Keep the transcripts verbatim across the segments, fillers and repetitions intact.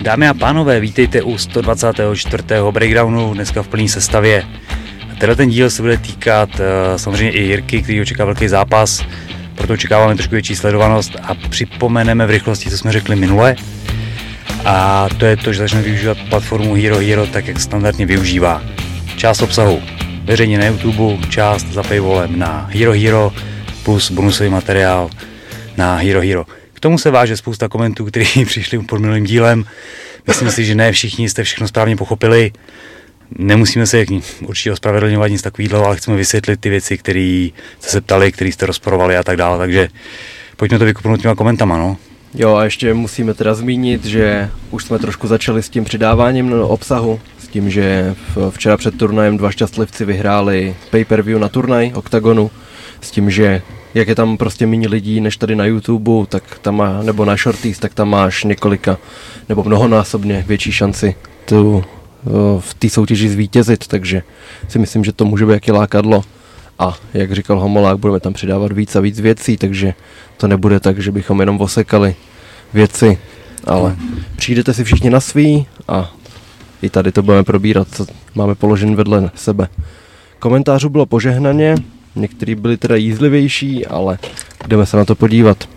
Dámy a pánové, vítejte u sto dvacátého čtvrtého breakdownu, dneska v plné sestavě. Tenhle ten díl se bude týkat uh, samozřejmě i Jirky, který očeká velký zápas, proto očekáváme trošku větší sledovanost a připomeneme v rychlosti, co jsme řekli minule. A to je to, že začneme využívat platformu Hero Hero tak, jak standardně využívá. Část obsahu veřejně na YouTube, část za paywallem na Hero Hero plus bonusový materiál na Hero Hero. K tomu se váže spousta komentů, které přišli pod minulým dílem. Myslím si, že ne všichni jste všechno správně pochopili. Nemusíme se určitě ospravedlňovat nic takového, ale chceme vysvětlit ty věci, které jste se ptali, které jste rozporovali a tak dále. Takže pojďme to vykopnout těma komentama, no. Jo, a ještě musíme teda zmínit, že už jsme trošku začali s tím přidáváním obsahu, s tím, že včera před turnajem dva šťastlivci vyhráli pay-per-view na turnaj Octagonu, s tím, že jak je tam prostě méně lidí než tady na YouTube, tak tam má, nebo na Shorties, tak tam máš několika nebo mnohonásobně větší šanci tu, v té soutěži zvítězit, takže si myslím, že to může být jaký lákadlo. A jak říkal Homolák, budeme tam přidávat víc a víc věcí, takže to nebude tak, že bychom jenom osekali věci, ale přijdete si všichni na svý a i tady to budeme probírat, co máme položen vedle sebe. Komentářů bylo požehnaně, některý byli teda jízlivější, ale jdeme se na to podívat.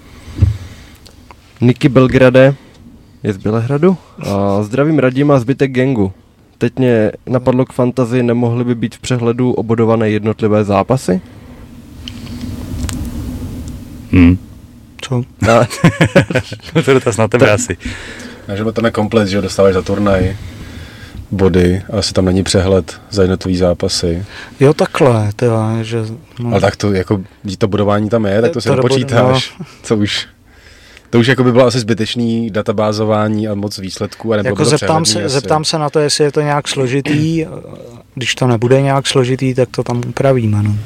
Niky Belgrade je z Bělehradu. A zdravím Radima a zbytek gangu. Teď mě napadlo k fantazii, nemohly by být v přehledu obodované jednotlivé zápasy? Hmm. Co? No. To je dotaz na tebe asi. Takže tam je komplet, že dostáváš za turnaj body, ale asi tam není přehled za jednotlivý zápasy. Jo, takhle, teda, že... No. Ale tak to, jako, to bodování tam je, tak to si nepočítáš, no. Co už... To už jako by bylo asi zbytečný databázování a moc výsledků. A jako zeptám se, zeptám se na to, jestli je to nějak složitý. Když to nebude nějak složitý, tak to tam upravíme. No.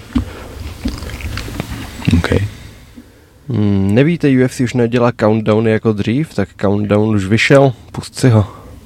Okay. Hmm, nevíte, U F C už nedělá countdowny jako dřív, tak countdown už vyšel, pust si ho.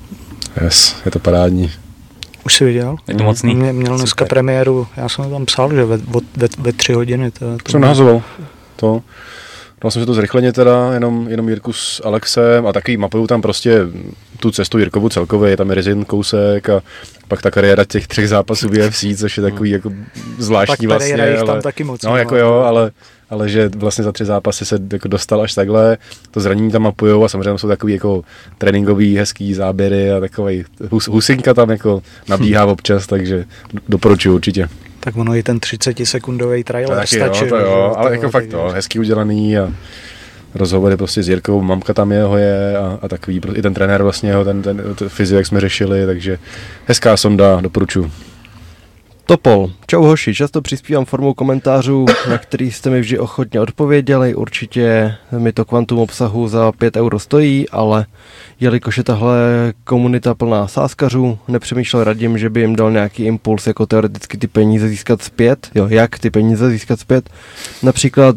Yes, je to parádní. Už jsi viděl? Je to mocný. Mě, měl dneska premiéru, já jsem tam psal, že ve, ve, ve tři hodiny. To, to jsem nahazoval to. Dal jsem si to zrychleně teda, jenom, jenom Jirku s Alexem a taky mapuju tam prostě tu cestu Jirkovu celkově, je tam Rezin kousek a pak ta kariéra těch třech zápasů v U F C, což je takový jako zvláštní tak vlastně. Ale, tam taky moc, no jako jo, ale, ale že vlastně za tři zápasy se jako dostal až takhle, to zranění tam mapujou a samozřejmě jsou takový jako tréninkový hezký záběry a takový hus, husinka tam jako nabíhá občas, takže doporučuji určitě. Tak ono i ten třicetisekundový trailer stačí. Jo, to jo, ale jako fakt to, hezký udělaný a rozhovory prostě s Jirkou, mamka tam jeho je a, a takový, i ten trenér vlastně jeho, ten, ten, ten fyzik, jak jsme řešili, takže hezká sonda, doporučuji. Topol. Čau hoši, často přispívám formou komentářů, na který jste mi vždy ochotně odpověděli, určitě mi to kvantum obsahu za pět euro stojí, ale jelikož je tahle komunita plná sáskařů, nepřemýšlel Radim, že by jim dal nějaký impuls, jako teoreticky ty peníze získat zpět, jo, jak ty peníze získat zpět, například,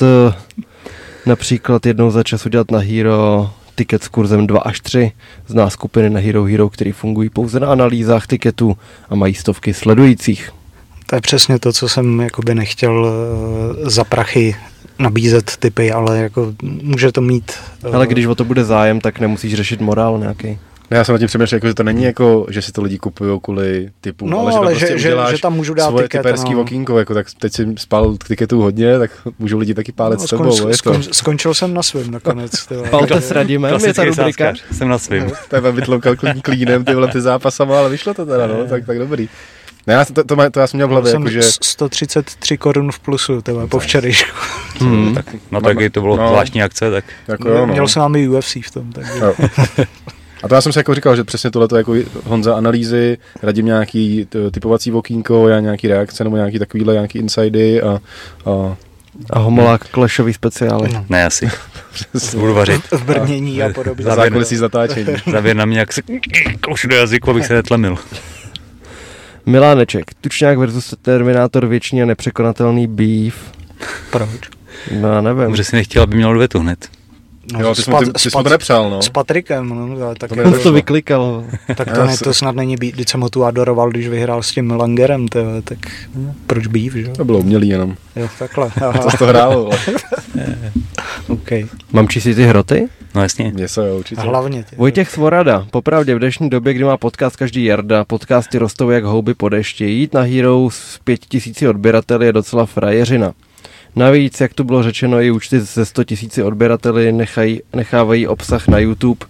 například jednou za čas udělat na Hero tiket s kurzem dva až tři, zná skupiny na Hero Hero, který fungují pouze na analýzách tiketů a mají stovky sledujících. To je přesně to, co jsem jakoby nechtěl za prachy nabízet typy, ale jako může to mít... Ale když o to bude zájem, tak nemusíš řešit morál nějaký. Já jsem na tím přemýšlel, jako, že to není jako, že si to lidi kupují kvůli typu, no, ale že ale to prostě že, uděláš že, že tam můžu dát svoje tiket, typerský no. okýnko, jako, tak teď si spal tiketů hodně, tak můžou lidi taky pálet no, s tebou. Skon, skon, skončil jsem na svým nakonec. Palte s Radimem, je ta rubrika. Jsem na svým. Tebe vytloukal klínem ty vole ty zápasama, ale vyšlo to teda, no, tak, tak dobrý. Ne, já, to, to, to, to já jsem měl v hlavě, jako, že... sto třicet tři korun v plusu, tebe, po včerejšku. Hmm. Tak, no taky to bylo no, zvláštní akce, tak... Jako jo, no. Měl jsem nám i U F C v tom, takže... A to já jsem si jako říkal, že přesně tohleto jako Honza analýzy, radím nějaký typovací okýnko, já nějaký reakce nebo nějaký takovýhle nějaký insidy a... a... A Homolák Clashový speciály. No. Ne, asi. Budu vařit. V brnění a podobně. Na zákulisí zatáčení. Závěr na mě, jak se kloušu do jazyku, abych se netlemil. Miláneček, Tučňák versus Terminátor, věčný a nepřekonatelný beef. Proč? No já nevím. Dobře si nechtěl, aby měl odvetu hned. No, jo, ty jsi pat, to nepřál, no. S Patrikem, no. Tak to, to, to vyklikal. Tak to, ne, to snad není být, když jsem ho tu adoroval, když vyhrál s tím Langerem, to, tak proč beef, že? To bylo umělý jenom. Jo, takhle. To jsi to hrál, Okay. Mám číst ty hroty? No jasně. Něco, jo, určitě. A hlavně ty. Vojtěch Svorada, popravdě v dnešní době, kdy má podcast každý Jarda, podcasty rostou jak houby po dešti, jít na Hero s pět tisíc odběrateli je docela frajeřina. Navíc, jak tu bylo řečeno, i účty ze sto tisíc odběrateli nechají, nechávají obsah na YouTube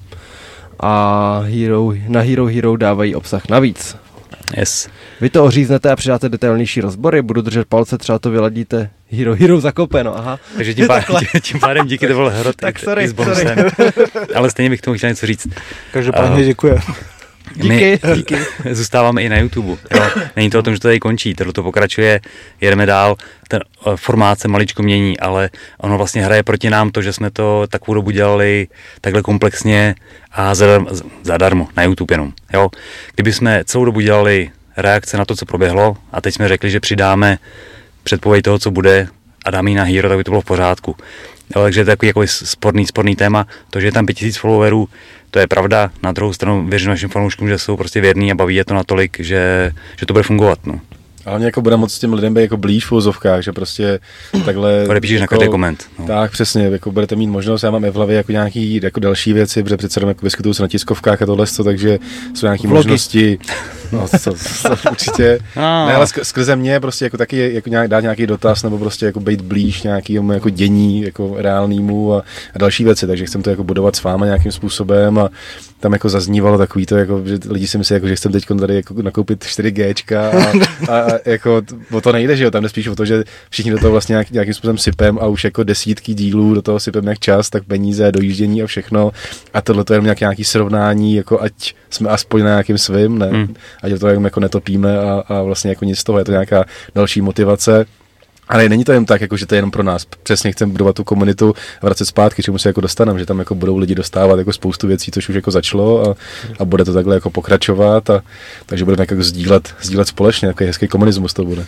a Hero, na Hero Hero dávají obsah navíc. Yes. Vy to oříznete a přidáte detailnější rozbory, budu držet palce, třeba to vyladíte Hero Hero zakopeno, aha. Takže tím pádem, tím pádem díky, to byl hrot tak i, sorry, i s bonusem. Ale stejně bych tomu chtěl něco říct. Každopádně uh, děkuji. Díky. My díky. Zůstáváme i na YouTube. Jo. Není to o tom, že to tady končí, tohle to pokračuje, jedeme dál, ten formát se maličko mění, ale ono vlastně hraje proti nám to, že jsme to takovou dobu dělali takhle komplexně a zadarmo, zadarmo na YouTube jenom. Jo. Kdyby jsme celou dobu dělali reakce na to, co proběhlo a teď jsme řekli, že přidáme předpověď toho, co bude a dáme ji na Hero, tak by to bylo v pořádku. Jo, takže je to takový jako sporný, sporný téma. To, že je tam pět tisíc followerů, to je pravda. Na druhou stranu věřím našim fanouškům, že jsou prostě věrní a baví je to natolik, že, že to bude fungovat. No. Ale mě jako bude moc s těm lidem být jako blíž v úzovkách, že prostě takhle... Odepíšeš jako, na každý koment. No. Tak přesně, jako budete mít možnost, já mám i v hlavě jako nějaký jako další věci, protože přece jenom jako vyskytuju se na tiskovkách a tohle, takže jsou nějaké možnosti, no to, to, to určitě, no. Ne, ale skrze mě prostě jako taky jako nějak, dát nějaký dotaz nebo prostě jako být blíž nějakému jako dění jako reálnému a, a další věci, takže chcem to jako budovat s váma nějakým způsobem a tam jako zaznívalo takový to, jako, že lidi si myslí, jako, že chcem teď tady jako nakoupit čtyři géčka a, a, a jako o to nejde, že jo, tam jde spíš o to, že všichni do toho vlastně nějak, nějakým způsobem sypem a už jako desítky dílů do toho sypem jak čas, tak peníze, dojíždění a všechno a tohle to je jenom nějaký srovnání, jako ať jsme aspoň na nějakým svým, ne, hmm. ať to jako netopíme a, a vlastně jako nic z toho, je to nějaká další motivace. Ale není to jen tak, jako, že to je jenom pro nás. Přesně chceme budovat tu komunitu a vracet zpátky, čemu se jako dostaneme, že tam jako budou lidi dostávat jako spoustu věcí, což už jako začalo a, a bude to takhle jako pokračovat a takže budeme jako sdílet, sdílet společně, jako hezký komunismus to bude.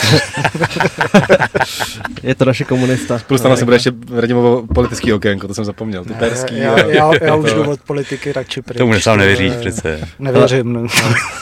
Je to naše komunista. Plus tam asi bude ještě Radimovo politický okénko, to jsem zapomněl, ty perský. Já, já, já, já už jdu od politiky radši pryč. Tomu sám nevěříš přece. Nevěřím, no.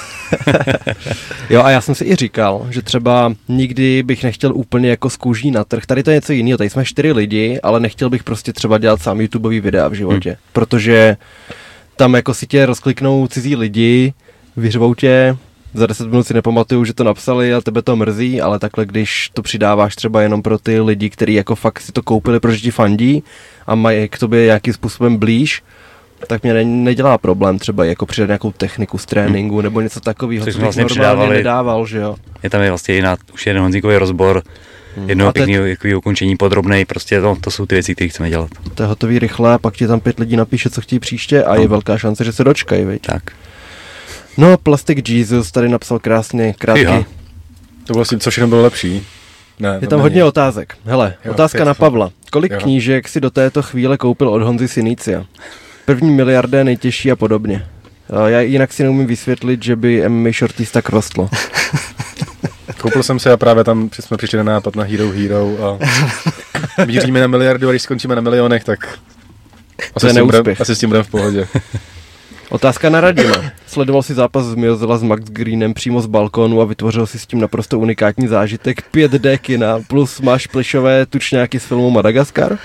Jo, a já jsem si i říkal, že třeba nikdy bych nechtěl úplně jako z kůží na trh. Tady to je něco jiného, tady jsme čtyři lidi, ale nechtěl bych prostě třeba dělat sám YouTubeový videa v životě, hmm. protože tam jako si tě rozkliknou cizí lidi, vyřvou tě, za deset minut si nepamatuju, že to napsali a tebe to mrzí, ale takhle, když to přidáváš třeba jenom pro ty lidi, kteří jako fakt si to koupili, protože ti fandí a mají k tobě nějakým způsobem blíž, tak mě ne, nedělá problém třeba jako přidat nějakou techniku z tréninku hmm. nebo něco takového, co bych vlastně normálně nedával, že jo. Je tam je vlastně jiná, už jeden Honzíkový rozbor, hmm. jednoho pěkného ukončení podrobnej, prostě to, to jsou ty věci, které chceme dělat. To je hotový rychle a pak ti tam pět lidí napíše, co chtějí příště a no. je velká šance, že se dočkají, viď? Tak. No, Plastic Jesus tady napsal krásně, krátký. Jo. To vlastně, co všechno bylo lepší. Ne, je tam hodně není. Otázek. Hele, jo, otázka na Pavla. Kolik jo. knížek si do této chvíle koupil od Honzy Synicia? První miliardé, nejtěžší a podobně. Já jinak si neumím vysvětlit, že by M M A Shorties tak rostlo. Koupil jsem se a právě tam jsme přišli na nápad na Hero Hero a míříme na miliardu a když skončíme na milionech, tak asi, s tím, budem, asi s tím budeme v pohodě. Otázka na Radima. Sledoval si zápas z Miozela s Max Greenem přímo z balkónu a vytvořil si s tím naprosto unikátní zážitek pět dé kina, plus máš plišové tučňáky z filmu Madagaskar?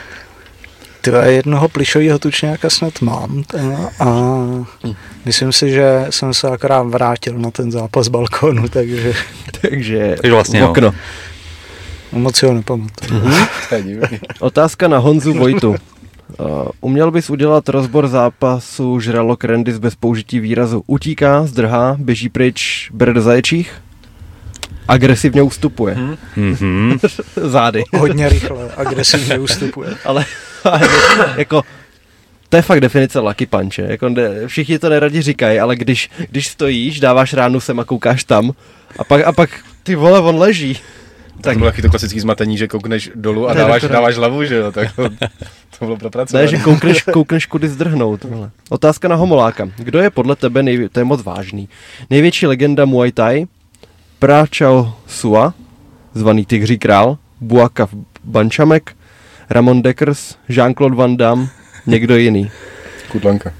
Tyhle jednoho plišového tučňáka snad mám a myslím si, že jsem se akorát vrátil na ten zápas z balkónu, takže... takže vlastně okno. No. Moc si ho nepamatuju. Mm-hmm. Otázka na Honzu Vojtu. Uh, uměl bys udělat rozbor zápasu žralok Randis bez použití výrazu utíká, zdrhá, běží pryč, bere do zaječích? Agresivně ustupuje. Mm-hmm. Zády. Hodně rychle, agresivně ustupuje. Ale, ale jako, to je fakt definice lucky punche. Jako, ne, všichni to neradi říkají, ale když, když stojíš, dáváš ránu sem a koukáš tam a pak, a pak ty vole, on leží. Tak bylo taky to klasický zmatení, že koukneš dolů a dáváš, dáváš hlavu, že jo, tak to, to bylo propracované. Ne, že koukneš, koukneš kudy zdrhnout. Tohle. Otázka na Homoláka. Kdo je podle tebe, nejvě- to je moc vážný, největší legenda Muay Thai? Pra Chao Sua, zvaný Tygří král, Buakav Banchamek, Ramon Dekkers, Jean-Claude Van Damme, někdo jiný. Kutlanka.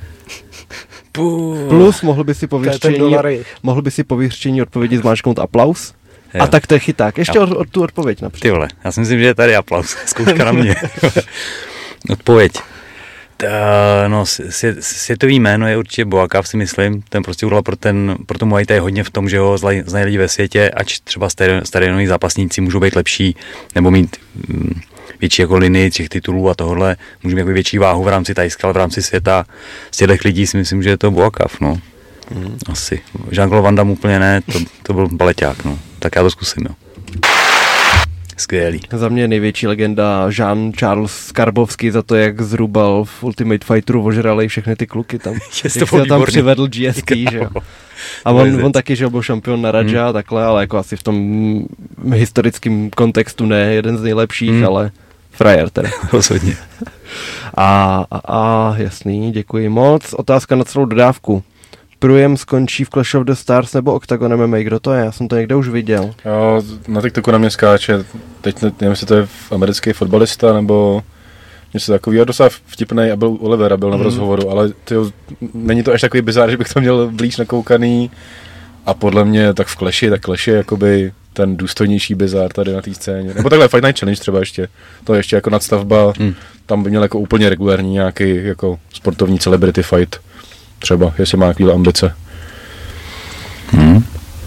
Plus mohl by si po vyřčení, mohl by si po vyřčení odpovědi zmáčknout aplaus. A tak to je chyták. Ještě od, od tu odpověď například. Ty vole, já si myslím, že je tady aplaus. Zkouška na mě. Odpověď. Ta, no, svět, světový jméno je určitě Boakav, si myslím. Ten prostě udělal pro, ten, pro to Muay Thai hodně v tom, že ho znají lidi ve světě, ať třeba stadionoví zápasníci můžou být lepší, nebo mít mm, větší jako linii těch titulů a tohle. Můžeme jako větší váhu v rámci Thajska, ale v rámci světa. Z těch lidí si myslím, že je to Boakav, no. Mm. Asi. Jean-Claude Van Damme úplně ne, to, to byl baleťák, no. Tak já to zkusím, jo. Skvělý. Za mě největší legenda Jean-Charles Skarbovský za to, jak zrubal v Ultimate Fighteru, ožrali všechny ty kluky tam. Jak se tam přivedl G S P, že jo. A on, on taky, že byl šampion na Raja hmm. takhle, ale jako asi v tom historickém kontextu ne jeden z nejlepších, hmm. ale frajer teda. Rozhodně. A, a, a jasný, děkuji moc. Otázka na celou dodávku. Průjem skončí v Clash of the Stars nebo Octagon M M A, kdo to je? Já jsem to někde už viděl. Jo, na TikToku na mě skáče, teď nevím, jestli to je americký fotbalista, nebo něco takového, docela vtipnej a byl Olivera, byl mm. na rozhovoru, ale tyjo, není to až takový bizár, že bych to měl blíž nakoukaný a podle mě tak v Clashi, tak Clash je jakoby ten důstojnější bizár tady na té scéně. Nebo takhle Fight Night Challenge třeba ještě, to je ještě jako nadstavba, mm. tam by měl jako úplně regulární nějaký jako sportovní celebrity fight. Třeba, jestli má takovýhle ambice. Hmm.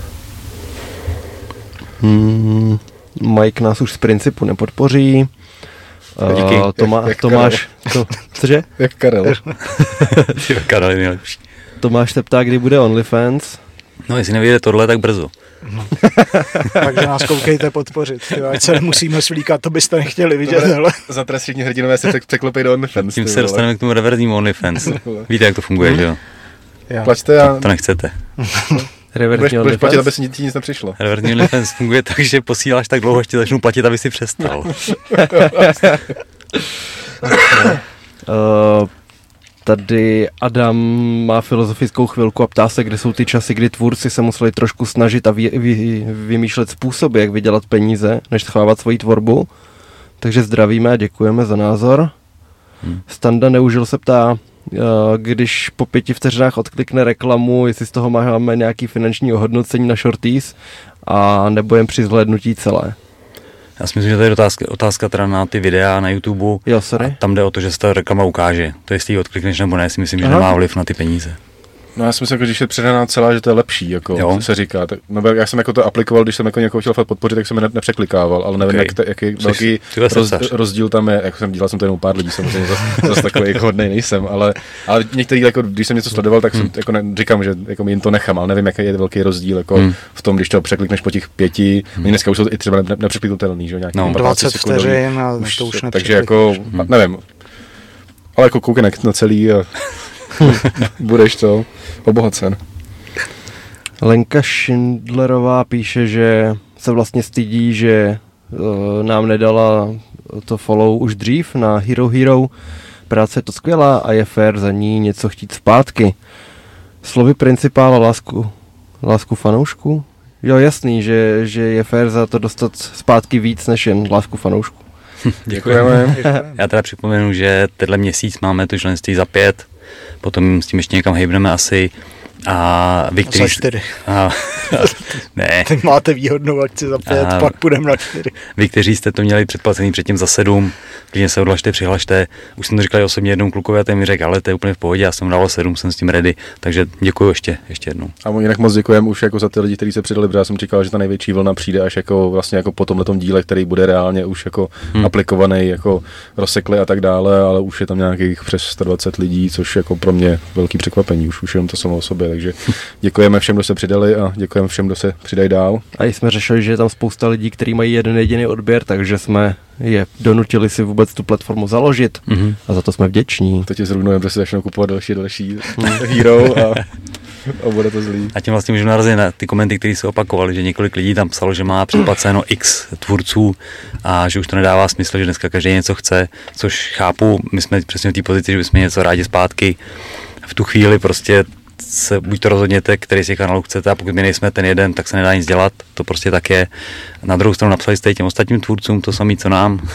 Hmm. Mike nás už z principu nepodpoří. Díky. Uh, Tomá, jak, jak Tomáš, to, cože? Jak Karel. Karel je nejlepší. Tomáš se ptá, kdy bude OnlyFans. No, jestli nevyjde tohle, tak brzo. No. Takže nás koukejte podpořit. Tyjo, ať se nemusíme svlíkat, to byste nechtěli vidět. Ale... Za trest všichni hrdinové se překlopí do OnlyFans. Tím se dostaneme k tomu reverznímu OnlyFans. Víte, jak to funguje, hmm. že jo? Plačte a... To, to nechcete. Reverzní budeš platit, aby si ti nic nepřišlo. Reverzní OnlyFans funguje tak, že posíláš tak dlouho, až ti začnou platit, aby si přestal. uh, Tady Adam má filozofickou chvilku a ptá se, kde jsou ty časy, kdy tvůrci se museli trošku snažit a vy, vy, vymýšlet způsoby, jak vydělat peníze, než schovávat svoji tvorbu. Takže zdravíme a děkujeme za názor. Hmm. Standa Neužil se ptá, když po pěti vteřinách odklikne reklamu, jestli z toho máme nějaký finanční ohodnocení na shorties a nebo jen při zhlédnutí celé. Já si myslím, že to je otázka, otázka teda na ty videa na YouTube. Jo, sorry. A tam jde o to, že se ta reklama ukáže. To jestli ji odklikneš nebo ne, si myslím, že Aha. nemá vliv na ty peníze. No já si myslím, že když je předaná celá, že to je lepší, jako jo. se říká. Tak, no, já jsem jako to aplikoval, když jsem jako někoho chtěl podpořit, tak jsem je nepřeklikával, ale nevím, okay. jak te, jaký Jsi, velký roz, rozdíl tam je. Jako jsem dělal jsem to jenom pár lidí, samozřejmě zase zas takový jako hodnej nejsem, ale, ale některý, jako, když jsem něco sledoval, tak hmm. jsem jako ne, říkám, že jako jim to nechám, ale nevím, jaký je velký rozdíl jako hmm. v tom, když to překlikneš po těch pěti. Hmm. Dneska už jsou i třeba ne, nepřekliknutelný, že nějaký no. dvacet vteřin a už to už takže jako, hmm. nevím, ale jako koukej na celý a budeš to obohacen. Lenka Schindlerová píše, že se vlastně stydí, že uh, nám nedala to follow už dřív na Hero Hero. Práce je to skvělá a je fér za ní něco chtít zpátky. Slovy principála lásku, lásku fanoušku? Jo, jasný, že, že je fér za to dostat zpátky víc než jen lásku fanoušku. Děkujeme. Já teda připomenu, že tenhle měsíc máme to členství za pět, potom s tím ještě někam hejbneme asi. A vy, který... Za čtyři. A, ne. Tak máte výhodnou akci za pět, a pak půjdeme na čtyři. Vy, kteří jste to měli předplacený předtím za sedm, klidně se odhlašte, přihlašte. Už jsem to říkal osobně jednou klukovi a ten mi řekl, ale to je úplně v pohodě, já jsem dával sedm, jsem s tím ready, takže děkuji ještě, ještě jednou. A jinak moc děkujeme už jako za ty lidi, kteří se přidali, protože já jsem čekal, že ta největší vlna přijde až jako vlastně jako po tomhletom díle, který bude reálně už jako hmm. aplikovaný, jako rozsekli a tak dále, ale už je tam nějakých přes sto dvacet lidí, což jako pro mě velký překvapení, už už jenom to samo o sobě, takže děkujeme všem, kdo se přidali a děkujeme všem, kdo se přidají dál. A jsme řešili, že je tam spousta lidí, kteří mají jeden jediný odběr, takže jsme je donutili si vůbec tu platformu založit mm-hmm. a za to jsme vděční. To tě zrovna, že si začnou kupovat další, další hero a, a bude to zlý. A tím vlastně můžeme narazit na ty komenty, které se opakovaly, že několik lidí tam psalo, že má předplaceno x tvůrců a že už to nedává smysl, že dneska každý něco chce, což chápu, my jsme přesně v té pozici, že bychom něco rádi zpátky. V tu chvíli prostě se buď to rozhodněte, který z těch kanálů chcete, a pokud my nejsme ten jeden, tak se nedá nic dělat, to prostě tak je. Na druhou stranu napsali jste těm ostatním tvůrcům to samé, co nám,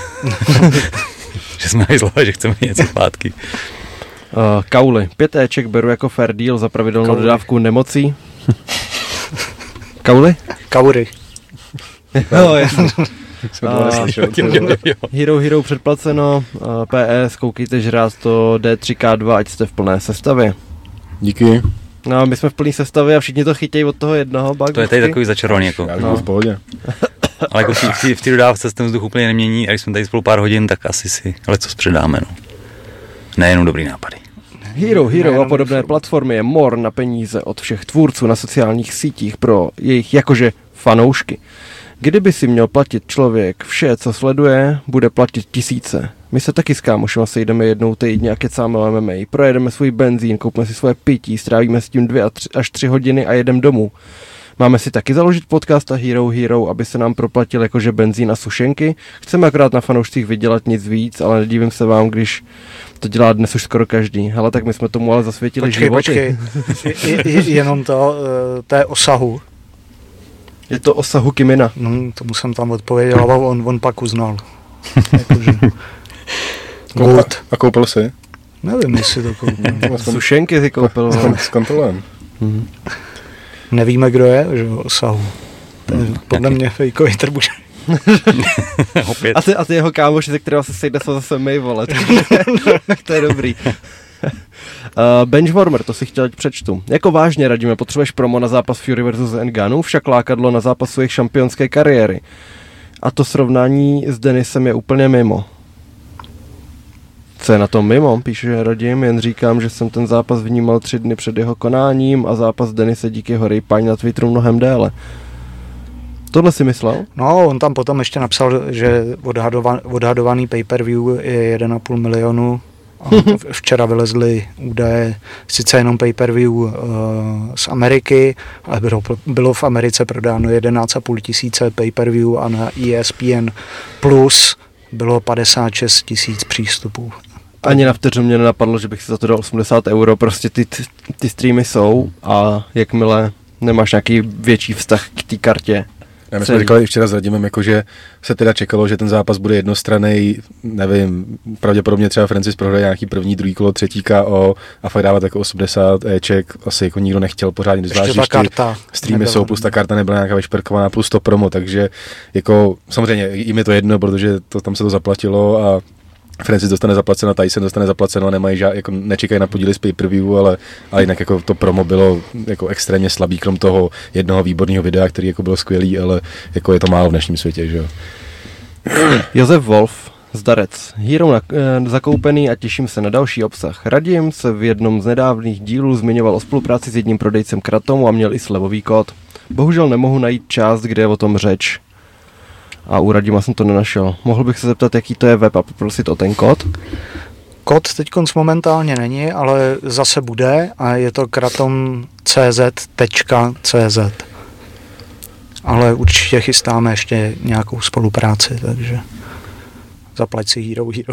že jsme hajzlové, že chceme něco zpátky. Uh, kauly. Pět éček beru jako fair deal za pravidelnou kauly. Dodávku nemocí. Kauly? Kaury. Jo, jasně. Jsem to neslyšel. Hero Hero předplaceno, P S, koukejte žrát to D tři K dva, ať jste v plné sestavě. Díky. No, my jsme v plné sestavě a všichni to chytějí od toho jednoho. Bak, to je tady takový začarovaný. Jako. Já bych byl v pohodě. Ale jako v té dodávce se ten vzduch úplně nemění a když jsme tady spolu pár hodin, tak asi si ale co předáme. No. Nejenom dobrý nápady. Hero Hero a podobné platformy je mor na peníze od všech tvůrců na sociálních sítích pro jejich jakože fanoušky. Kdyby si měl platit člověk vše, co sleduje, bude platit tisíce. My se taky s kámošima sejdeme jednou týdně a kecáme o M M A. Projedeme svůj benzín, koupíme si svoje pití, strávíme s tím dvě až tři hodiny a jedem domů. Máme si taky založit podcast a Hero Hero, aby se nám proplatil jakože benzín a sušenky. Chceme akorát na fanoušcích vydělat nic víc, ale nedívím se vám, když to dělá dnes už skoro každý. Hele, tak my jsme tomu ale zasvětili počkej, životy. Počkej, je, je, jenom to, té osahu. Je to osahu Kimina. No, tomu jsem tam odpověděl, ale on, on pak uznal. Jakože... Koupa, a koupil jsi? Nevím, jestli to koupil. Sušenky si koupil. S kontrolem. Mhm. Nevíme, kdo je, že osahu. To je podle mě fejkový trbuš. a, ty, a ty jeho kámoši, se kterého se sejde, jsou zase my, vole. To je dobrý. Uh, Benchwarmer, to si chtěl, ať přečtu. Jako vážně radíme, potřebuješ promo na zápas Fury versus Nganu, však lákadlo na zápas jejich šampionské kariéry. A to srovnání s Denisem je úplně mimo. Co je na tom mimo? Píše Radim, jen říkám, že jsem ten zápas vnímal tři dny před jeho konáním a zápas Denise díky jeho rejpání na Twitteru mnohem déle. Tohle si myslel? No, on tam potom ještě napsal, že odhadova, odhadovaný pay-per-view je jeden a půl milionu. A včera vylezly údaje, sice jenom pay-per-view uh, z Ameriky, ale bylo, bylo v Americe prodáno jedenáct a půl tisíce pay-per-view a na E S P N Plus bylo padesát šest tisíc přístupů. Ani na vteřinu mě nenapadlo, že bych si za to dal osmdesát euro, prostě ty, ty, ty streamy jsou a jakmile nemáš nějaký větší vztah k té kartě. Já my jsme říkali včera s Radimem, jako, že se teda čekalo, že ten zápas bude jednostranný, nevím, pravděpodobně třeba Francis prohraje nějaký první, druhý kolo, třetí K O a fakt dávat jako osmdesát éček, asi jako nikdo nechtěl pořádně, zvlášť když ty streamy jsou, plus ta karta nebyla nějaká vyšperkovaná, plus to promo, takže jako samozřejmě jim je to jedno, protože to, tam se to zaplatilo a Francis dostane zaplaceno, Tyson dostane zaplaceno a nemají žád, jako nečekají na podíly z pay-per-view, ale, ale jinak jako to promo bylo jako extrémně slabý, krom toho jednoho výborného videa, který jako bylo skvělý, ale jako je to málo v dnešním světě, že jo. Josef Wolf, zdarec. Hero na, e, zakoupený a těším se na další obsah. Radim se v jednom z nedávných dílů zmiňoval o spolupráci s jedním prodejcem Kratomu a měl i slevový kód. Bohužel nemohu najít část, kde je o tom řeč. A u Radima jsem to nenašel. Mohl bych se zeptat, jaký to je web a poprosit o ten kód? Kód teď momentálně není, ale zase bude a je to kratom tečka cz. Ale určitě chystáme ještě nějakou spolupráci, takže zaplať si Hero Hero.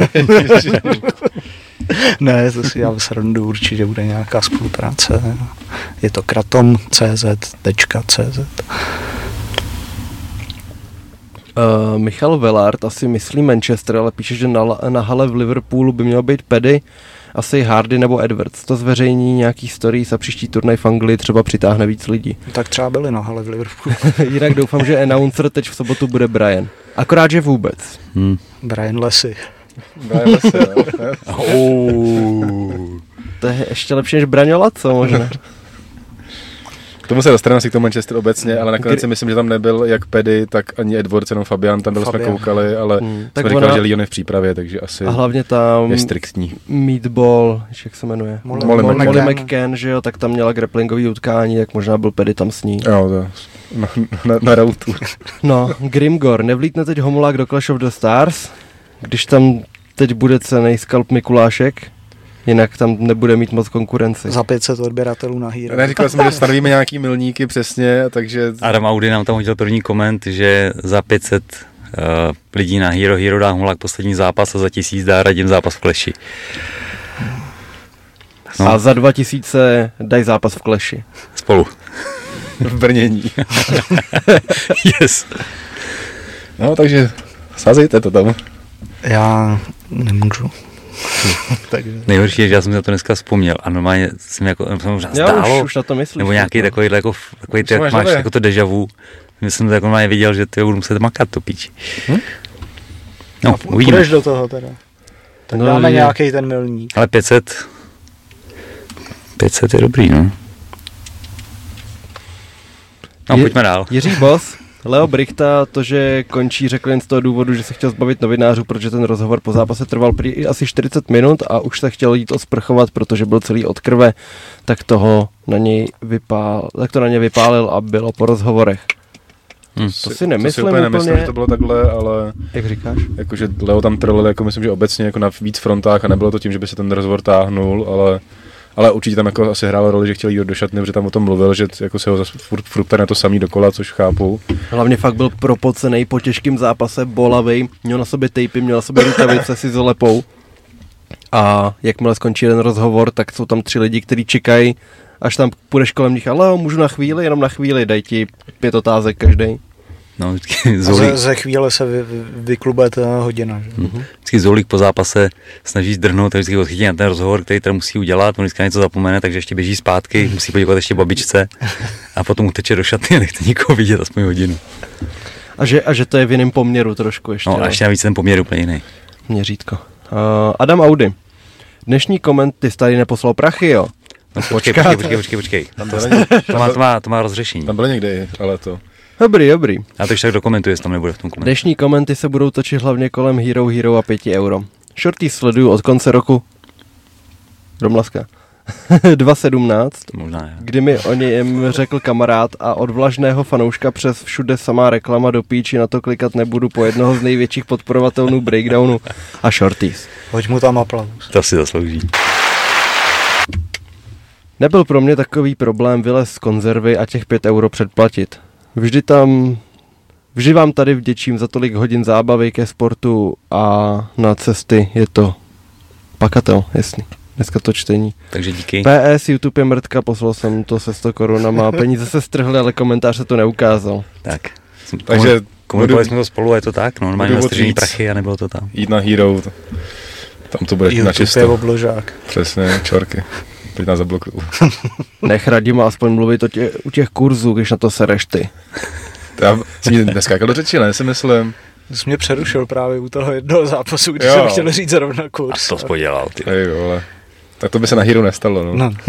Ne, to si já srandu, určitě bude nějaká spolupráce. Je to kratom tečka cz. Uh, Michal Velard asi myslí Manchester, ale píše, že na, na hale v Liverpoolu by měl být Paddy, asi Hardy nebo Edwards. To zveřejní nějaký stories a příští turnaj v Anglii třeba přitáhne víc lidí. Tak třeba byli na hale v Liverpoolu. Jinak doufám, že announcer teď v sobotu bude Brian. Akorát, že vůbec. Hmm. Brian Lesy. Brian Lesy, To je ještě lepší než Braňola, co možná. K tomu se dostaneme si k tomu Manchester obecně, ale nakonec si myslím, že tam nebyl jak Paddy, tak ani Edwards, jenom Fabian, tam byl Fabian. Jsme koukali, ale hmm. jsme říkali, ona... že Lyon je v přípravě, takže asi a hlavně tam je striktní. Meatball, jak se jmenuje? Molly, Molly, Molly, Molly McCann, že jo, tak tam měla grapplingový utkání, jak možná byl Paddy tam s ní. Jo, to na, na, na routu. No, Grimgor, nevlítne teď Homolák do Clash of the Stars, když tam teď bude cenej skalp Mikulášek? Jinak tam nebude mít moc konkurenci. Za pět set odběratelů na Hero. Neříkal jsem, že stanovíme nějaký milníky přesně, takže... Adam Audi nám tam hodil první koment, že za pět set uh, lidí na Hero Hero dá Homolák poslední zápas a za tisíc dá Radim zápas v Clashi. No. A za dva tisíce dají zápas v Clashi. Spolu. V brnění. Yes. No, takže sázejte to tam. Já nemůžu. Takže... Nejhorší je, že já jsem si na to dneska vzpomněl a normálně jsem jako, jsem možná zdálo, už, už na to myslíš, nebo nějaký no. takový, jako, takový ty, jak máš jako to deja vu, Já jsem to jako normálně viděl, že ty budu muset makat to píči. Hm? No, a uvidíme. půjdeš do toho teda. Tak No, dáme je. nějaký ten milník. Ale pět set, pět set je dobrý, no. No, Je- pojďme dál. Jiří Boss, Leo Brichta, to, že končí, řekl jen z toho důvodu, že se chtěl zbavit novinářů, protože ten rozhovor po zápase trval prý asi čtyřicet minut a už se chtěl jít osprchovat, protože byl celý od krve, tak toho na něj vypál, tak to na ně vypálil a bylo po rozhovorech. Hm. To si nemyslím to si úplně nemyslím, úplně. že to bylo takhle, ale Jak říkáš? jakože Leo tam trolil, jako myslím, že obecně jako na víc frontách a nebylo to tím, že by se ten rozhovor táhnul, ale ale určitě tam jako asi hrálo roli, že chtěl jít do šatny, protože tam o tom mluvil, že jako se ho zase furt, furt ptá na to samý dokola, což chápu. Hlavně fakt byl propocený po těžkém zápase, bolavej, měl na sobě tejpy, měl na sobě rukavice si zolepou. A jakmile skončí jeden rozhovor, tak jsou tam tři lidi, kteří čekají, až tam půjdeš kolem nich, ale jo, můžu na chvíli, jenom na chvíli, daj ti pět otázek každý. No, vždycky A Zolík, ze, ze chvíle se vy, vy, vyklube ta hodina. Že? mm-hmm. vždycky Zolík po zápase snaží zdrhnout, tak vždycky odchytí na ten rozhovor, který tady musí udělat, on vždycky něco zapomene, takže ještě běží zpátky, musí poděkovat ještě babičce a potom uteče do šatny a nechce nikoho vidět aspoň hodinu. A že, a že to je v jiném poměru trošku ještě. No a ještě navíc ten poměr úplně jiný. Měřítko. Uh, Adam Audi. Dnešní koment, ty jsi tady neposlal prachy, jo? No, počkej, počkej, počkej, počkej, počkej. Tam To, byl, někdy, to, má, to, má, to má rozřešení. tam byl někdy, ale to. Dobrý, dobrý. Já to ještě tak dokumentuji, jestli tam nebude v tom komentu. Dnešní komenty se budou točit hlavně kolem Hero Hero a pěti euro. Shorty sleduju od konce roku Romlaska dva tisíce sedmnáct, Možná je. kdy mi o něm řekl kamarád a od vlažného fanouška přes všude samá reklama do píči, na to klikat nebudu, po jednoho z největších podporovatelů breakdownu a Shorties. Hoď mu tam aplaus. To si zaslouží. Nebyl pro mě takový problém vylez z konzervy a těch pět euro předplatit. Vždy tam, vždy vám tady vděčím za tolik hodin zábavy ke sportu a na cesty je to pakatel, jasný. Dneska to čtení. Takže díky. P S, YouTube je mrtka, poslal jsem to se sto korunama, peníze se strhly, ale komentář se to neukázal. Tak. Takže Komunikovali jsme to spolu, je to tak? No, normálně budu na stržení víc. prachy a nebylo to tam. jít na Hero, to, tam to bude na YouTube je čisto. obložák. Přesně, čorky. Teď nás zablokuju. Nech Radima aspoň mluvit o tě, u těch kurzů, když na to sereš ty. Já jsem mi neskákal do řeči, ne, si myslím. Jsi mě přerušil právě u toho jednoho zápasu, když Jo. jsem chtěl říct zrovna A kurz. to spodělal, ty. Ej, vole. Tak to by se na Hero nestalo, no. No.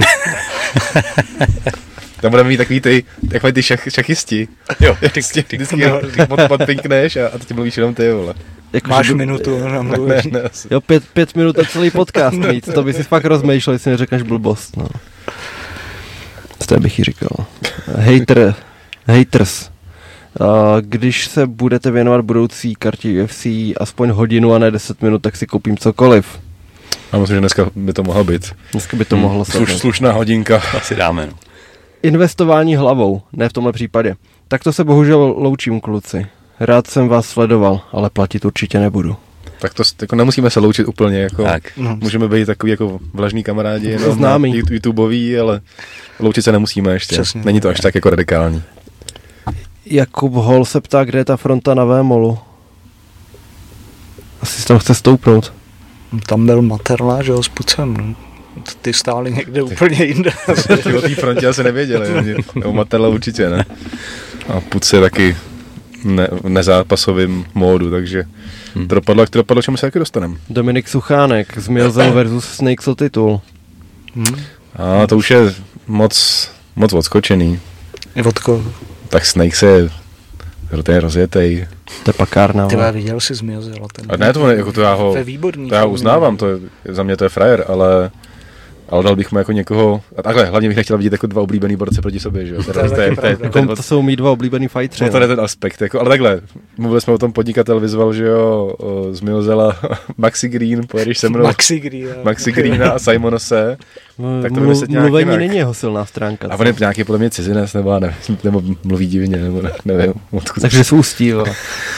Tam budeme mít takový ty, jak mají ty šach, šachisti. Jo, Vždycky, vždycky pod, podpinkneš a, a teď mluvíš jenom ty, vole. Jako, Máš že by- minutu na Ne, mluvení. ne, asi. Jo, pět, pět minut a celý podcast mít, to by si fakt rozmýšlel, jestli neřekneš blbost, no. To bych jí říkal. Hater, haters. A když se budete věnovat budoucí kartě U F C aspoň hodinu a ne deset minut, tak si koupím cokoliv. A myslím, že dneska by to mohlo být. Dneska by to hmm. mohlo Sluš, se. slušná hodinka. Asi dáme, no. Investování hlavou, ne v tomhle případě. Tak to se bohužel loučím, kluci. Rád jsem vás sledoval, ale platit určitě nebudu. Tak to jako nemusíme se loučit úplně, jako Tak. No. můžeme být takový jako vlažní kamarádi, jenom Známý. na YouTubeový, ale loučit se nemusíme ještě. Přesně. Není to až tak jako radikální. Jakub Hol se ptá, kde je ta fronta na Vémolu. Asi si tam chce stoupnout. Tam byl Materla, že jo, s Pucem. No. Ty stály někde úplně jinde. Ty o té frontě asi nevěděli, oni- nebo Materla určitě ne. A Puc je taky ne, v nezápasovém módu, takže Hmm. to dopadlo, jak to dopadlo, čemu se taky dostaneme. Dominik Suchánek, Zmiozel versus Snakes o titul. Hm? A to už je moc, moc odskočený. Vodko, Tak Snakes je ten rozjetej. To je pakárna. ty vole. vole, viděl jsi Zmiozela ten. A ne, to, ne, jako to já ho, Ve výborný. to já formě. uznávám, to je, za mě to je frajer, ale ale dal bych mu jako někoho, a takhle, hlavně bych nechtěl vidět jako dva oblíbený borce proti sobě, že jo. To je taky pravda. Jako, to jsou mý dva oblíbený fightři. No to je ten aspekt, jako, ale takhle, mluvili jsme o tom, podnikatel vyzval, že jo, o, z Miozela Maxi Green, pojedeš se mnou, Maxi Green. Maxi Greena a Simonose, No, tak to mlu- vymyslet nějak mluvení jinak. není jeho silná stránka. a on je nějaký podle mě cizinec, nebo, já nevím, nebo mluví divně, nebo ne, nevím, odkud. Takže z Ústí, vole.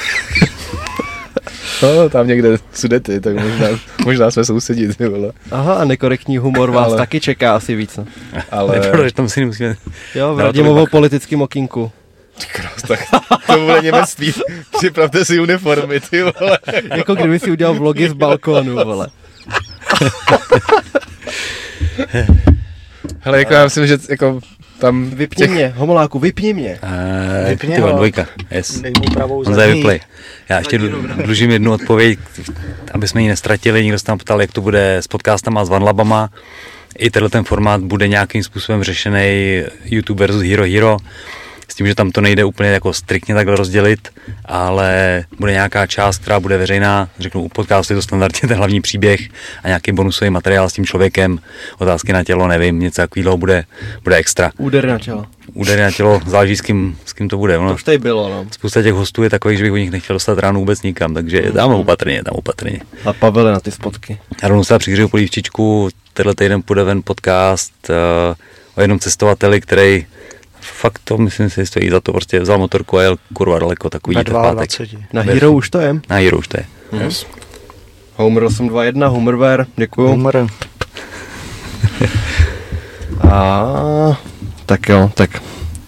No, tam někde Sudety, tak možná, možná jsme sousedit, ty vole. Aha, a nekorektní humor vás Ale- taky čeká asi víc. No. Ale, Nebylo, že tam si nemusíme... Jo, v No, Radimovo to by- politickým okýnku. Kros, tak to bude němectví, připravte si uniformy, ty vole. Jako kdyby si udělal vlogy z balkónu, vole. Hele, jako já myslím, že jako tam Vypni těch... mě, Homoláku, vypni mě. Uh, vypni ho. Dvojka, yes. Dej mu pravou On zadní. Vyplay. Já ještě dlužím jednu odpověď, aby jsme ji nestratili. Někdo se tam ptal, jak to bude s podcastama a s OneLabama. I tenhle ten formát bude nějakým způsobem řešený YouTube versus Hero Hero. S tím, že tam to nejde úplně jako striktně takhle rozdělit, ale bude nějaká část, která bude veřejná, řeknu u podcastu je to standardně ten hlavní příběh a nějaký bonusový materiál s tím člověkem, otázky na tělo, nevím, něco takového bude, bude extra. Úder na tělo. Úder na tělo, záleží s kým, s kým to bude. To už tady bylo, no. Spousta těch hostů je takových, že bych o nich nechtěl dostat ráno vůbec nikam, takže tam opatrně, tam opatrně. A Pavel na ty spotky. Já rovnou se přihřeju polívčičku, tenhle týden půjde ven podcast uh, o jednom cestovateli, který fakt to, myslím si, stojí za to, prostě vzal motorku a jel kurva daleko, tak uvidíte v pátek. Na Hero už to je? Na Hero už to je. Yes. Homer osm dva jedna, Homerware, děkuju. Homer. A tak jo, tak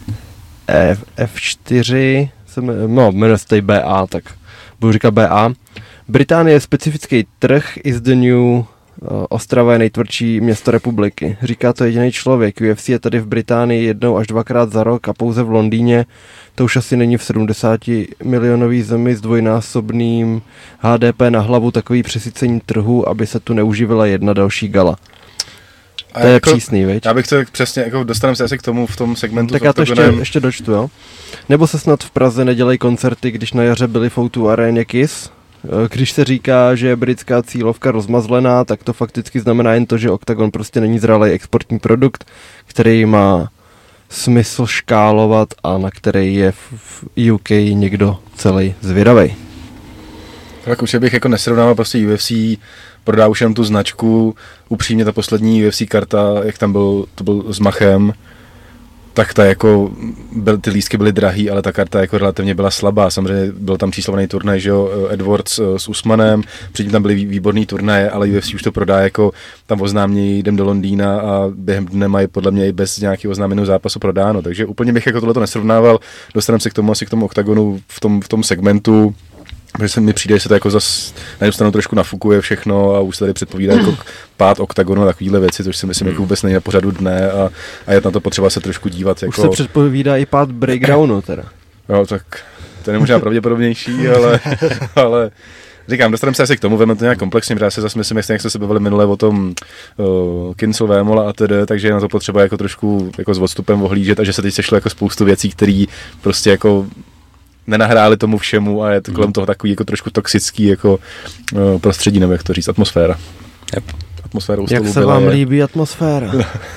F, F4, jsem, no jmenuje se tady B A, tak budu říkat B A. Británie je specifický trh, is the new. Ostrava je nejtvrdší město republiky. Říká to jediný člověk. U F C je tady v Británii jednou až dvakrát za rok a pouze v Londýně. To už asi není v sedmdesáti milionový zemi s dvojnásobným H D P na hlavu takový přesycení trhu, aby se tu neuživila jedna další gala. A to je jako, přísný, viď? Já bych to přesně, jako dostaneme se asi k tomu v tom segmentu. Tak já to ještě, ještě dočtu, jo? Nebo se snad v Praze nedělají koncerty, když na jaře byly v O dva aréně Kiss? Když se říká, že je britská cílovka rozmazlená, tak to fakticky znamená jen to, že Octagon prostě není zralý exportní produkt, který má smysl škálovat a na který je v U K někdo celý zvědavej. Tak určitě bych jako nesrovnával prostě U F C, prodá už jenom tu značku, upřímně ta poslední U F C karta, jak tam byl, to byl s Machem, tak ta jako, byl, ty lístky byly drahý, ale ta karta jako relativně byla slabá. Samozřejmě byl tam číslovaný turnaj, že jo, Edwards s Usmanem, předtím tam byly výborný turnaje, ale U F C už to prodá jako, tam oznámí, jdem do Londýna a během dne mají podle mě i bez nějakého oznámeného zápasu prodáno. Takže úplně bych jako tohleto nesrovnával, dostaneme se k tomu asi k tomu Octagonu v tom, v tom segmentu, protože se mi přijde, že se to jako zas na jednu stranu trošku nafukuje všechno a už se tady předpovídá jako pád Octagonu a takovýhle věci, což si myslím jako vůbec není na pořadu dne a, a je na to potřeba se trošku dívat. Jako... Už se předpovídá i pád Breakdownu teda. Jo, tak to je možná pravděpodobnější, ale, ale říkám, dostaneme se asi k tomu, veme to nějak komplexně, protože já se zase myslím, jak jsme se bavili minule o tom uh, Kincel, Vémola a tedy, takže je na to potřeba jako trošku jako s odstupem ohlížet a že se teď sešlo jako spoustu věcí, které prostě jako nenahráli tomu všemu a je to kolem toho takový jako trošku toxický jako uh, prostředí, nebo jak to říct, atmosféra. Yep. Atmosféra jak se vám je... líbí atmosféra?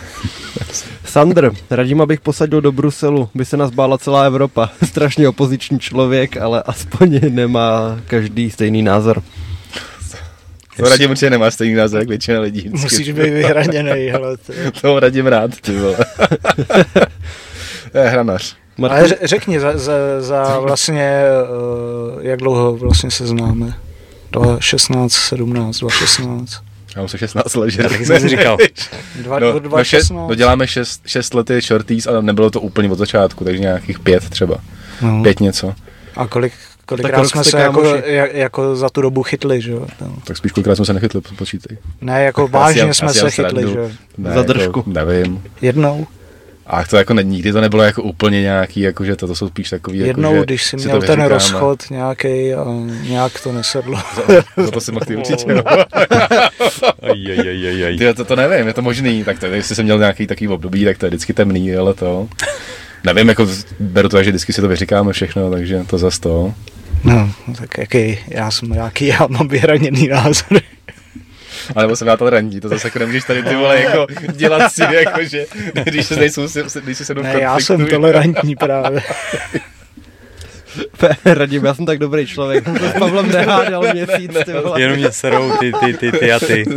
Sandr, radím, abych posadil do Bruselu, by se nás bála celá Evropa. Strašně opoziční člověk, ale aspoň nemá každý stejný názor. To radím určitě nemá stejný názor, jak většina lidí. Musíš být vyhraněnej, hele. To radím rád, ty vole. Je hranař. Martin... Ale řekni, za, za, za vlastně, uh, jak dlouho vlastně se známe? dva šestnáct, sedmnáct, dva šestnáct. Já mám se šestnáct let, že tak jsem si říkal. Dva, no, dva no, šest, no děláme šest lety shorties, ale nebylo to úplně od začátku, takže nějakých pět třeba. No. Pět něco. A kolik, kolikrát jsme se jako, jako za tu dobu chytli, že jo? No. Tak spíš kolikrát jsme se nechytli, počítej. Ne, jako vážně asi, jsme asi se chytli, že jo? Za držku. To, nevím. Jednou. A to jako ne, nikdy to nebylo jako úplně nějaký, jakože to, to jsou spíš takový, jednou, jako, když jsi měl ten rozchod a... nějaký a nějak to nesedlo. Za, za to si mohl ty určitě, no. Ty, to, to nevím, je to možný, tak to, jestli jsem měl nějaký takový období, tak to je vždycky temný, ale to, nevím, jako beru to, že vždycky si to vyříkáme všechno, takže to zas to. No, tak jaký, já jsem nějaký, já mám vyhraněný názor. A nebo jsem já tolerantní, to zase jako nemůžeš tady ty vole jako dělat si, jako že když se nejsou, když se ne, konfliktu. Já jsem tolerantní právě. Radim, já jsem tak dobrý člověk, jsem se s Pavlem nehádal měsíc, ty vole. Jenom mě serou ty, ty, ty, ty a ty.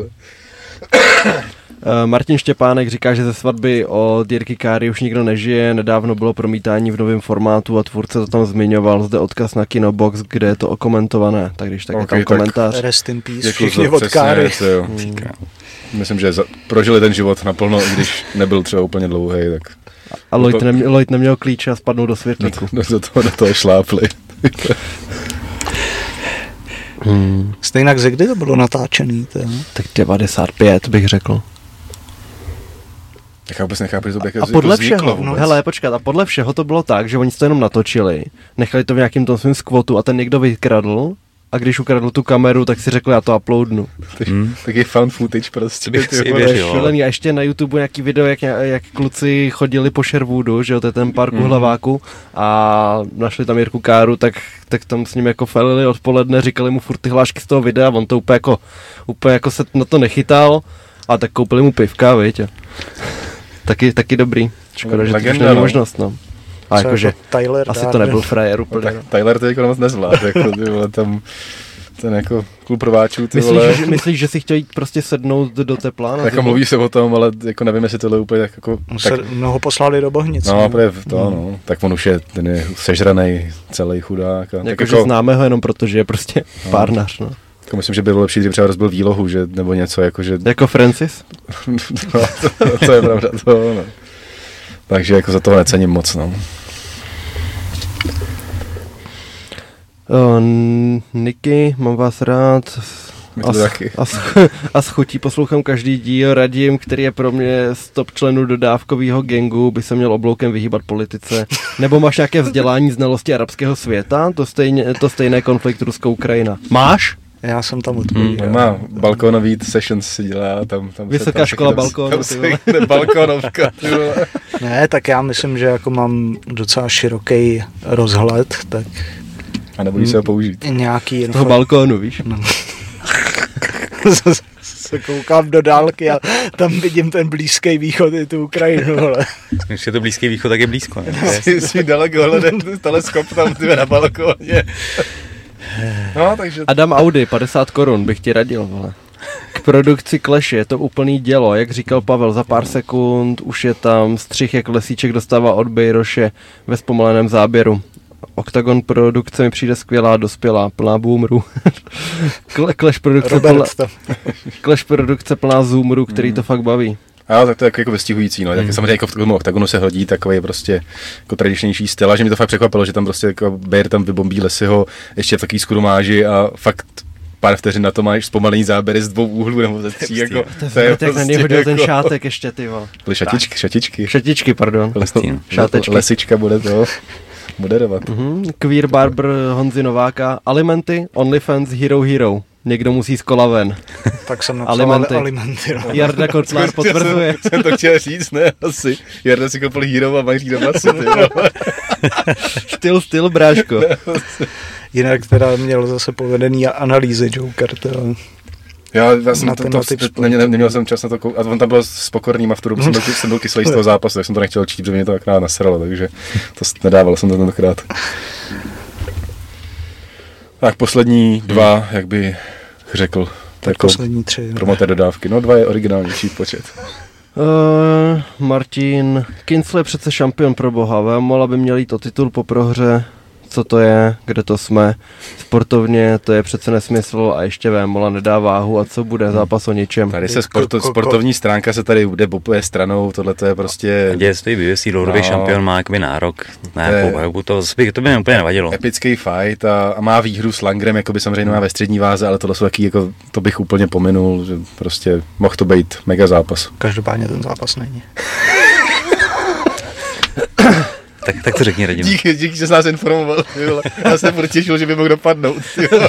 Martin Štěpánek říká, že ze svatby od Jirky Káry už nikdo nežije, nedávno bylo promítání v novém formátu a tvůrce to tam zmiňoval, zde odkaz na Kinobox, kde je to okomentované, tak když tak okay, je tam komentář. Rest in peace, všichni od Káry. Hmm. Myslím, že za, prožili ten život naplno, i když nebyl třeba úplně dlouhý, tak... A Lloyd, to... neměl, Lloyd neměl klíče a spadnul do světlíku. Do, do, toho, do toho šlápli. hmm. Stejnak ze kdy to bylo natáčený? To, tak devadesát pět bych řekl. Tak já vůbec nechápu, že to jak a podle jako vzniklo všeho, vůbec. hele, počkat, a podle všeho to bylo tak, že oni to jenom natočili, nechali to v nějakém tom svém skvotu a ten někdo vykradl a když ukradl tu kameru, tak si řekl, já to uploadnu. Hmm. Taky found footage prostě. Bych si ty i vole. věřil. Šílený. A ještě na YouTube nějaký video, jak, jak kluci chodili po Sherwoodu, že jo, to je ten park u Mhm. Hlaváku a našli tam Jirku Káru, tak, tak tam s ním jako felili odpoledne, říkali mu furt ty hlášky z toho videa, on to úplně jako, úplně jako se na to nechytal a tak koupili mu pivka, viď. a taky, taky dobrý. Škoda, že to už Legenda, není no. možnost, no. A Co jakože, jako Tyler asi to Durden. nebyl frajer No, úplně. tak No. Tyler to jako moc nezvlád, jako ty vole, tam ten jako klub prváčů, ty Myslíš, vole. že, myslíš, že si chtěl jít prostě sednout do tepla? Jako mluví se o tom, ale jako nevím, jestli tohle úplně tak jako... No, tak, se mnoho poslali do Bohnic. no, právě to, no. Tak on už je, ten je sežranej celý chudák. A, tak Jakože jako, známe ho jenom proto, že je prostě No. párnař, no. jako myslím, že by bylo lepší, kdyby třeba rozbil výlohu, že, nebo něco, jako že... Jako Francis? no, to, to je pravda, to, no. Takže jako za toho necením moc, no. O, Niky, mám vás rád. My to A, s, taky. a, s, a s chutí poslouchám každý díl. Radim, který je pro mě z top členů dodávkového gangu, by se měl obloukem vyhýbat politice. Nebo máš nějaké vzdělání, znalosti arabského světa? To, stejně, to stejné konflikt Rusko-Ukrajina. Máš? Já jsem tam Hmm, odpovídal. on má balkonový sessions si dělá, tam, tam Vysoká se, tam škola se, balkónu, tam ty se vole. jde balkónovka, ty vole. Ne, tak já myslím, že jako mám docela široký rozhled, tak A nebojí se ho použít. nějaký Z toho balkónu, víš? No. se koukám do dálky a tam vidím ten Blízký východ i tu Ukrajinu, ale Když je to Blízký východ, tak je blízko. Ne? Si, si daleko hledem ten teleskop tam ty na balkóně. No, takže... Adam Audi, padesát korun, bych ti radil, vole. K produkci Clash je to úplný dělo, jak říkal Pavel, za pár sekund už je tam střih, jak Lesíček dostává od Bejroše ve zpomaleném záběru. Octagon produkce mi přijde skvělá, dospělá, plná boomerů. Clash produkce, plná, Robert tam. Clash produkce plná zoomerů, který to fakt baví. A tak to je jako vystihující, no. Tak samozřejmě jako v tom Octagonu se hodí takový prostě jako tradičnější styl, a že mi to fakt překvapilo, že tam prostě jako Bayer tam vybombí Lesiho ještě v takový skurumáži a fakt pár vteřin na to máš zpomalení záběry z dvou úhlů nebo ze tří, jako, To je jak na něj hodil ten šátek ještě, ty vole. Byly šatičky, šatičky. Šatičky, pardon. Lestín. Šátečky. Lesička bude to moderovat. Mhm. Queer Barber Honzi Nováka, Alimenty, OnlyFans, Hero Hero. Někdo musí z kola ven. Tak jsem napsal Alimenty. alimenty. alimenty no. Jarda Kotlár potvrzuje. Jsem, jsem to chtěl říct, ne, asi. Jarda si koupil Hero a mají doma si, ty vole. Styl, styl, bráško. Jinak teda měl zase povedený analýzy Joker. Teda. Já, já jsem Na to, ten to, motiv to ne, ne, neměl jsem čas na to koukat. A on tam byl s pokorným a v tu dobu jsem byl, jsem byl kyslej z toho zápasu, tak jsem to nechtěl číst, protože mě to akorát nasralo, takže to s- nedával jsem to tentokrát. Tak poslední dva, jak by řekl, jako Poslední tři. promoté dodávky. No dva je originálnější počet. Uh, Martin, Kinsley je přece šampion pro boha, Vémola by měl jít o titul po prohře. Co to je, kde to jsme, sportovně to je přece nesmysl a ještě Vémola nedá váhu a co bude, zápas o ničem. Tady se sporto, sportovní stránka se tady bude bopuje stranou, tohle to je prostě Děje se to i B F C, dlouhodobý No. šampion má jakoby nárok na To je- nějakou váhu, to, by- to by mě úplně nevadilo. epický fight a, a má výhru s Langrem, jako by samozřejmě má ve střední váze, ale tohle jsou taky, jako, to bych úplně pominul, že prostě mohl to být mega zápas. Každopádně ten zápas není. Tak, tak to řekni, Radim. Díky, díky, že jsi nás informoval, ty vole. Já jsem furt těšil, že by mohl dopadnout, ty vole.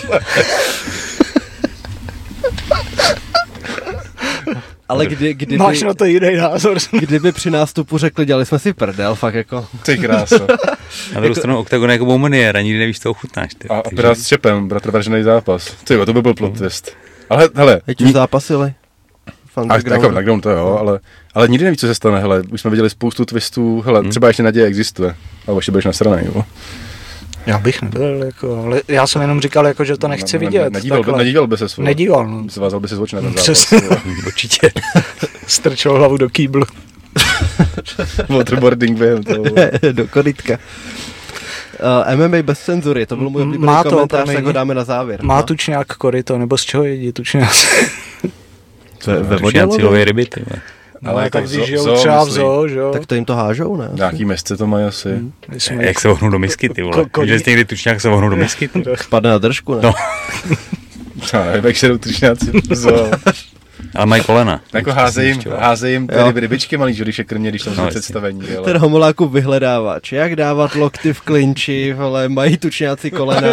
Ale kdy, kdyby, Máš na to jiný názor. kdyby při nástupu řekli, dělali jsme si prdel, fakt jako. Ty krása. Na druhou stranu Octagon jako bomboniér a nikdy nevíš, co ochutnáš. Ty. A Takže- Pirát s Čepem, bratr vržený zápas. Ty jo, to by byl plot twist. Ale hele, Teď už zápasili. a jako na ground to jo, ale, ale nikdy nevíš, co se stane, hele, už jsme viděli spoustu twistů, hele, Hmm. třeba ještě naděje existuje. A ještě budeš nasranej, jo. Já bych nebyl, jako, ale já jsem jenom říkal, jako, že to nechci Ne- ne- vidět. Nedíval, by, takhle. nedíval by se svůj. Nedíval, no. Zvázal by se oči na ten zápas. Přesně. jo. Určitě. Strčil hlavu do kýblu. Waterboarding během toho. Do korytka. Uh, M M A bez cenzury, to byl můj M- oblíbený má to, komentář, promiň. tak ho dáme na závěr. Má no? tučňák koryto, nebo z čeho jedí tučňák? To je ve Ve vodě? cílové ryby, ty vole. No, Ale ale jako tak v když zoo- žijou zoo, třeba v myslím. zoo, že jo? Tak to jim to hážou, ne? Nějaký mesce to mají asi. My jsme Jak se vohnou do misky, ty vole. Ko- koní- Viděli jste někdy tučňák se vohnou do misky? Spadne na držku, ne? No. Já nevím, jak se jdou tučňáci v zoo. Ale mají kolena. Jako házejím, házejím ty rybičky malý, že když je krmě, když tam jsou no, představení. Ale... Ten Homolákův vyhledávač. Jak dávat lokty v klinči, ale mají tučňáci kolena.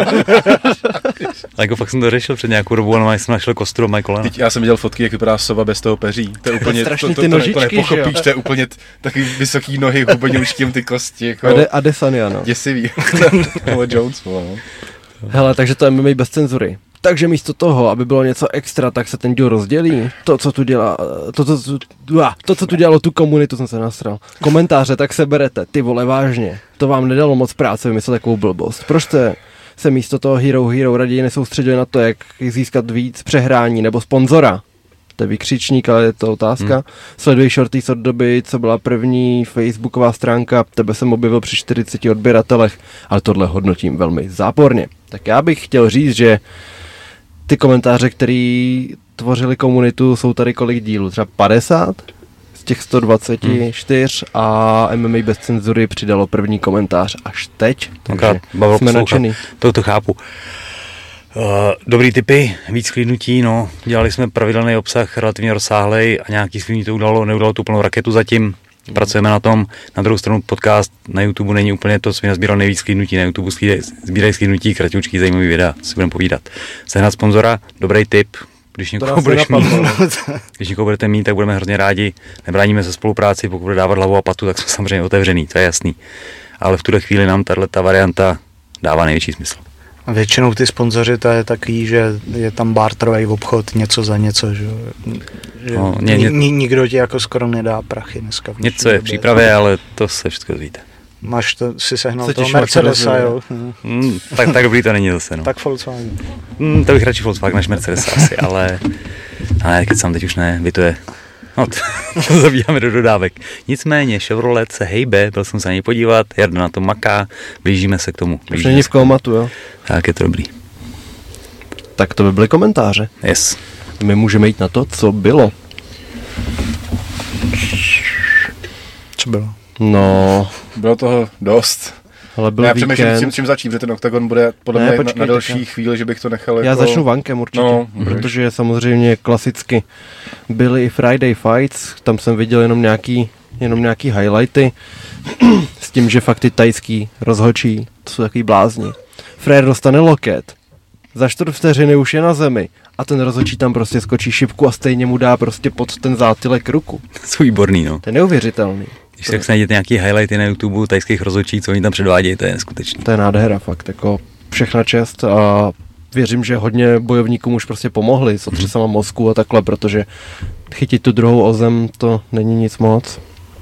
Ale jako fakt jsem to řešil před nějakou dobu, ale jsem našel kostru a mají kolena. Teď já jsem viděl fotky, jak vypadá sova bez toho peří. To je úplně, to, to, to, ty to, nožičky, to nepochopíš, to je úplně takový vysoký nohy, hubeňouškým ty kosti. Jako... Ade, Adesanya, no. Děsivý. Jones, no. Hele, takže to je M M A bez cenzury. Takže místo toho, aby bylo něco extra, tak se ten díl rozdělí. To, co tu dělá, to, to, to, to, co tu dělalo tu komunitu, jsem se nasral. Komentáře, tak se berete, ty vole, vážně. To vám nedalo moc práce vymyslet takovou blbost. Proč jste se místo toho Hero Hero raději nesoustředili na to, jak získat víc přehrání nebo sponzora? To je vykřičník, ale je to otázka. Hmm. Sleduji Shorties od doby, co byla první facebooková stránka, tebe jsem objevil při čtyřiceti odběratelech, ale tohle hodnotím velmi záporně. Tak já bych chtěl říct, že ty komentáře, které tvořili komunitu, jsou tady kolik dílů? Třeba padesát z těch sto dvacet čtyři hmm. a M M A bez cenzury přidalo první komentář až teď, takže jsme nadšený. To to chápu. Uh, dobrý tipy, víc klidnutí, no, dělali jsme pravidelný obsah, relativně rozsáhlej a nějaký svým to udalo, neudalo tu plnou raketu zatím, pracujeme na tom. Na druhou stranu podcast na YouTube není úplně to, co mi nazbíral nejvíc klidnutí, na YouTube sbírají klidnutí, kratičký zajímavý videa, co si budeme povídat. Sehnat sponzora, dobrý tip, když někoho, budeš mít, když někoho budete mít, tak budeme hrozně rádi, nebráníme se spolupráci, pokud bude dávat hlavu a patu, tak jsme samozřejmě otevřený, to je jasný. Ale v tuhle chvíli nám tato varianta dává největší smysl. A většinou ty sponzoři, to je takový, že je tam barterový obchod, něco za něco, že, že no, ně, ně, nikdo ti jako skoro nedá prachy dneska. Něco je v přípravě, ale to se všechno dozvíte. Máš to, si sehnal toho Mercedesa, jo? Mm, tak, tak dobrý to není zase, no. Tak Volkswagen. Mm, to bych radši Volkswagen než Mercedes asi, ale, ale keď sám teď už ne, vy to je. No, to, to zabíjáme do dodávek. Nicméně Chevrolet se hejbe, byl jsem se na něj podívat, Jarda na to maká, blížíme se k tomu. Už není v komatu, jo? Tak je to dobrý. Tak to by byly komentáře. Yes. My můžeme jít na to, co bylo. Co bylo? No... Bylo toho dost. Ale byl já víkend. přemýšlím, čím, čím začít, protože ten Octagon bude podle ne, mě počkej, na, na delší tak. chvíli, že bych to nechal Já jako... začnu vankem určitě, no, protože samozřejmě klasicky byly i Friday Fights, tam jsem viděl jenom nějaký, jenom nějaký highlighty, s tím, že fakt ty tajský rozhodčí, to jsou takový blázni. Frér dostane loket, za čtvrt vteřiny už je na zemi a ten rozhodčí tam prostě skočí šipku a stejně mu dá prostě pod ten zátylek ruku. To jsou výborný, no. To je neuvěřitelný. Když tak se najděte nějaký highlighty na YouTube tajských rozhodčí, co oni tam předvádějí, to je neskutečný. To je nádhera, fakt, jako všechna čest a věřím, že hodně bojovníkům už prostě pomohli s otřesama mozku a takhle, protože chytit tu druhou o zem, to není nic moc.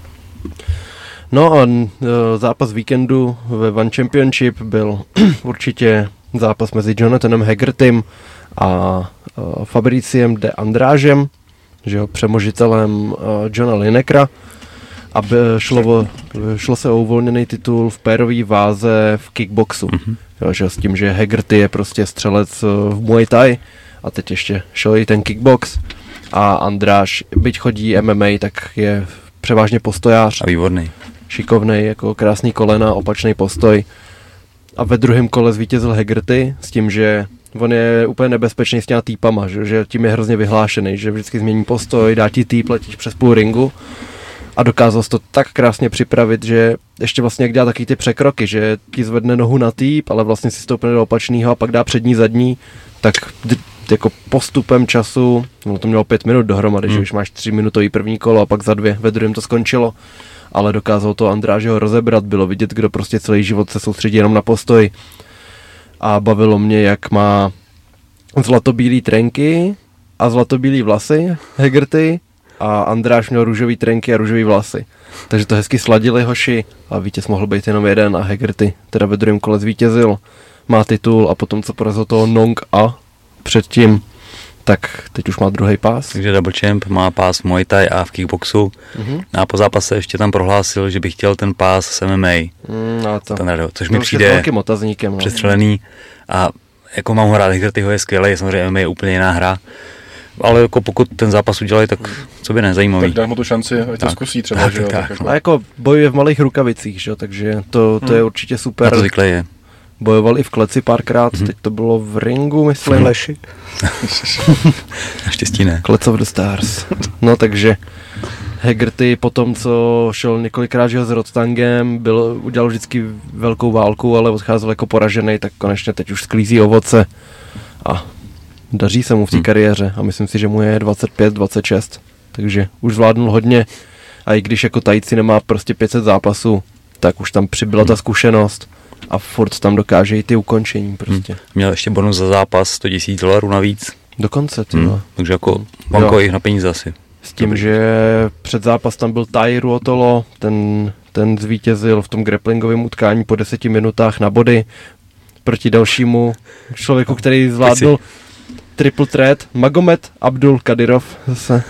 No a zápas víkendu ve One Championship byl určitě zápas mezi Jonathanem Haggertym a Fabriciem de Andrážem, že jo, přemožitelem Johna Linekera. Aby šlo, šlo se o uvolněný titul v pérové váze v kickboxu. Mm-hmm. Jo, že s tím, že Haggerty je prostě střelec v Muay Thai a teď ještě šel i ten kickbox a Andráš, byť chodí M M A, tak je převážně postojář. A výborný. Šikovnej, jako krásný kolena, opačný postoj. A ve druhém kole zvítězil Haggerty s tím, že on je úplně nebezpečný s těma týpama, že, že tím je hrozně vyhlášený, že vždycky změní postoj, dá ti týp, letíš přes půl ringu. A dokázal to tak krásně připravit, že ještě vlastně jak dělá taky ty překroky, že ti zvedne nohu na týp, ale vlastně si stoupne do opačného a pak dá přední zadní, tak d- jako postupem času, no to mělo pět minut dohromady, hmm. že už máš tři minutový první kolo a pak za dvě, ve druhém to skončilo, ale dokázal to Andrážeho rozebrat, bylo vidět, kdo prostě celý život se soustředí jenom na postoj a bavilo mě, jak má zlatobílý trenky a zlatobílý vlasy Haggerty, a Andráš měl růžový trenky a růžový vlasy. Takže to hezky sladili hoši a vítěz mohl být jenom jeden a Haggerty teda ve druhém kole zvítězil, má titul a potom co porazil toho Nong A předtím, tak teď už má druhý pás. Takže Double Champ má pás v Muay Thai a v kickboxu. Mm-hmm. A po zápase ještě tam prohlásil, že by chtěl ten pás s M M A. Mm, a to. Ten rado, což to mi přijde velkým otazníkem, no. Přestřelený a jako mám ho rád, Haggertyho je skvělý, samozřejmě M M A je úplně jiná hra. Ale jako pokud ten zápas udělají, tak co by nezajímavý. Tak dá mu tu šanci, ať to zkusí třeba, tak, že jo. Tak, tak jako. A jako bojuje v malých rukavicích, že jo, takže to, to hmm. je určitě super. A to zvyklé je. bojoval i v kleci párkrát, mm-hmm. teď to bylo v ringu, myslím. V leši. Naštěstí ne. Klec of the Stars. No takže Haggerty po tom, co šel několikrát žil s Rotstangem, byl, udělal vždycky velkou válku, ale odcházel jako poražený, tak konečně teď už sklízí ovoce a daří se mu v té hmm. kariéře a myslím si, že mu je dvacet pět dvacet šest, takže už zvládnul hodně a i když jako Tajci nemá prostě pět set zápasů, tak už tam přibyla ta zkušenost a furt tam dokáže i ty ukončení prostě. Hmm. Měl ještě bonus za zápas sto tisíc dolarů navíc. Dokonce, ty hmm. Takže jako banko jich na peníze asi. S tím, že před zápas tam byl Tai Ruotolo, ten, ten zvítězil v tom grapplingovém utkání po deseti minutách na body proti dalšímu člověku, který zvládnul triple threat, Magomed Abdul Kadirov zase.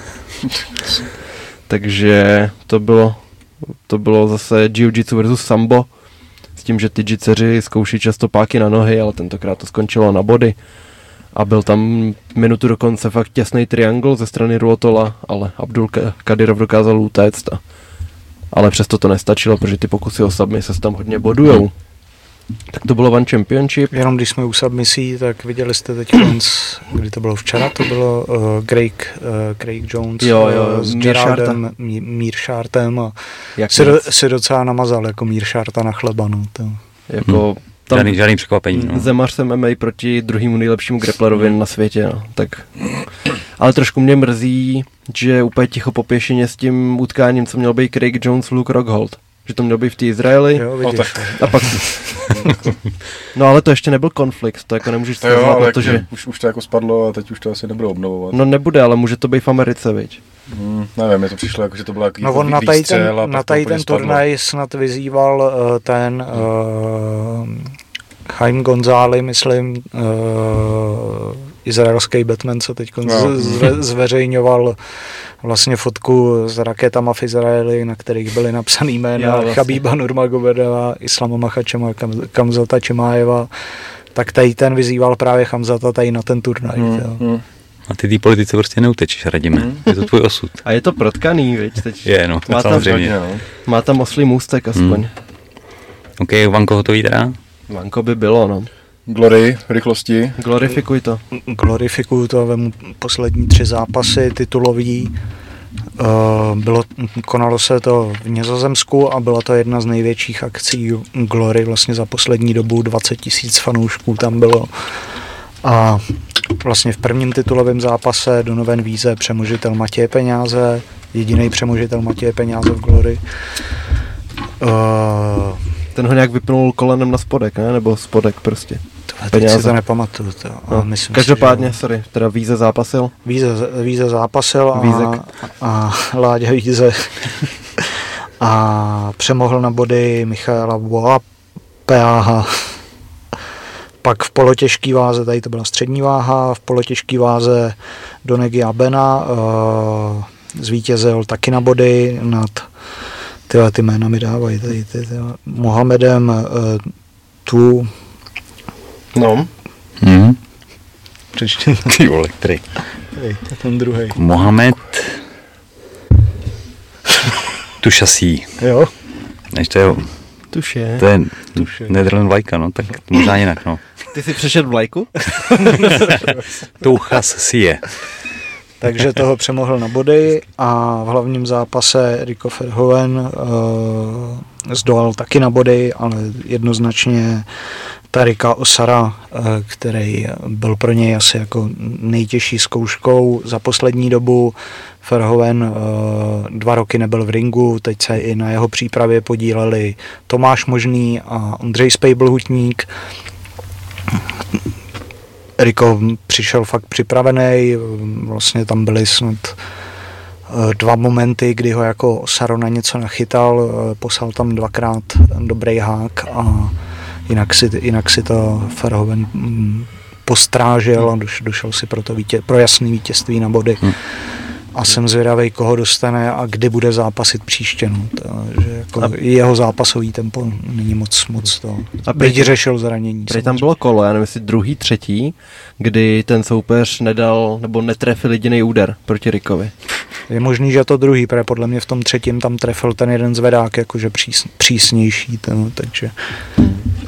Takže to bylo, to bylo zase jiu-jitsu versus sambo, s tím, že ty jitseři zkouší často páky na nohy, ale tentokrát to skončilo na body. A byl tam minutu dokonce fakt těsný triangl ze strany Ruotola, ale Abdul Kadirov dokázal utéct. A, ale přesto to nestačilo, protože ty pokusy o submise se tam hodně bodujou. Tak to bylo One Championship. Jenom když jsme u submisí, tak viděli jste teď konc, kdy to bylo včera, to bylo uh, Craig, uh, Craig Jones jo, jo, uh, s Geraldem Mearshartem a si, do, si docela namazal jako Mearshart na chleba. No, to. Jako... Hmm. Žádný, žádný překvapení. No. Zemař jsem M M A proti druhému nejlepšímu grapplerovi na světě. No. Tak. Ale trošku mě mrzí, že úplně ticho po pěšině s tím utkáním, co měl být Craig Jones, Luke Rockhold. Že to mělo být v té Izraeli. Jo, vidíš. No, tak. A pak... no ale to ještě nebyl konflikt, to jako nemůžeš to jo, znát, ale protože... jak, už, už to jako spadlo a teď už to asi nebude obnovovat. No nebude, ale může to být v Americe, viď? Hmm, nevím, mě to přišlo jako, že to bylo jako no on na tady ten, na tady ten turnaj snad vyzýval uh, ten uh, Chaim González, myslím, uh, izraelský Batman, co teď no. zve, zveřejňoval vlastně fotku s raketama v Izraeli, na kterých byly napsaný jména vlastně. Chabíba Nurmagomedova, Islama Makhačema, Kam, Kamzata Chimájeva, tak tady ten vyzýval právě Kamzata tady na ten turnaj. Hmm, hmm. A ty té politice prostě neutečeš, Radime. Hmm. Je to tvůj osud. A je to protkaný, viď? Teď je, no, má samozřejmě. Tam, má tam oslý můstek aspoň. Hmm. OK, Vanko hotový teda? Vanko by bylo, no. Glory, rychlosti. Glorifikuj to. Glorifikuju to, vemu poslední tři zápasy titulový. Uh, bylo, konalo se to v Nizozemsku a byla to jedna z největších akcí Glory vlastně za poslední dobu, dvacet tisíc fanoušků tam bylo. A vlastně v prvním titulovém zápase Donovan Víze, přemožitel Matěje Peňáze, jediný přemožitel Matěje Peňáze v Glory. Uh, Ten ho nějak vypnul kolenem na spodek, ne? Nebo spodek prostě. To, teď si to nepamatuju. To. No. Myslím Každopádně, si, že... sorry, teda Víze zápasil. Víze, Víze zápasil a, Vízek. a Láďa Víze a přemohl na body Michaela Boapeáha. Pak v polotěžký váze, tady to byla střední váha, v polotěžký váze Donegi Abena uh, zvítězil taky na body nad tyhle ty jména mi dávají tady, ty, ty, Mohamedem uh, tu no hmm. Přečtím ty vole, který ten druhý Mohamed Tušasí. Jo. Než to je Tuše. To je Netherland vlajka, no, tak to možná jinak, no. Ty jsi přešel vlajku? Tuchas si je. Takže toho přemohl na body a v hlavním zápase Rico Verhoeven uh, zdolal taky na body, ale jednoznačně Tarika Osara, uh, který byl pro něj asi jako nejtěžší zkouškou za poslední dobu. Verhoeven uh, dva roky nebyl v ringu, teď se i na jeho přípravě podíleli Tomáš Možný a Ondřej Spejblhutník. Rico přišel fakt připravený, vlastně tam byly snad dva momenty, kdy ho jako Osaro na něco nachytal, poslal tam dvakrát dobrý hák a jinak si, jinak si to Verhoeven postrážel a došel si pro, to vítě, pro jasný vítězství na body. Hmm. A jsem zvědavý, koho dostane a kdy bude zápasit příště. No. To, že jako jeho zápasový tempo není moc, moc to. A byť řešil zranění. Tady tam bylo kolo, já nevím, jestli druhý, třetí, kdy ten soupeř nedal nebo netrefil jediný úder proti Rickovi. Je možný, že to druhý, protože podle mě v tom třetím tam trefil ten jeden zvedák, jakože přís, přísnější. Ten, takže...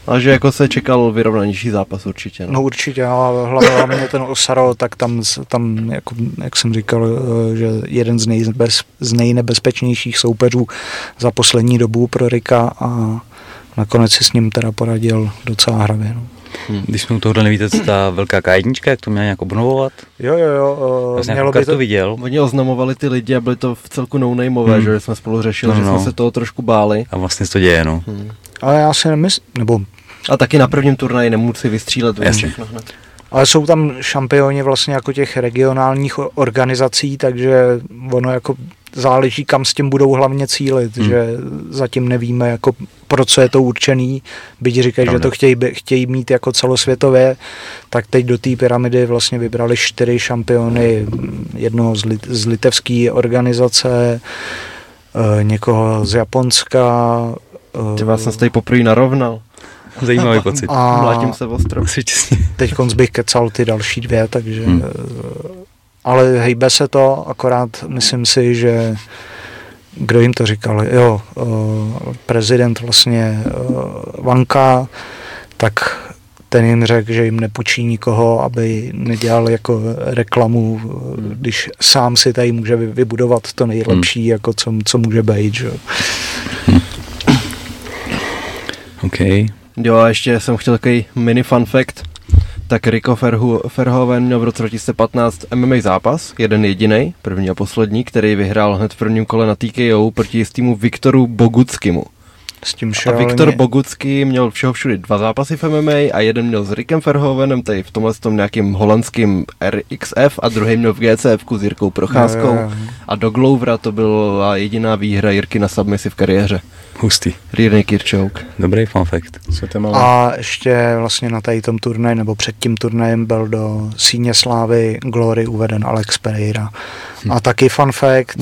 A že jako se čekal vyrovnanější zápas určitě. No, no určitě, ale hlavně ten Osaro, tak tam, tam jako, jak jsem říkal, že jeden z, nejbez, z nejnebezpečnějších soupeřů za poslední dobu pro Ricka a nakonec si s ním teda poradil docela hravě. No. Hmm. Když jsme u tohohle nevíte, co ta velká K jedna, jak to měla nějak obnovovat? Jo, jo, jo. Vlastně mělo by to viděl. Oni oznamovali ty lidi a byli to v celku no-nameové, hmm. že jsme spolu řešili, no, že no. jsme se toho trošku báli. A vlastně to děje, no. Hmm. Ale já si nemyslím, nebo... A taky na prvním turnaji nemůžu si vystřílet všechno hned. Ale jsou tam šampioni vlastně jako těch regionálních organizací, takže ono jako záleží, kam s tím budou hlavně cílit, hmm. že zatím nevíme, jako pro co je to určený, byť říkají, že to chtějí, chtějí mít jako celosvětově, tak teď do té pyramidy vlastně vybrali čtyři šampiony, jednoho z, lit, z litevské organizace, e, někoho z Japonska. E, Ty vás jsem se tady poprvé narovnal. Zajímavý pocit. A mlátím se ostro. Teď bych kecal ty další dvě, takže... Hmm. Ale hejbe se to, akorát myslím si, že... Kdo jim to říkal? Jo, prezident vlastně Vanka, tak ten jim řekl, že jim nepůjčí nikoho, aby nedělal jako reklamu, když sám si tady může vybudovat to nejlepší, hmm. jako co, co může být. Že? Hmm. OK. Jo, a ještě jsem chtěl takový mini fun fact. Tak Rico Verhoeven měl v roce dva tisíce patnáct M M A zápas, jeden jedinej, první a poslední, který vyhrál hned v prvním kole na T K O proti jistému Viktoru Boguckimu. S tím a Viktor Bogucki měl všeho všude dva zápasy v M M A a jeden měl s Rickem Verhoevenem, tady v tomhle tom nějakým holandským R X F a druhý měl v G C F ku s Jirkou Procházkou. No, a do Glovera to byla jediná výhra Jirky na submisi v kariéře. Hustý. Rear naked choke. Dobrý fun fact. A ještě vlastně na tady tom turnaji, nebo před tím turnajem byl do síně slávy Glory uveden Alex Pereira. A taky fun fact,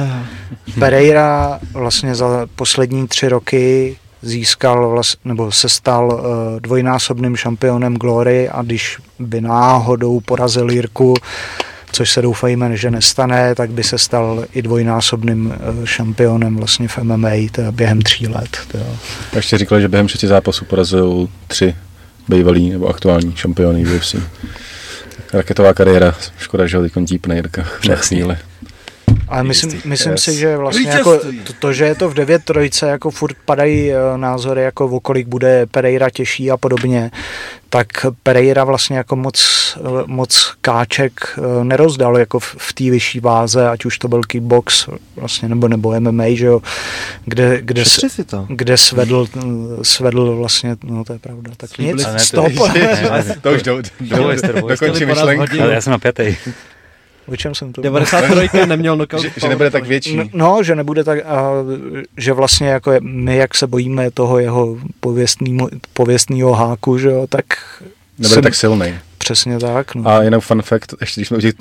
Pereira vlastně za poslední tři roky získal, vlast, nebo se stal uh, dvojnásobným šampionem Glory a když by náhodou porazil Jirku, což se doufejme, že nestane, tak by se stal i dvojnásobným šampionem vlastně v M M A během tří let. Teda. Ještě říkali, že během šesti zápasů porazil tři bývalý nebo aktuální šampiony U F C. Raketová kariéra, škoda, že ho teď típne Jirka. Přesně. Ale myslím, myslím yes. si, že vlastně jako to, to, že je to v devět trojce, jako furt padají názory, jako o kolik bude Pereira těžší a podobně, tak Pereira vlastně jako moc, moc káček nerozdal jako v, v té vyšší váze, ať už to byl kickbox vlastně, nebo, nebo M M A, že jo, kde, kde, s, kde svedl, svedl vlastně, no to je pravda, tak Slíbili nic, ne, stop. To, ne, ne, to už do, do, do, dokončí myšlenku. Ale já jsem napjatej. O čem jsem to? devadesát tři neměl knockout. Že, že nebude tak větší. No, že nebude tak, a, že vlastně jako my, jak se bojíme toho jeho pověstného háku, že jo, tak... Nebude jsem, tak silnej. Přesně tak. No. A jenom fun fact, ještě když jsme udělali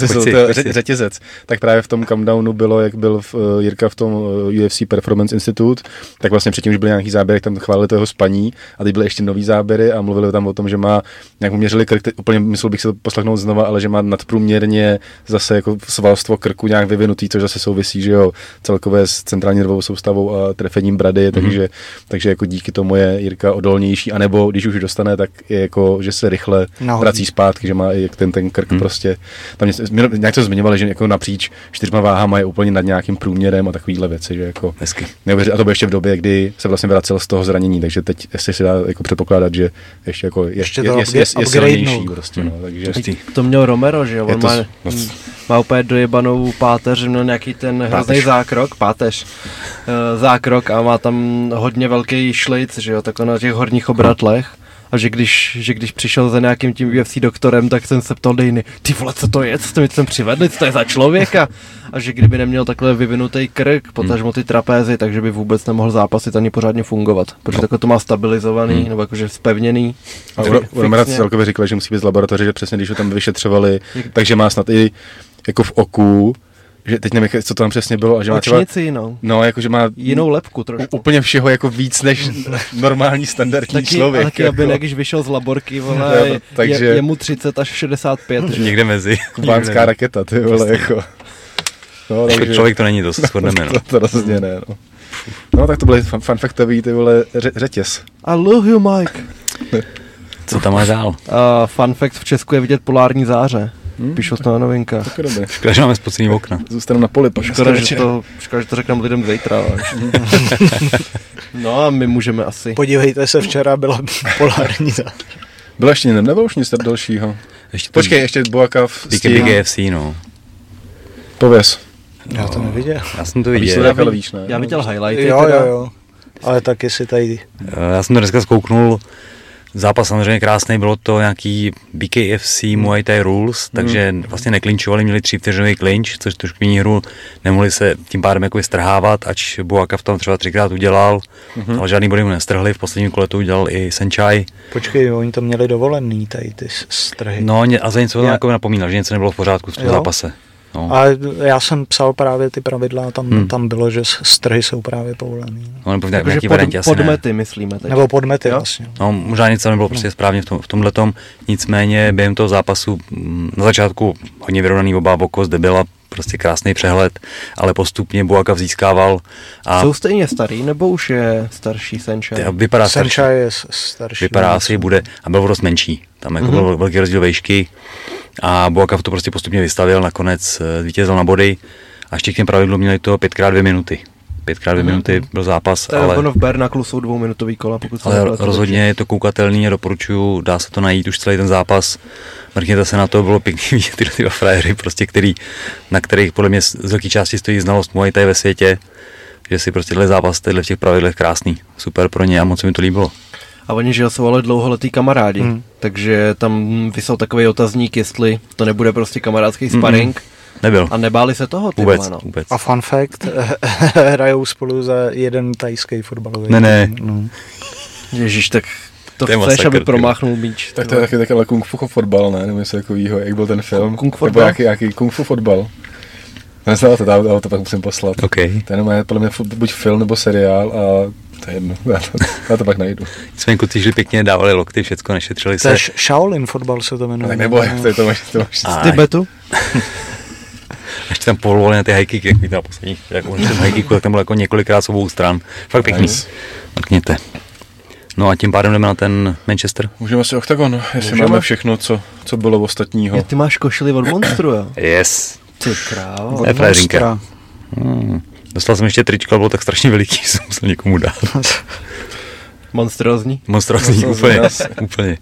řetězec, tak právě v tom cometdownu bylo, jak byl v, uh, Jirka v tom uh, U F C Performance Institute, tak vlastně předtím už byly nějaký záběry, tam chválili to jeho spaní a teď byly ještě nový záběry a mluvili tam o tom, že má, nějak mu měřili krk, úplně myslel bych si to poslechnout znova, ale že má nadprůměrně zase jako svalstvo krku nějak vyvinutý, což zase souvisí, že jo, celkově s centrální nervovou soustavou a trefením brady, mm-hmm. takže, takže jako díky tomu je Jirka odolnější, anebo když už dostane, tak je jako, že se rychle vrací zpátky, že má i ten, ten krk hmm. prostě. Tam mě, nějak to zmiňovali, že jako napříč čtyřma váhama je úplně nad nějakým průměrem a takovýhle věci, že jako hezky. A to bylo ještě v době, kdy se vlastně vracel z toho zranění, takže teď ještě se dá jako předpokládat, že ještě jako je, ještě je, je, je, je silnější prostě, no, takže. To měl Romero, že jo, on má, no, má úplně dojebanou páteř, měl nějaký ten hrozný zákrok, páteř, uh, zákrok a má tam hodně velký šlic, že jo, takhle na těch horních obratlech. A že když, že když přišel za nějakým tím U F C doktorem, tak jsem se ptal Dejny, ty vole, co to je, co to mi sem přivedli, co to je za člověka? A že kdyby neměl takhle vyvinutý krk, potažmo ty trapézy, takže by vůbec nemohl zápasit ani pořádně fungovat. Protože takhle to má stabilizovaný, hmm. nebo jakože spevněný. A u Romera celkově říkali, že musí být z laboratoře, že přesně když ho tam vyšetřovali, takže má snad i jako v oku, že teď nevím, co to tam přesně bylo. A že má třeba, jinou. No, jakože má jinou lepku trošku. Úplně všeho jako víc než normální standardní taky, člověk. Taky, jako. aby když vyšel z laborky, vole, je, takže, je, je mu třicet až šedesát pět. Někde mezi. Kubánská raketa, ty vole, jako. No, takže, jako člověk to není dost, shodneme, no. To, to rozhodně ne, no. No tak to byly fun, funfactový ty vole ře, řetěz. I love you, Mike. Co tam máš dál? Uh, fun fact, v Česku je vidět polární záře. Hmm, Píšou to na novinkách. Tak dobré. Škoda, že máme spocený okna. Zůstanu na poli. Škoda, že to, škoda, že to řekneme lidem zítra. No a my můžeme asi. Podívejte se, včera byla polární záře. Bylo ještě nebylo už nic dalšího. Ještě Počkej, ještě Boakav Díky Big A F C, no. Pověz. Já to neviděl. Já jsem to Víš, viděl. ale víš, ne? Já viděl highlighty. Jo, teda. jo, jo. Ale taky si tady... Já jsem to dneska zkouknul. Zápas samozřejmě krásný, bylo to nějaký B K F C Muay Thai Rules, takže vlastně neklinčovali, měli tři vteřinový klinč, což trošku mění hru, nemohli se tím pádem jako strhávat, ač Boakav tam třeba třikrát udělal, mm-hmm. ale žádný body mu nestrhli, v posledním kole to udělal i Senchai. Počkej, oni to měli dovolený, tady ty strhy. No a za něco to jako napomínal, že něco nebylo v pořádku v tom jo? zápase. No. A já jsem psal právě ty pravidla, tam, hmm. tam bylo, že strhy jsou právě povolený. No, nebo v jako, nějaký pod, variantě asi podmety, ne. myslíme teď. Nebo podmety, jo? vlastně. No, možná něco nebylo prostě správně v, tom, v tomhletom, nicméně během toho zápasu na začátku hodně vyrovnaný oba Bokos, kde byla prostě krásný přehled, ale postupně Boakav získával. A jsou stejně starý, nebo už je starší Senchai? Vypadá starší. Senchai je starší. Vypadá asi bude a byl dost menší. Tam jako mm-hmm. byl velký rozdíl vejšky a Boakav to prostě postupně vystavil, nakonec zvítězil na body a ještě k těm pravidlu měli to pětkrát dvě minuty. Pětkrát dvě mm-hmm. minuty byl zápas, to ale... To v Bernaklu jsou dvouminutový kola, pokud se ale nepletu, rozhodně je to koukatelný a doporučuju, dá se to najít už celý ten zápas. Mrkněte se na to, bylo pěkný vidět tyhle ty frajery, prostě, který, na kterých podle mě z velké části stojí znalost Muay Thai ve světě, že si prostě tenhle zápas tenhle v těch pravidlech krásný. Super pro ně a moc mi to líbilo. A oni, že jsou ale dlouholetý kamarádi, hmm. takže tam vysel takový otazník, jestli to nebude prostě kamarádský sparring. Mm-mm. Nebyl. A nebáli se toho? Ty vůbec, vole, no. vůbec. A fun fact, hrajou spolu za jeden tajský fotbalový. Ne, ne. No. Ježíš, tak to, to chceš, aby promáchnul míč. Tak to je taky takhle kung fu fotbal, ne? Nebo něco takovýho, jak byl ten film. Kung fu Nebo jaký, jaký kung fu fotbal. Neznáte to, ale to pak musím poslat. Okay. To je podle mě buď film nebo seriál a to je jedno, já to, já to pak najdu. Nicméně kluci žili pěkně, dávali lokty, všecko, nešetřili se. To je Shaolin fotbal se to jmenuje. Tak nebo to je to máš, to máš. Z Tibetu? Ještě tam povolovali na ty high jak víte na posledních, jako ten high kicku, tak tam bylo jako několikrát s obou stran. Fakt pěkný. Nice. Mrkněte. No a tím pádem jdeme na ten Manchester. Můžeme si Octagon, jestli Můžeme? máme všechno, co, co bylo ostatního. Je, ty máš košili od Monstru, jo? Yes. Ty krávo. Od Monstra. Hmm. Dostal jsem ještě tričko, ale bylo tak strašně veliký, že jsem musel někomu dát. Monstrózní? Monstrózní, úplně, úplně.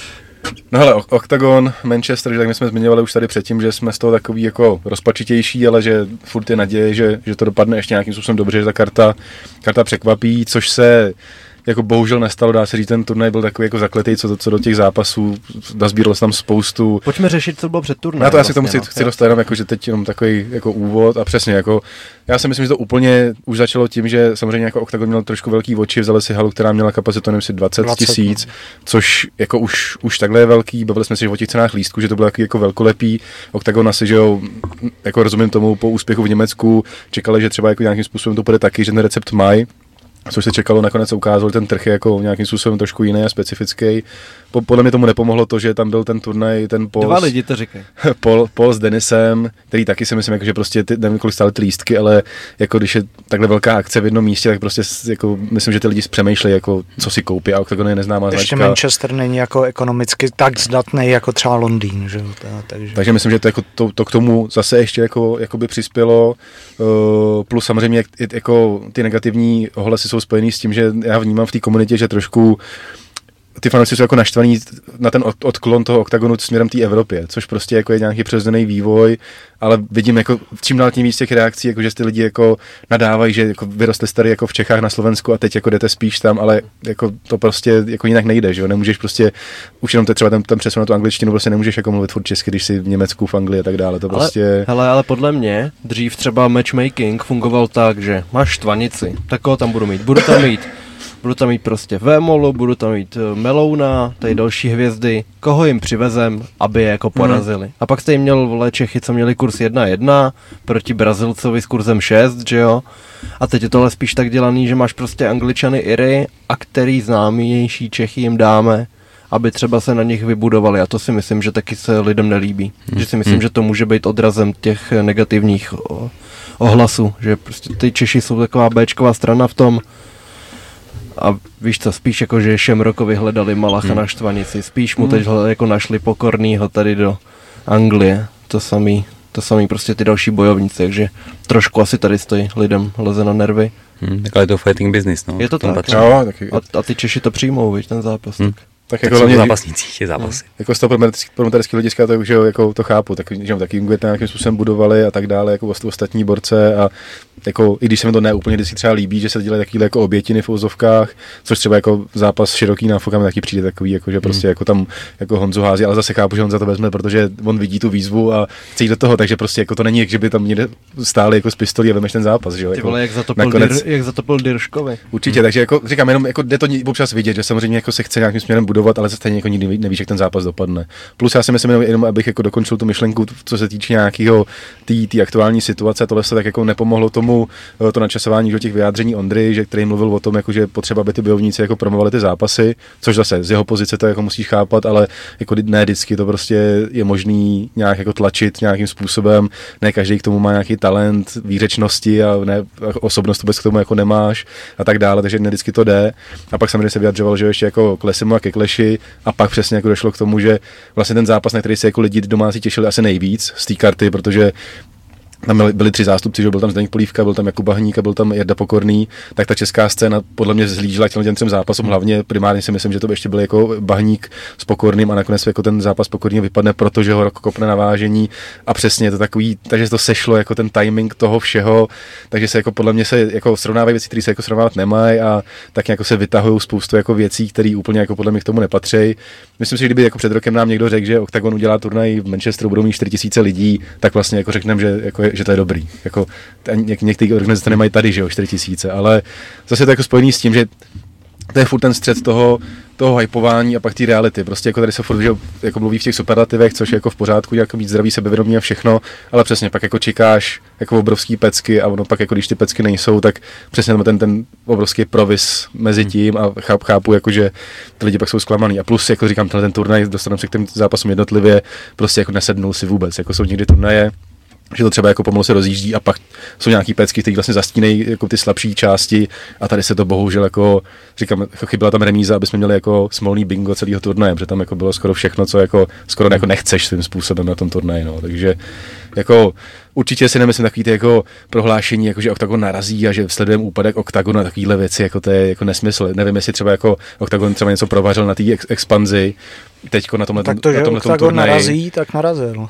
No hele, Octagon, Manchester, že tak my jsme zmiňovali už tady předtím, že jsme z toho takový jako rozpačitější, ale že furt je naděje, že, že to dopadne ještě nějakým způsobem dobře, že ta karta, karta překvapí, což se jako bohužel nestalo, dá se říct, ten turnaj byl takový jako zakletý, co, co do těch zápasů, nazbíralo se tam spoustu. Pojďme řešit, co bylo před turnajem. Já to asi vlastně, tomu chci, chci dostat jenom, jako, že teď jenom takový jako úvod a přesně jako, já si myslím, že to úplně už začalo tím, že samozřejmě jako Octagon měl trošku velký oči, vzali si halu, která měla kapacitu, nevím si dvacet tisíc, což jako už, už takhle je velký, bavili jsme si že o těch cenách lístků, že to bylo takový jako velkolepý, Octagon asi, že jo, jako rozumím tomu po úspěchu v Německu, čekali, že třeba jako nějakým způsobem to bude taky, že ten recept mají. Což se čekalo, nakonec se ukázalo, ten trh je jako nějakým způsobem trošku jiný a specifický. Po, podle mě tomu nepomohlo to, že tam byl ten turnaj, ten Paul, Dva lidi to říkají. Paul, Paul s Denisem, který taky si myslím, jako, že prostě ty, nevím, kolik stály ty lístky, ale jako když je takhle velká akce v jednom místě, tak prostě jako, myslím, že ty lidi přemýšlí, jako, co si koupí a Octagon je neznámá Ještě značka. Manchester není jako ekonomicky tak zdatný jako třeba Londýn, že? Takže, takže myslím, že to, jako, to, to k tomu zase ještě jako, jako by přispělo, uh, plus samozřejmě jak, jako, ty negativní ohlasy jsou spojený s tím, že já vnímám v té komunitě, že trošku ty fanoušci jsou jako naštvaní na ten odklon toho Octagonu směrem té Evropě, což prostě jako je nějaký přirozený vývoj, ale vidím jako čím dál tím víc těch reakcí, jako že ty lidi jako nadávají, že jako vyrostli starý jako v Čechách na Slovensku a teď jako jdete spíš tam, ale jako to prostě jako jinak nejde, že jo, nemůžeš prostě už jenom třeba ten, ten přesun na tu angličtinu, prostě nemůžeš jako mluvit furt česky, když jsi v Německu, v Anglii a tak dále, to ale, prostě... Hele, ale podle mě dřív třeba matchmaking fungoval tak, že máš štvanici, tak koho tam budu mít, budu tam mít Budu tam mít prostě Vémolu, budu tam mít Melouna, tady další hvězdy, koho jim přivezem, aby je jako porazili. Hmm. A pak jste jim měl, vole, Čechy, co měli kurz jedna jedna proti Brazilcovi s kurzem šest, že jo? A teď je tohle spíš tak dělaný, že máš prostě Angličany, Iry a který známější Čechy jim dáme, aby třeba se na nich vybudovali. A to si myslím, že taky se lidem nelíbí. Hmm. Že si myslím, hmm. že to může být odrazem těch negativních ohlasu, že prostě ty Češi jsou taková béčková strana v tom a víš co, spíš jako, že Shamrockovi hledali Malacha hmm. na Štvanici, spíš mu teď jako našli Pokornýho tady do Anglie, to samý, to samý prostě ty další bojovníci, takže trošku asi tady stojí lidem leze na nervy. Hmm, takhle je to fighting business, no. Je to tak, no, taky. A, a ty Češi to přijmou, víš, ten zápas. Hmm. Tak. Tak, tak jako jsou zápasníci, je zápasy. No, jako z toho promoterského hlediska to, že jo, jako to chápu, tak, že jo, taky Ingrid nějakým způsobem budovali a tak dále, jako ostatní borce a jako, i když se mi to ne úplně vždycky třeba líbí, že se dělají takové jako obětiny v úzovkách, což třeba jako zápas široký náfokami taky přijde takový, jako, že prostě hmm. jako tam jako Honzu hází, ale zase chápu, že on za to vezme, protože on vidí tu výzvu a chce jít do toho, takže prostě jako to není, jak že by tam někde stáli jako z pistolí a vemeš ten zápas, že jo. Ty vole, jak zatopil, nakonec, dir, jak zatopil Dirškovi. Určitě, hmm. takže jako říkám, jenom jako jde to občas vidět, že samozřejmě jako se chce nějakým směrem budovat, ale stejně jako nikdy nevíš, jak ten zápas dopadne. Plus já si myslím, jenom, jenom abych jako dokončil tu myšlenku, co se týče nějakého té aktuální situace, tohle se tak jako nepomohlo tomu to načasování do těch vyjádření Ondry, že který mluvil o tom, jako, že potřeba, aby ty bojovníci jako promovali ty zápasy, což zase z jeho pozice to jako musíš chápat, ale jako ne vždycky to prostě je možný nějak jako tlačit nějakým způsobem, ne každý k tomu má nějaký talent, výřečnosti a ne osobnost vůbec k tomu jako nemáš a tak dále, takže ne vždycky to jde. A pak samozřejmě se vyjadřoval, že ještě jako k Lesimu a ke Kleši a pak přesně jako došlo k tomu, že vlastně ten zápas, na který se jako lidi domácí těšili asi nejvíc z té karty, protože tam byli, byli tři zástupci, že byl tam Zdeněk Polívka, byl tam Jakub Bahník a byl tam Jarda Pokorný, tak ta česká scéna podle mě zhlížela k těm třem zápasům, hlavně primárně si myslím, že to by ještě byl jako Bahník s Pokorným a nakonec jako ten zápas Pokorný vypadne, protože ho kopne na vážení a přesně je to takový, takže to sešlo jako ten timing toho všeho, takže se jako podle mě se jako srovnávají věci, které se jako srovnávat nemají a tak jako se vytahují spoustu jako věcí, které úplně jako podle mě k tomu nepatří. Myslím si, že kdyby jako před rokem nám někdo řekl, že Octagon udělá turnaj v Manchesteru, budou mít čtyři tisíce lidí, tak vlastně jako řekneme, že jako že to je dobrý. Jako, něk, některé organizace nemají tady, že jo, čtyři tisíce, ale zase je to jako spojený s tím, že to je furt ten střed toho, toho hypování a pak té reality. Prostě jako tady se furt, že jako mluví v těch superlativech, což je jako v pořádku, jako mít zdravý sebevědomí a všechno, ale přesně pak jako čekáš jako obrovský pecky a ono pak jako když ty pecky nejsou, tak přesně ten, ten obrovský provis mezi tím a chápu, chápu jako, že ty lidi pak jsou zklamaný. A plus, jako říkám, ten turnaj, dostaneme se k těm zápasům jednotlivě, prostě jako nesednul si vůbec. Jako jsou někdy turnaje, že to třeba jako pomalu se rozjíždí a pak jsou nějaký pecky, které vlastně zastínejí jako ty slabší části a tady se to bohužel jako, říkám, jako chyběla tam remíza, aby jsme měli jako smolný bingo celého turnaje, protože tam jako bylo skoro všechno, co jako skoro jako nechceš svým způsobem na tom turnaji, no. Takže jako určitě si nemyslím takový ty jako prohlášení, jako že Octagon narazí a že sledujeme úpadek Octagonu a takovýhle věci, jako to je jako nesmysl. Nevím, jestli třeba jako Octagon třeba něco provařil na té ex- expanzi, teďko na tomhle, tak to, na tomhle že Octagon narazí, tak narazil.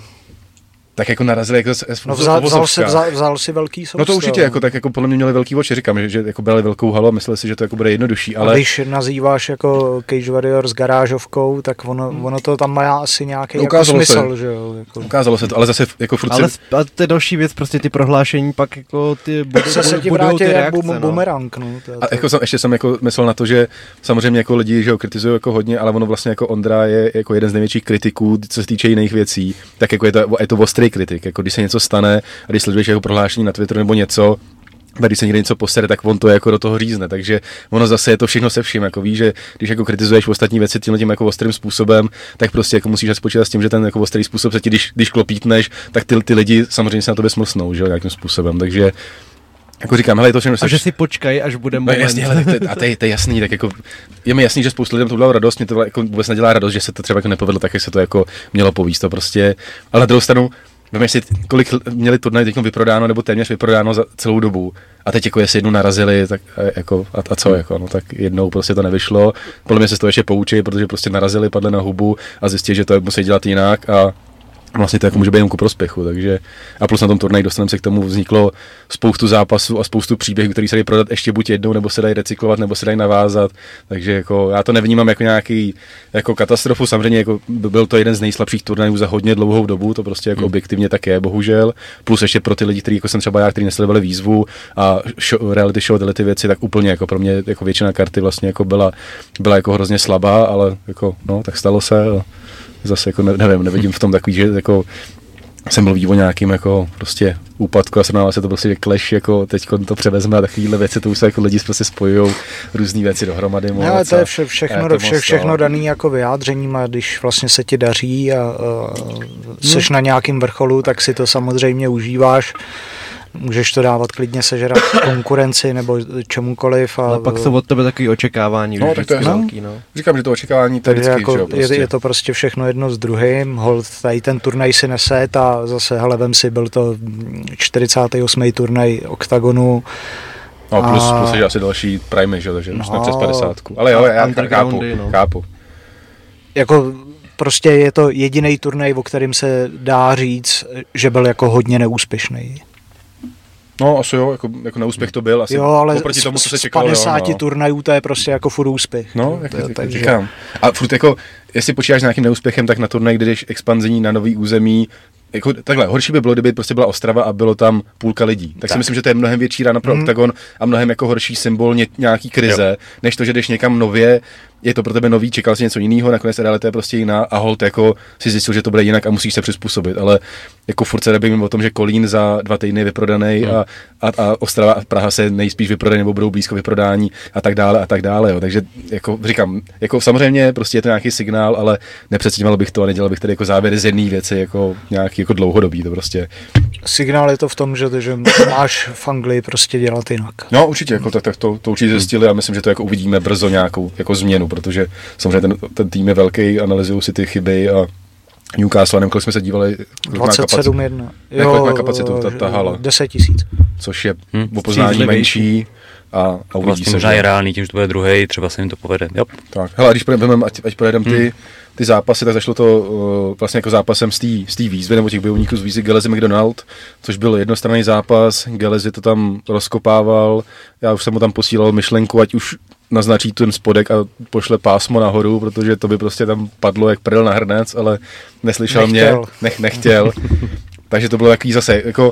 Tak jako narazili jako z, no vzal, vzal, si, vzal, vzal si velký soustav. No to určitě, jako, tak jako podle mě měli velký oči, říkám, že, že jako brali velkou halu a mysleli si, že to jako bude jednodušší, ale... A když nazýváš jako Cage Warrior s garážovkou, tak ono, ono to tam má asi nějaký no, jako smysl, že jo. Jako. Ukázalo se to, ale zase jako furt ale si... Ale to je další věc, prostě ty prohlášení pak jako ty budou, se se ti vrátí jak bu- bumerang, no. A jako jsem, ještě jsem jako myslel na to, že samozřejmě jako lidi, že ho kritizují jako hodně, ale ono vlastně jako Ondra je jako jeden z největších kritiků, co se týče jiných věcí, tak jako je to, je to ostrý kritik, jako když se něco stane a když sleduješ jeho prohlášení na Twitteru nebo něco, a když se někde něco posere, tak on to jako do toho řízne, takže ono zase je to všechno se vším, jako víš, že když jako kritizuješ ostatní věci tímhle tím jako ostrým způsobem, tak prostě jako musíš spočítat s tím, že ten jako ostrý způsob se ti, když, když klopítneš, tak ty, ty lidi samozřejmě se na tobě smlsnou, že jo, nějakým způsobem, takže jako říkám, hele, je to všechno... A že si počkej, až bude moment. No jasně, hele, to, a to je, to je jasný, tak jako, je mi jasný, že spoustu lidem to udělalo radost, mě to jako vůbec nedělá radost, že se to třeba jako nepovedlo, tak jak se to jako mělo povíst, to prostě, ale na druhou stranu, vím, jestli kolik měli turnaj teď vyprodáno, nebo téměř vyprodáno za celou dobu. A teď jako jestli jednou narazili, tak jako, a, a co, jako, no, tak jednou prostě to nevyšlo. Podle mě se z toho ještě poučí, protože prostě narazili, padli na hubu a zjistili, že to musí dělat jinak a vlastně to jako může být jenom ku prospěchu, takže a plus na tom turnaji dostaneme se k tomu, vzniklo spoustu zápasů a spoustu příběhů, které se dají prodat ještě buď jednou, nebo se dají recyklovat, nebo se dají navázat, takže jako já to nevnímám jako nějaký jako katastrofu, samozřejmě jako byl to jeden z nejslabších turnajů za hodně dlouhou dobu, to prostě jako hmm. objektivně tak je, bohužel, plus ještě pro ty lidi, kteří jako jsem třeba já, kteří nesledovali výzvu a show, reality show, tyhle ty věci, tak úplně jako pro mě jako většina karty vlastně jako byla, byla jako hrozně slabá, ale jako no, tak stalo se. A zase jako nevím, nevidím v tom takový, že jako se mluví o nějakým jako prostě úpadku a srovnává se to prostě, že Clash jako teď to převezme a takovýhle věci, to už se jako lidi prostě spojujou různý věci dohromady. No, ale to je vše, všechno, to vše, všechno daný jako vyjádřením a když vlastně se ti daří a, a seš hmm. na nějakým vrcholu, tak si to samozřejmě užíváš. můžeš to dávat klidně sežrat konkurenci nebo čemukoliv. A, ale pak jsou od tebe takový očekávání, no, tak to je velký, no. Říkám, že to očekávání to je vždycky, jako, že jo, prostě. je, je to prostě všechno jedno s druhým, hold, tady ten turnaj si nese a zase, hele, vem si, byl to čtyřicátý osmý turnaj OKTAGONu. No plus, a... plus je asi další primy, že, takže no, už jsme přes padesátku. Ale jo, já chápu, no. chápu. Jako prostě je to jediný turnaj, o kterým se dá říct, že byl jako hodně neúspěšný. No, asi jo, jako, jako neúspěch to byl, asi jo, ale oproti tomu, co se z čekalo. padesáti jo, no. turnajů to je prostě jako furt úspěch. No, jak, to, jak, takže... říkám. A furt jako, jestli počítáš nějakým neúspěchem, tak na turnaj, když jdeš expanzení na nový území, jako takhle, horší by bylo, kdyby prostě byla Ostrava a bylo tam půlka lidí. Tak, tak. si myslím, že to je mnohem větší rána pro mm. OKTAGON a mnohem jako horší symbol ně, nějaký krize, jo. než to, že jdeš někam nově, je to pro tebe nový, čekal si něco jiného, nakonec realita je prostě jiná a holt jako si zjistil, že to bude jinak a musíš se přizpůsobit, ale jako furt se nebavíme o tom, že Kolín za dva týdny je vyprodaný mm. a, a, a Ostrava a Praha se nejspíš vyprodají nebo budou blízko vyprodání a tak dále a tak dále, jo. Takže jako říkám, jako samozřejmě prostě je to nějaký signál, ale nepředstíval bych to a nedělal bych tady jako závěry z jedné věci jako nějaký jako dlouhodobý, to prostě. Signál je to v tom, že, že máš v Anglii prostě dělat jinak. No určitě, jako tak, tak to, to určitě zjistili a myslím, že to jako uvidíme brzo nějakou jako změnu, protože samozřejmě ten, ten tým je velký, analyzují si ty chyby a Newcastle, nevím, kolik jsme se dívali, dvacet sedm jedna. Jo, kolik má kapacitu ta, ta hala. deset tisíc. Což je hmm. o poznání menší a, a uvidí vlastně se. Možná je reálný, tím, že to bude druhý, třeba se jim to povede. Jo. Tak, hele, když projedeme, ať, ať projedeme ty, hmm. ty zápasy, tak zašlo to uh, vlastně jako zápasem z té výzvy, nebo těch bojovníků z výzvy Galezy McDonald, což byl jednostranný zápas, Galezy to tam rozkopával, já už jsem mu tam posílal myšlenku, ať už naznačí ten spodek a pošle pásmo nahoru, protože to by prostě tam padlo jak prdel na hrnec, ale neslyšel nechtěl. mě, nech, nechtěl. Takže to bylo takový zase jako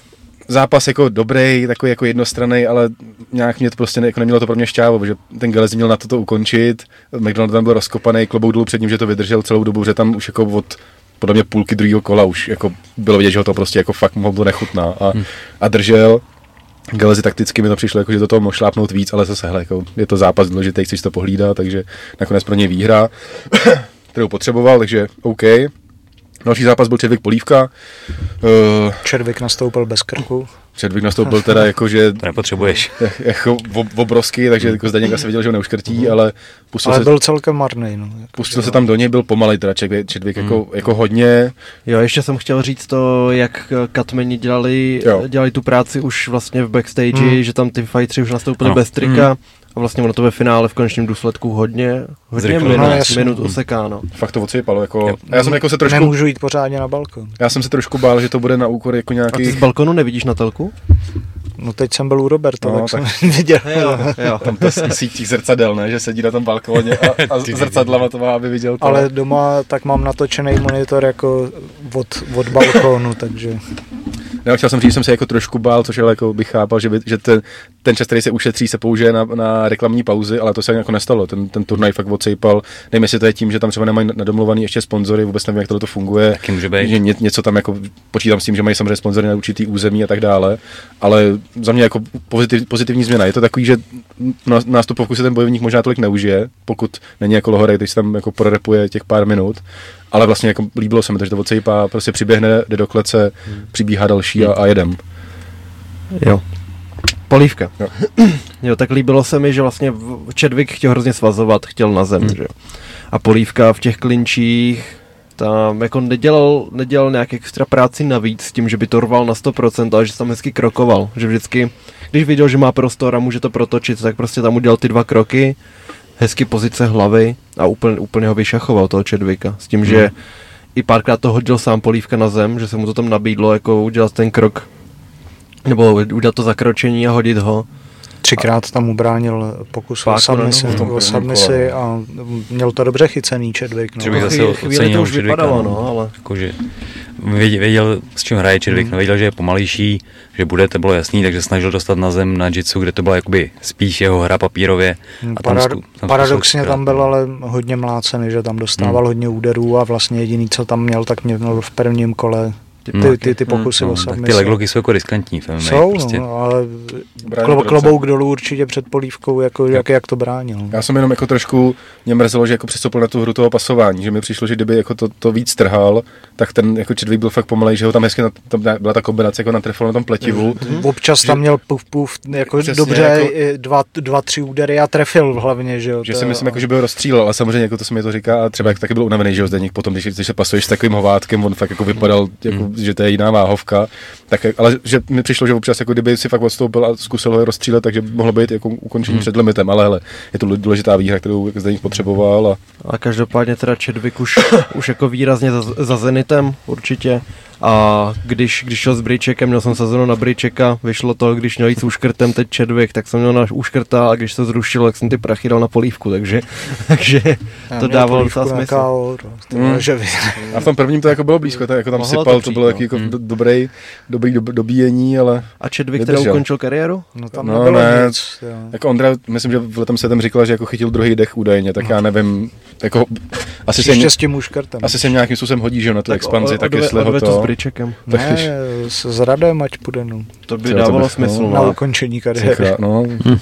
zápas jako dobrý, takový jako jednostranný, ale nějak mě to prostě ne, jako nemělo to pro mě šťávo, protože ten Galezy měl na to to ukončit, McDonald tam byl rozkopaný, klobouk dolů před ním, že to vydržel celou dobu, že tam už jako od podle mě půlky druhého kola už jako bylo vidět, že ho to prostě jako fakt mohlo bylo nechutná a, hmm. a držel. Galezy takticky mi to přišlo, jako, že do toho mohl šlápnout víc, ale zase hele, jako, je to zápas důležitý, chceš to pohlídat, takže nakonec pro něj výhra, kterou potřeboval, takže OK. Další zápas byl Chadwick Polívka. Uh, Chadwick nastoupil bez krku. Chadwick nastoupil teda jako, že... To nepotřebuješ. Jako obrovský, takže jako Zdeněk asi viděl, že ho neuškrtí, ale... Pustil ale se, byl celkem marný. No, jako pustil se tam do něj, byl pomalej teda Chadwick, Chadwick hmm. jako, jako hodně... Jo, ještě jsem chtěl říct to, jak Cutmeni dělali, dělali tu práci už vlastně v backstage, hmm. že tam ty fightři už nastoupili no. bez trika. Hmm. A vlastně ono to ve finále v konečném důsledku hodně, hodně minut, no, minut usekáno. Fakt to odsejpalo, jako... Já jsem jako se trošku... Nemůžu jít pořádně na balkon. Já jsem se trošku bál, že to bude na úkor jako nějaký... A ty z balkonu nevidíš na telku? No teď jsem byl u Roberta, no, tak, tak jsem viděl. Jo, jo. Tam to síť těch zrcadel, ne? Že sedí na tom balkóně a, a zrcadlama to má, aby viděl to. Ale doma tak mám natočený monitor jako od, od balkónu, takže... No, chtěl jsem říct, že jsem se jako trošku bál, což ale jako bych chápal, že, by, že ten, ten čas, který se ušetří, se použije na, na reklamní pauzy, ale to se jako nestalo. Ten, ten turnaj fakt odsejpal. Nevím, jestli to je tím, že tam třeba nemají nadomluvaný ještě sponzory, vůbec nevím, jak to funguje. Taky může být. Že ně, něco tam jako počítám s tím, že mají samozřejmě sponzory na určitý území a tak dále. Ale za mě jako pozitiv, pozitivní změna. Je to takový, že na nástupovku se ten bojovník možná tolik neužije, pokud není jako Lohorej, teď se tam jako prorepuje těch pár minut. Ale vlastně jako líbilo se mi to, že to odsejpá, prostě přiběhne, jde do klece, hmm. přibíhá další a, a jedem. Jo. Polívka. Jo. jo, tak líbilo se mi, že vlastně Chadwick chtěl hrozně svazovat, chtěl na zem, hmm. že? A Polívka v těch klinčích tam jako nedělal, nedělal nějak extra práci navíc s tím, že by to rval na sto procent, ale že se tam hezky krokoval, že vždycky, když viděl, že má prostor a může to protočit, tak prostě tam udělal ty dva kroky, hezky pozice hlavy a úplně, úplně ho vyšachoval toho Chadwicka. S tím, hmm. že i párkrát to hodil sám Polívka na zem, že se mu to tam nabídlo, jako udělat ten krok, nebo udělat to zakročení a hodit ho. Třikrát tam ubránil pokus o submisi, o submisi a měl to dobře chycený Chadwick. No. Chadwick zase chvíli to už vypadalo, no, ale... Jakože věděl, věděl, s čím hraje Chadwick, hmm. věděl, že je pomalejší, že bude, to bylo jasný, takže snažil dostat na zem na jitsu, kde to byla jakoby spíš jeho hra papírově. A tam Parad- zku, tam paradoxně tam byl ale hodně mlácený, že tam dostával hmm. hodně úderů a vlastně jediný, co tam měl, tak měl v prvním kole ty, ty, ty, ty pokusy hmm. o submisi. Ty legloky jsou jako riskantní v M M A. Jsou, prostě. no, ale klo, klobouk dolů určitě před Polívkou, jako, jak, jak to bránil. Já jsem jenom jako trošku, mě mrzelo, že jako přistoupil na tu hru toho pasování, že mi přišlo, že kdyby jako to, to víc trhal, tak ten jako Chadwick byl fakt pomalej, že ho tam hezky, na, tam byla ta kombinace, jako natrefil na tom pletivu. Mm-hmm. Občas tam že, měl puf puf, jako přesně, dobře jako, dva, dva, tři údery a trefil hlavně, že jo. Že si myslím, jako, že by ho rozstřílel, ale samozřejmě jako to se mi to říká a třeba jak taky byl unavený, že jo, Zdeněk potom, když, když se pasuješ s takovým hovátkem, on fakt jako vypadal, jako, mm. že to je jiná váhovka, tak, ale že mi přišlo, že občas jako kdyby si fakt odstoupil a zkusil ho rozstřílet, takže mohlo být jako ukončení mm. před limitem, ale hele, je to důležitá výhra, kterou Zdeněk potřeboval. A, a každopádně teda Chadwick už, už jako výrazně za, za Zenitem určitě. A když, když šel s Bryčekem, měl jsem sazeno na Bryčeka, vyšlo to, když měl jít s úškrtem teď Chadwick, tak jsem měl na úškrta a když se zrušilo, tak jsem ty prachy dal na polívku, takže, takže to dávalo docela smysl. Mm. A v tom prvním to jako bylo blízko, tak jako tam mohlo sypal, to, to bylo no. jako mm. dobrý, dobrý do, dobíjení, ale a Chadwick teda ukončil kariéru? No tam no, ne, nic. Jako Ondra, myslím, že v letem setem říkala, že jako chytil druhý dech údajně, tak no. já nevím, jako asi se ještě s tím úškrtem. Asi se nějakým způsobem hodí, že na tu tak expanzi, o, tak jestli ho to... s Bryčekem. Ne, s, s Radem, ať půjde, no. To by dávalo bych, smysl, no. Na ukončení kariéry. Sakra, no. Hm.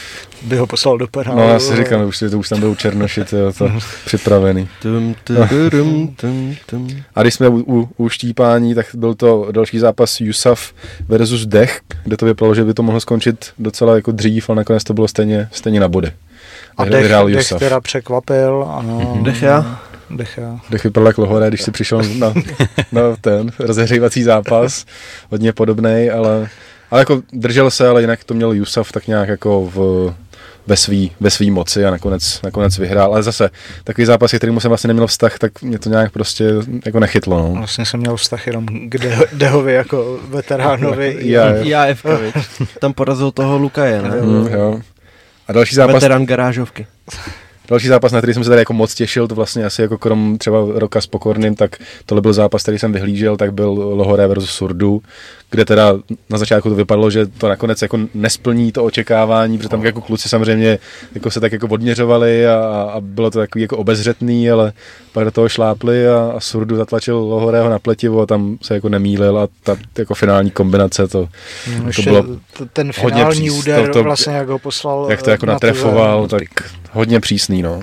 By ho poslal do penálu. No, já si říkám, už, to už tam byl Černoši, to, to připravený. Tum, tum, tum, tum. A když jsme u, u, u štípání, tak byl to další zápas Yusuf versus Dech, kde to vypadalo, že by to mohlo skončit docela jako dřív, ale nakonec to bylo stejně, stejně na body. A Dech, Dech teda překvapil. Ano. Dech já? Decha. Dech vypadal jak Lohore, když si přišel na, na ten rozehřívací zápas, hodně podobnej, ale, ale jako držel se, ale jinak to měl Yusuf tak nějak jako v, ve svý, ve svý moci a nakonec, nakonec vyhrál, ale zase takový zápas, kterýmu jsem vlastně neměl vztah, tak mě to nějak prostě jako nechytlo. No. Vlastně jsem měl vztah jenom k De- Dehovi jako veteránovi. Já Evkovič. Tam porazil toho Lukaje, ne? Mm, jo. A další zápas... Veterán garážovky. Další zápas, na který jsem se tady jako moc těšil, to vlastně asi jako krom třeba Roka s Pokorným, tak tohle byl zápas, který jsem vyhlížel, tak byl Lohore versus Surdu, kde teda na začátku to vypadalo, že to nakonec jako nesplní to očekávání, protože tam jako kluci samozřejmě jako se tak jako odměřovali a, a bylo to takový jako obezřetný, ale pak do toho šlápli a, a Surdu zatlačil Lohoreho na pletivu a tam se jako nemýlil a ta jako finální kombinace to, no, to bylo ten finální úder to, to, vlastně jak ho poslal, jak to jako na natrefoval, tak hodně přísný, no.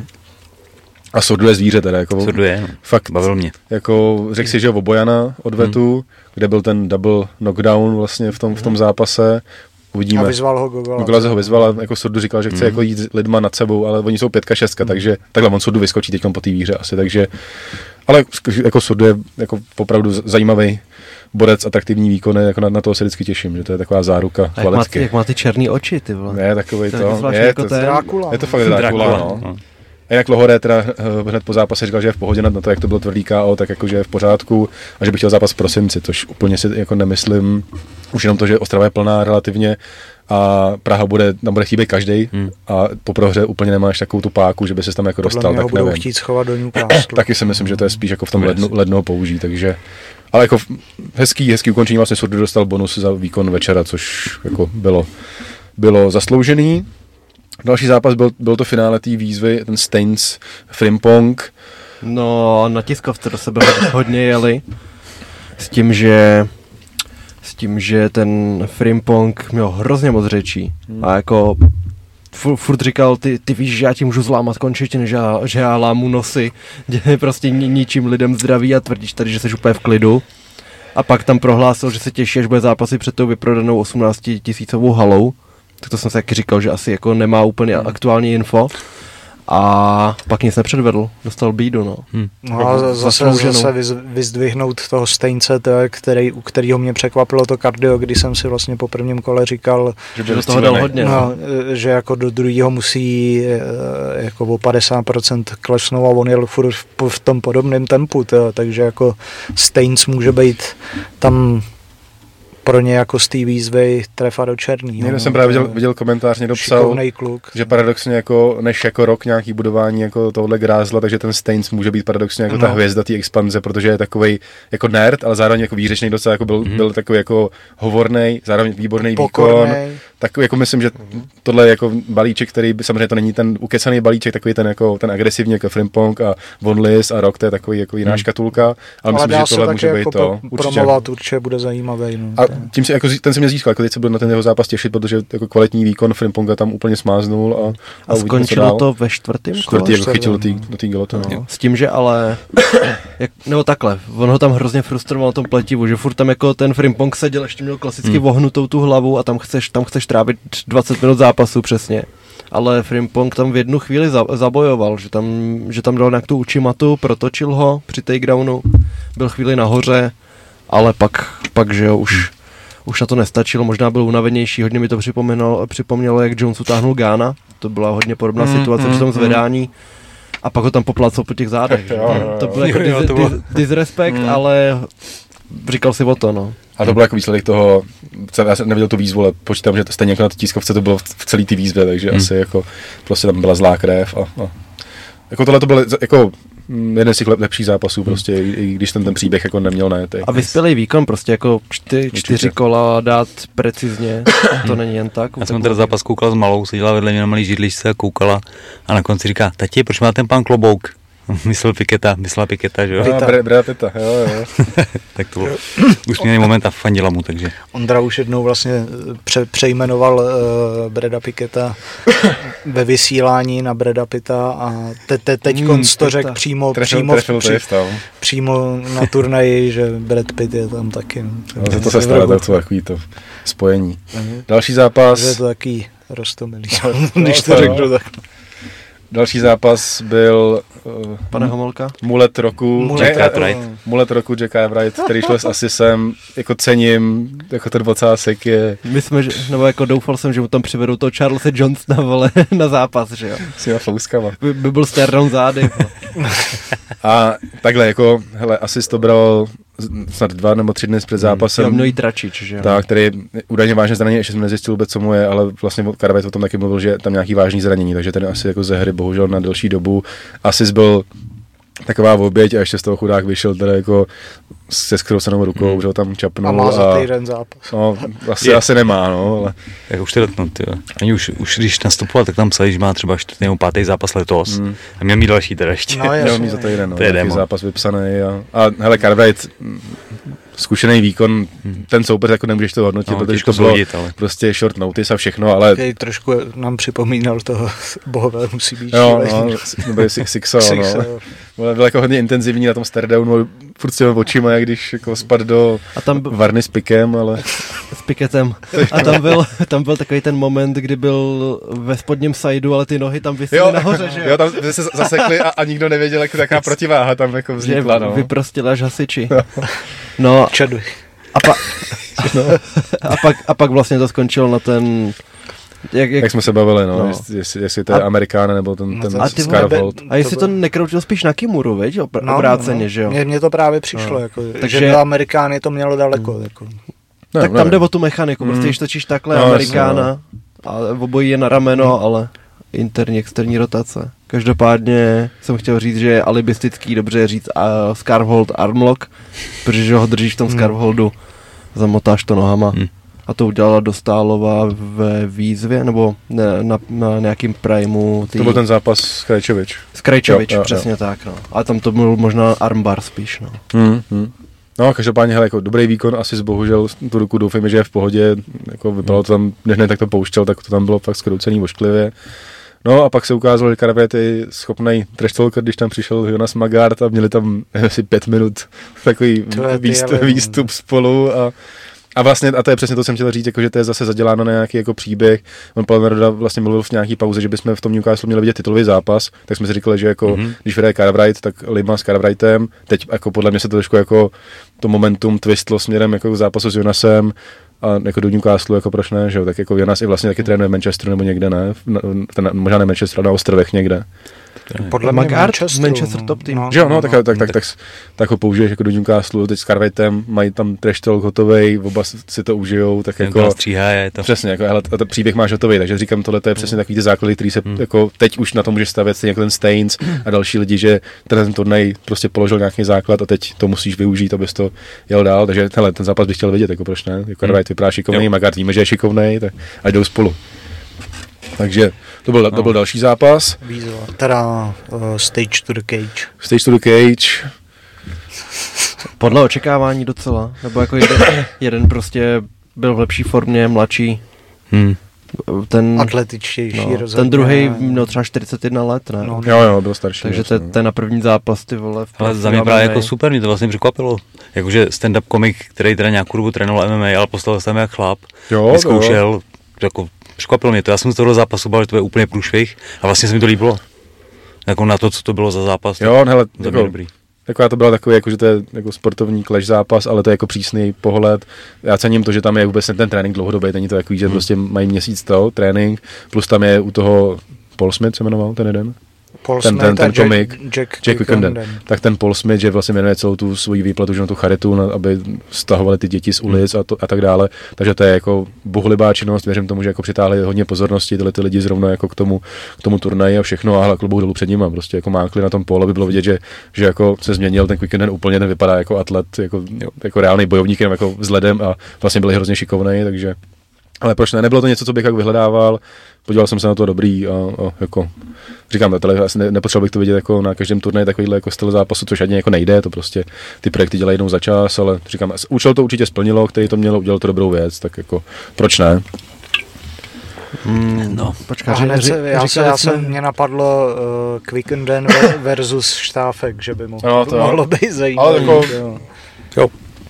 A Surdu je zvíře teda, jako... Surdu je, no. Fakt, bavil mě. Jako, řekl si, že o Bojana odvetu, hmm. kde byl ten double knockdown vlastně v tom, v tom zápase. Uvidíme. A vyzval ho Gogolaze. Gogolaze ho vyzval a jako Surdu říkal, že chce hmm. jako jít lidma nad sebou, ale oni jsou pětka, šestka, hmm. takže takhle on Surdu vyskočí teď po té výhře asi, takže... Ale jako Surdu je jako opravdu zajímavý borec, atraktivní výkony, jako na, na toho se vždycky těším, že to je taková záruka kvalitky. Jak má ty černý oči, ty vole. Ne, takovej to, to je, jako to, ten... Drákula. Je to fakt Drákula, no. no. A jinak Lohore teda hned po zápase říkal, že je v pohodě na to, jak to bylo tvrdý ká ó, tak jako, že je v pořádku a že by chtěl zápas v prosinci, což úplně si jako nemyslím. Už jenom to, že Ostrava je plná relativně a Praha bude, tam bude chybět každý hmm. a po prohře úplně nemáš takovou tu páku, že by se tam jako dostal, tak nevím. Chtít schovat do Newcastle. Taky si myslím, že to je spíš jako v tom lednu, lednu použít, takže ale jako hezký, hezký ukončení, vlastně Surdu dostal bonus za výkon večera, což jako bylo, bylo zasloužený. Další zápas byl, byl to finále té výzvy, ten Stains Frimpong. No, na tiskovce do sebe hodně jeli. S tím, že s tím, že ten Frimpong měl hrozně moc řečí. Hmm. A jako furt, furt říkal, ty, ty víš, že já ti můžu zlámat končetin, že já, že já lámu nosy, že prostě ničím lidem zdraví a tvrdíš tady, že jsi úplně v klidu. A pak tam prohlásil, že se těší, až bude zápasy před tou vyprodanou osmnáctitisícovou halou. Tak to jsem si taky říkal, že asi jako nemá úplně hmm. aktuální info. A pak nic nepředvedl, dostal bídu, no. Hmm. No a zase, zase vyzdvihnout toho Steince, který, u kterého mě překvapilo to kardio, kdy jsem si vlastně po prvním kole říkal, že by do toho dal hodně. No, že jako do druhého musí jako o padesát procent klesnout a on jel furt v, v tom podobném tempu, to, takže jako Steins může být tam pro ně jako z té výzvy trefa do černý. Někdo jsem právě viděl, viděl komentář, někdo psal, že paradoxně jako než jako rok nějaký budování jako tohle grázla, takže ten Stains může být paradoxně jako no. ta hvězda té expanze, protože je takovej jako nerd, ale zároveň jako výřečný docela, jako byl, mm-hmm. byl takový jako hovornej, zároveň výborný Pokornej. výkon, tak jako myslím, že tohle je jako balíček, který by, samozřejmě to není ten ukecaný balíček, takový ten jako ten agresivní jako Frimpong a Von Lys a Rock, to je takový jako jiná hmm. škatulka, ale, ale myslím, že tohle může být jako to. Určitě. Promovat určitě bude zajímavý. No. A tím si, jako, ten si mě získal, jako teď se byl na ten jeho zápas těšit, protože jako kvalitní výkon Frimponga tam úplně smáznul a, a, a skončilo to ve čtvrtém kole. Čtvrtý jako chytil do té galoty. No. S tím, že ale, jak, nebo takhle, on ho tam hrozně frustroval na tom pletivu, že furt tam jako ten Frimpong seděl, ještě měl klasicky hmm. vohnutou tu hlavu a tam chceš, tam chceš trávit dvacet minut zápasu přesně. Ale Frimpong tam v jednu chvíli za, zabojoval, že tam, že tam dal nějak tu Uchimatu, protočil ho při takedownu, byl chvíli nahoře, ale pak, pak že jo, už, už na to nestačilo, možná byl unavenější, hodně mi to připomnělo, připomnělo jak Jones utáhnul Gána, to byla hodně podobná mm, situace mm, při tom zvedání. A pak ho tam poplácel po těch zádech. Jo, jo, jo. To byl jako dis, dis, disrespekt, mm. ale říkal si o to, no. A to byl jako výsledek toho, já jsem neviděl tu výzvu, ale počítám, že to stejně jako na té tiskovce to bylo v celé té výzvě, takže mm. asi jako prostě tam byla zlá krev a, a jako tohle to byl jako jeden z těch lepších zápasů, prostě, mm. i když ten, ten příběh jako neměl na A vyspělý výkon, prostě jako čty, čtyři kola dát precizně, to není jen tak. Já jsem ten zápas koukal s malou, seděla vedle mě na malý židličce a koukala a na konci říká, tati, proč má ten pán klobouk? Myslel Piketa, myslela Piketa, že jo? No, Brada Pitta, jo, jo. Tak to bylo úsměvný moment a fandila mu, takže. Ondra už jednou vlastně pře- přejmenoval uh, Brada Piketa ve vysílání na Brada Pitta a te- te- teď mm, to řekl přímo, trefil, přímo, trefil při, přímo na turnaji, že Brad Pitt je tam taky. No, no, to se stalo, to je takový to spojení. Uh-huh. Další zápas. Je to takový roztomilý, když to řeknu tak. Další zápas byl uh, Pane Homolka? Mulet roku, Mulet, Jack, uh, Mulet roku Jacka Wright, který šel s asisem, jako cením, jako ten ocásek je... My jsme, nebo jako doufal jsem, že mu tam přivedou toho Charlesa Johnsona, vole, na zápas, že jo? S těma fouskama. By, by byl stardown zády. A takhle, jako, hele, asis to bral snad dva nebo tři dny před zápasem. Jo, mnojí Tračič, že jo? Tak, který údajně vážně zranění, ještě jsem nezjistil vůbec, co mu je, ale vlastně Karvajt o tom taky mluvil, že tam nějaký vážný zranění, takže ten asi jako ze hry bohužel na delší dobu. Asis byl taková oběť a ještě z toho chudák vyšel teda jako se skroucenou rukou, hmm. že ho tam čapnul. A má za týden zápas. No, asi, asi nemá, no. Ale... Jak už to dotknout, jo. Ani už, už když nastupoval, tak tam psali, že má třeba čtvrtý nebo pátý zápas letos. Hmm. A měl mít další teda ještě. No, měl mít za týden, no. Takový zápas vypsaný. A, a hele, Karvajt, zkušený výkon, hmm. ten soupeř jako nemůžeš to hodnotit, no, protože to bylo zhodit, ale... prostě short notice a všechno, ale... Jej trošku nám připomínal toho bohové musí být jo, no, nebo Sixo, no. Byl jako hodně intenzivní na tom staredownu, furt s těmi očima, jak když jako spad do a tam b... varny s pikem, ale... S piketem. A tam byl, tam byl takový ten moment, kdy byl ve spodním sajdu, ale ty nohy tam visely nahoře, že jo? Jo, tam se zasekli a, a nikdo nevěděl, jak taká protiváha tam jako vznikla, no. Vyprostila až hasiči. No. Čaduj. A, pa, no. a, pak, a pak vlastně to skončilo na ten... Jak, jak, jak jsme se bavili, no, no. Jestli, jestli to je a, Amerikána nebo ten, ten a Scarfold. A jestli to nekroutil spíš na Kimuru, veď? Opr- no, obráceně, no. Že jo? Mně, mně to právě přišlo, no. Jako, takže, že do Amerikány to mělo daleko. Mm. Jako. Ne, tak ne. Tam jde o tu mechaniku, mm. prostě když točíš takhle no, Amerikána no. A obojí je na rameno, mm. ale interní, externí rotace. Každopádně jsem chtěl říct, že je alibistický, dobře říct uh, Scarfold armlock, protože ho držíš v tom mm. Scarfoldu, zamotáš to nohama. Mm. A to udělala Dostálová ve výzvě, nebo ne, na, na nějakým primu. Tý... To byl ten zápas s Krajčovič. S Krajčovič, jo, jo, přesně jo. Tak, no. Ale tam to byl možná armbar spíš, no. Hmm, hmm. No, každopádně, hele, jako dobrý výkon, asi bohužel tu ruku doufejme, že je v pohodě, jako vypadalo to tam, než ne tak to pouštěl, tak to tam bylo fakt skroucený ošklivě. No a pak se ukázalo, že Karvajt je schopný trash talker, když tam přišel Jonas Magard a měli tam asi pět minut takový výstup, výstup spolu a A vlastně, a to je přesně to, co jsem chtěl říct, jako, že to je zase zaděláno na nějaký jako příběh. On Paul Neruda vlastně mluvil v nějaký pauze, že bychom v tom Newcastle měli vidět titulový zápas, tak jsme si říkali, že jako, mm-hmm. když vyhraje Cartwright, tak Lima s Cartwrightem. Teď jako podle mě se to trošku jako to momentum twistlo směrem jako k zápasu s Jonasem a jako do Newcastle, jako proč ne, že jo? Tak jako Jonas i vlastně taky trénuje v Manchesteru nebo někde, ne? Na, ten, možná ne Manchester, na ostrovech někde. Podle mě Magard, Manchester, Manchester top tým. No, že jo, no, tak, tak, tak, tak, tak, tak ho použiješ jako do Newcastle, teď s Carvetem, mají tam trash talk hotovej, oba si to užijou, tak Jen jako... to stříhá, je to. Přesně, jako, hele, a ten příběh máš hotový, takže říkám, tohle to je přesně takový ty základy, který se hmm. jako teď už na tom můžeš stavět, stejně jako ten Stains a další lidi, že ten turnaj prostě položil nějaký základ a teď to musíš využít, abys to jel dál, takže hele, ten zápas bych chtěl vidět, jako proč ne, jako Carvet vypadá šikovnej, Magard víme, že je šikovnej, tak ať jdou spolu. Takže to byl, to byl další zápas. Výzva. Teda uh, Stage to the Cage. Stage to the Cage. Podle očekávání docela, nebo jako jeden, jeden prostě byl v lepší formě, mladší. Hmm. Ten, Atletičtější no, rozhodně. ten druhý měl třeba čtyřicet jedna let, ne? No, Jo, jo, byl starší. Takže vlastně, ten, ten na první zápas, ty vole. Ale za mě právě jako super, mě to vlastně překvapilo. Jakože stand-up komik, který teda nějakou dobu trénoval M M A, ale postavil se tam jak chlap. Jo, vyzkoušel, jo. jako překvapilo mě to. Já jsem z toho zápasu bál, že to je úplně průšvih a vlastně se mi to líbilo. Jako na to, co to bylo za zápas. Jo, hele, to jako, dobrý. Taková to byla takový, jako, že to je jako sportovní clash zápas, ale to je jako přísný pohled. Já cením to, že tam je vůbec ten trénink dlouhodobý, není to takový, že hmm. prostě mají měsíc toho trénink, plus tam je u toho Paul Smith se jmenoval ten jeden. Paul ten, ten, ten komik, Jack, Jack, Jack Quickenden. Tak ten Paul Smith, že vlastně jmenuje celou tu svoji výplatu, že na tu charitu, na, aby stahovali ty děti z ulic a, to, a tak dále. Takže to je jako bohulibá činnost, věřím tomu, že jako přitáhli hodně pozornosti tyhle ty lidi zrovna jako k tomu, k tomu turnaji a všechno a klobouk dolů před nima. Prostě jako mákli na tom pole, aby bylo vidět, že, že jako se změnil ten Quickenden úplně, ten vypadá jako atlet, jako, jako reálný bojovník, jenom jako vzhledem a vlastně byl hrozně šikovnej, takže ale proč ne? Nebylo to něco, co bych jako vyhledával, podíval jsem se na to dobrý a, a jako říkám, tady asi ne, nepotřeboval bych to vidět jako na každém turnaji takovýhle jako styl zápasu, což ani jako nejde, to prostě ty projekty dělají jednou za čas, ale říkám, účel to určitě splnilo, který to mělo, udělal to dobrou věc, tak jako proč ne? Mm, no, počkej, hned se, já, se, já jsem, mě napadlo uh, Quickenden versus Štáfek, že by mo- no, to mohlo být zajímavé. Ale jako, jo.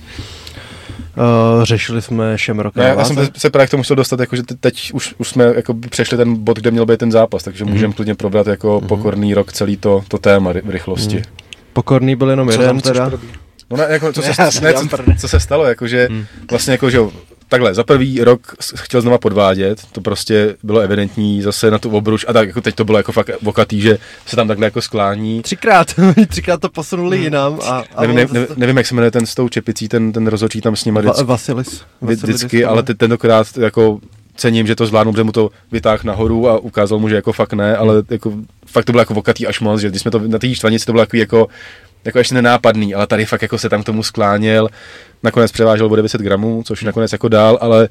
Uh, řešili jsme Shamrocka. Já, já jsem se právě k tomu chtěl dostat, jako, že teď už, už jsme jako přešli ten bod, kde měl být ten zápas, takže mm. můžeme klidně probrat jako mm. pokorný rok celý to, to téma v rychlosti. Mm. Pokorný byl jenom co jeden teda. No ne, jako, co, se, ne, co, co se stalo, jakože mm. vlastně jako, že takhle, za prvý rok chtěl znova podvádět, to prostě bylo evidentní zase na tu obruč a tak jako teď to bylo jako fakt vokatý, že se tam takhle jako sklání. Třikrát, třikrát to posunuli jinam a... a nevím, ne, ne, nevím, jak se jmenuje ten s tou čepicí, ten, ten rozhodčí tam s nima vždycky. Va- Vasilis. Vždycky, ale ty, tentokrát jako cením, že to zvládnu, protože mu to vytáhl nahoru a ukázal mu, že jako fakt ne, ale jako fakt to bylo jako vokatý až moc, že když jsme to na té štvanici to bylo jako, jako jako ještě nenápadný, ale tady fakt jako se tam k tomu skláněl, nakonec převážel o devět set gramů, což nakonec jako dál, ale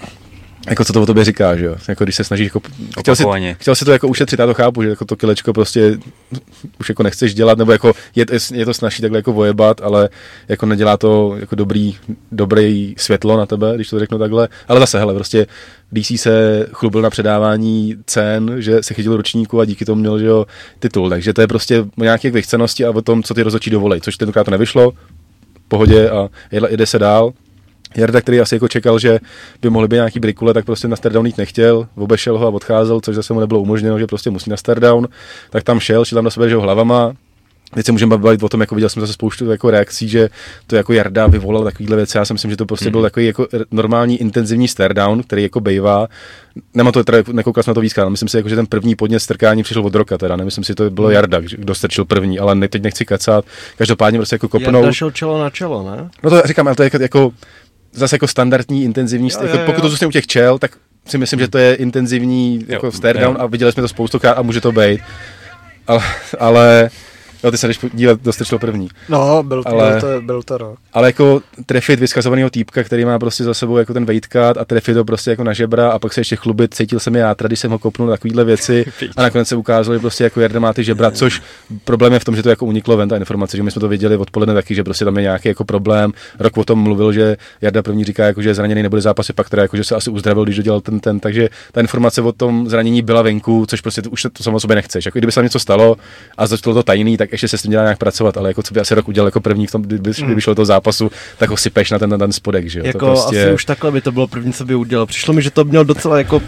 jako co to o tobě říká, že jo, jako když se snažíš jako, chtěl si, chtěl si to jako ušetřit, já to chápu, že jako to kilečko prostě už jako nechceš dělat, nebo jako je, je to snaží takhle jako vojebat, ale jako nedělá to jako dobrý, dobrý světlo na tebe, když to řeknu takhle, ale zase, hele, prostě D C se chlubil na předávání cen, že se chytil ročníku a díky tomu měl, že jo, titul, takže to je prostě o nějaké vychcenosti a o tom, co ty rozhodčí dovolej, což tentokrát to nevyšlo, v pohodě a jde se dál. Jarda, který asi jako čekal, že by mohly být nějaký brikule, tak prostě na stardown jít nechtěl, obešel ho a odcházel, což zase mu nebylo umožněno, že prostě musí na stardown, tak tam šel, šel tam do sebe, že ho hlavama. Teď se můžeme bavit o tom, jako viděl jsem zase spoustu jako reakcí, že to jako Jarda vyvolal takovýhle věci. Já si myslím, že to prostě byl takový jako normální intenzivní staredown, který jako bejvá. Nemám to teda, nekoukal jsem na to víc, ale myslím si, jako, že ten první podnět strkání přišel od Roka, teda nemyslím si, že to bylo Jarda, kdo strčil první, ale ne, teď nechci kacat. Každopádně prostě jako kopnou. Jarda šel čelo na čelo, ne? No to říkám, ale to je jako, jako zase jako standardní intenzivní, jo, jako, jo, jo. Pokud to zůstane u těch čel, tak si myslím, že to je intenzivní jako staredown a viděli jsme to spoustukrát a může to být. Ale, ale jo, ty se jdeš dívat, dostrčil první. No, byl to, ale, byl to, byl to rok. Ale jako trefit vyskazovaného týpka, který má prostě za sebou jako ten weight cut a trefit to prostě jako na žebra a pak se ještě chlubit, cítil jsem játra, když jsem ho kopnul, takovýhle věci a nakonec se ukázalo, že prostě jako Jarda má ty žebra, což problém je v tom, že to jako uniklo ven ta informace, že my jsme to viděli odpoledne taky, že prostě tam je nějaký jako problém. Rok o tom mluvil, že Jarda první říká, jako, že zraněný nebude zápasy, pak teda jako, že se asi uzdravil, když dodělal ten ten, takže ta informace o tom zranění byla venku, což prostě to, už to samo sobě nechceš. Jako kdyby se tam něco stalo a začalo to tajný, tak ještě se s tím dělá nějak pracovat, ale jako co by asi Rok udělal jako první v tom, kdyby, kdyby šlo do toho zápasu, tak ho sypeš na ten, na ten spodek, že jo. Jako to prostě... asi už takhle by to bylo první, co by udělal. Přišlo mi, že to měl docela jako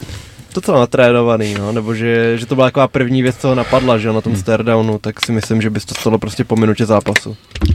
docela natrénovaný, no, nebo že, že to byla taková první věc, co ho napadla, že jo, na tom hmm. staredownu, tak si myslím, že by to stalo prostě po minutě zápasu.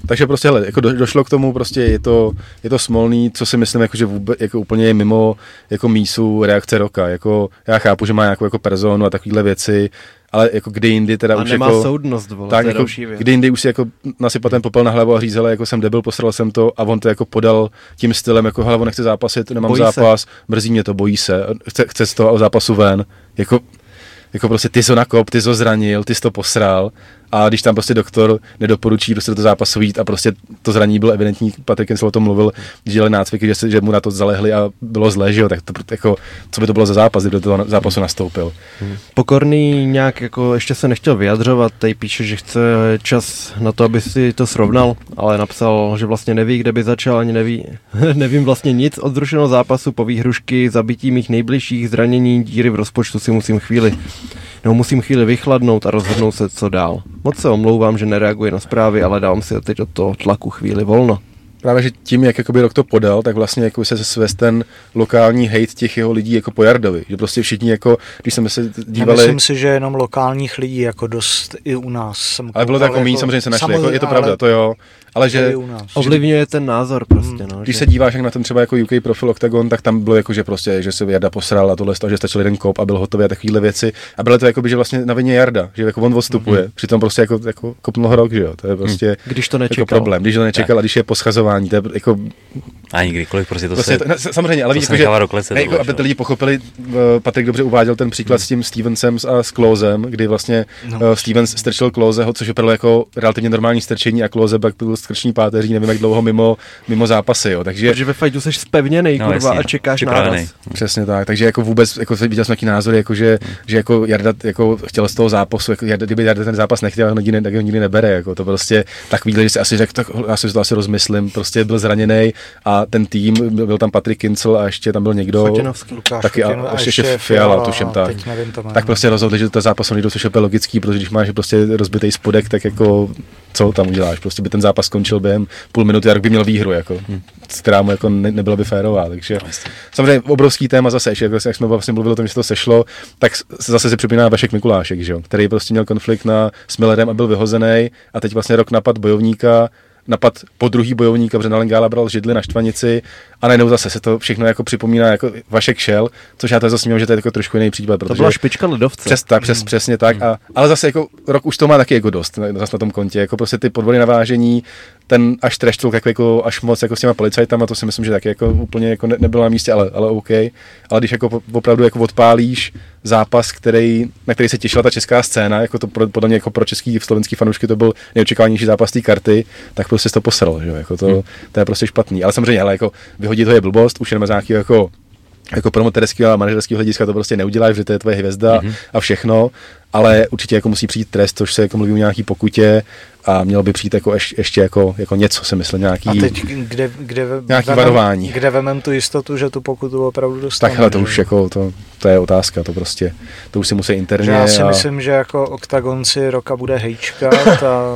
takže prostě hele, jako do, došlo k tomu, prostě je to, je to smolný, co si myslím, jako, že vůbec, jako úplně je mimo jako mísu reakce Roka, jako já chápu, že má nějakou jako personu a takovýhle věci, ale jako kdy jindy teda a už nemá jako... soudnost, vole, tak, to je jako, další věc. kdy jindy už si jako nasypat ten popel na hlavu a říct, hele, jako jsem debil, posral jsem to a on to jako podal tím stylem, jako hele, on nechce zápasit, nemám Bojí zápas, se. Mrzí mě to, bojí se, chce, chce z toho zápasu ven, jako, jako prostě ty jsi ho nakop, ty jsi ho zranil, ty jsi to posral. A když tam prostě doktor nedoporučí prostě do toho zápasu jít a prostě to zranění bylo evidentní, Patrik Kincl o tom mluvil, že dělali nácviky, že, se, že mu na to zalehli a bylo zlé, že jo, tak to jako, co by to bylo za zápas, kdyby do toho zápasu nastoupil. Hmm. Pokorný nějak jako ještě se nechtěl vyjadřovat, tady píše, že chce čas na to, aby si to srovnal, ale napsal, že vlastně neví, kde by začal, ani neví, nevím vlastně nic od zrušeného zápasu, po výhrušky, zabití mých nejbližších, zranění, díry v rozpočtu si musím chvíli No, musím chvíli vychladnout a rozhodnout se, co dál. Moc se omlouvám, že nereaguji na zprávy, ale dám si teď od toho tlaku chvíli volno. Právě, že tím, jak jakoby Rok to podal, tak vlastně jako se svést ten lokální hejt těch jeho lidí jako po Jardovi. Že prostě všichni jako, když jsme se dívali... Myslím si, že jenom lokálních lidí, jako dost i u nás. Jsem ale bylo to jako, jako méně, samozřejmě se našli, jako, je to pravda, to jo. Ale že ovlivňuje ten názor prostě, no. Když že... se díváš jak na ten třeba jako U K profil Octagon, tak tam bylo jako, že prostě, že se Jarda posral a tohle, že stačil jeden kop a byl hotový a takovýhle věci. A bylo to jako, že vlastně na vině Jarda, že jako on odstupuje. Mm-hmm. Přitom prostě jako, jako kopnul ho Rok, že jo. To je prostě když to nečekal. Jako problém, když to nečekal a když je po schazování, to je jako ani kdykoliv prostě to prostě se... To, ne, samozřejmě, ale víš, že jako, aby ty lidi pochopili, Patrik dobře uváděl ten příklad hmm. s tím Stevensem a s Klosem, kdy vlastně no. uh, Stevens strčil Kloseho, což vypadalo jako relativně normální strčení a Klose pak byl z krční páteří, nevím jak dlouho mimo, mimo zápasy, jo. Takže protože ve fajtu seš spevněnej, no, kurva, a čekáš náraz. Přesně tak, takže jako vůbec jako viděl jsem nějaký názory, jako že, hmm. že jako Jarda jako chtěl z toho zápasu, jako Jarda, kdyby Jarda ten zápas nechtěl, tak ho nikdy nebere, jako to prostě takovýhle, že si asi řekl, tak já si to asi rozmyslím, prostě byl zraněný a ten tým, byl tam Patrik Kincl a ještě tam byl někdo, Lukáš, taky Chotěn, a, a ještě Fiala, Fiala tuším tak. Nevím, to tak prostě rozhodli, že to zápas nejde, což je logický, protože když máš prostě rozbitý spodek, tak jako co tam uděláš, prostě by ten zápas skončil během půl minuty a Rok by měl výhru, jako, hmm. která mu jako ne, nebyla by férová, takže no, samozřejmě obrovský téma zase, že jak jsme vlastně mluvili o tom, že to sešlo, tak zase si připomíná Vašek Mikulášek, že jo, který prostě měl konflikt na, s Millerem a byl vyhozený a teď vlastně Rok napad bojovníka, napad po druhý bojovníka, protože na Lengála bral židli na štvanici a najednou zase se to všechno jako připomíná, jako Vašek šel, což já to zase že to je jako trošku jiný případ. To byla špička ledovce. Přes, tak, přes, mm. přesně tak, mm. a, ale zase jako Rok už to má taky jako dost, zase na tom kontě, jako prostě ty podvody na vážení, ten až trash jako, jako až moc jako s těma policajtama, to si myslím, že taky jako úplně jako ne, nebylo na místě, ale, ale OK, ale když jako opravdu jako odpálíš zápas, který, na který se těšila ta česká scéna, jako to pro, podle mě jako pro český slovenský fanoušky to byl nejočekávanější zápas té karty, tak prostě to posral, že jo, jako to, hmm. to je prostě špatný, ale samozřejmě, ale jako vyhodit to je blbost, už jenom z nějakého jako jako promoterského a manažerského hlediska to prostě neuděláš, že to je tvoje hvězda mm-hmm. a všechno, ale určitě jako musí přijít trest, což se jako mluví o nějaký pokutě a mělo by přijít jako ješ, ještě jako, jako něco, si myslím, nějaký a teď kde, kde nějaký vemem, varování. Kde vemem tu jistotu, že tu pokutu opravdu dostane. Tak hele, to už jako, to, to je otázka, to prostě, to už si musí interně. Já si a... myslím, že jako Octagon si Roka bude hejčkat a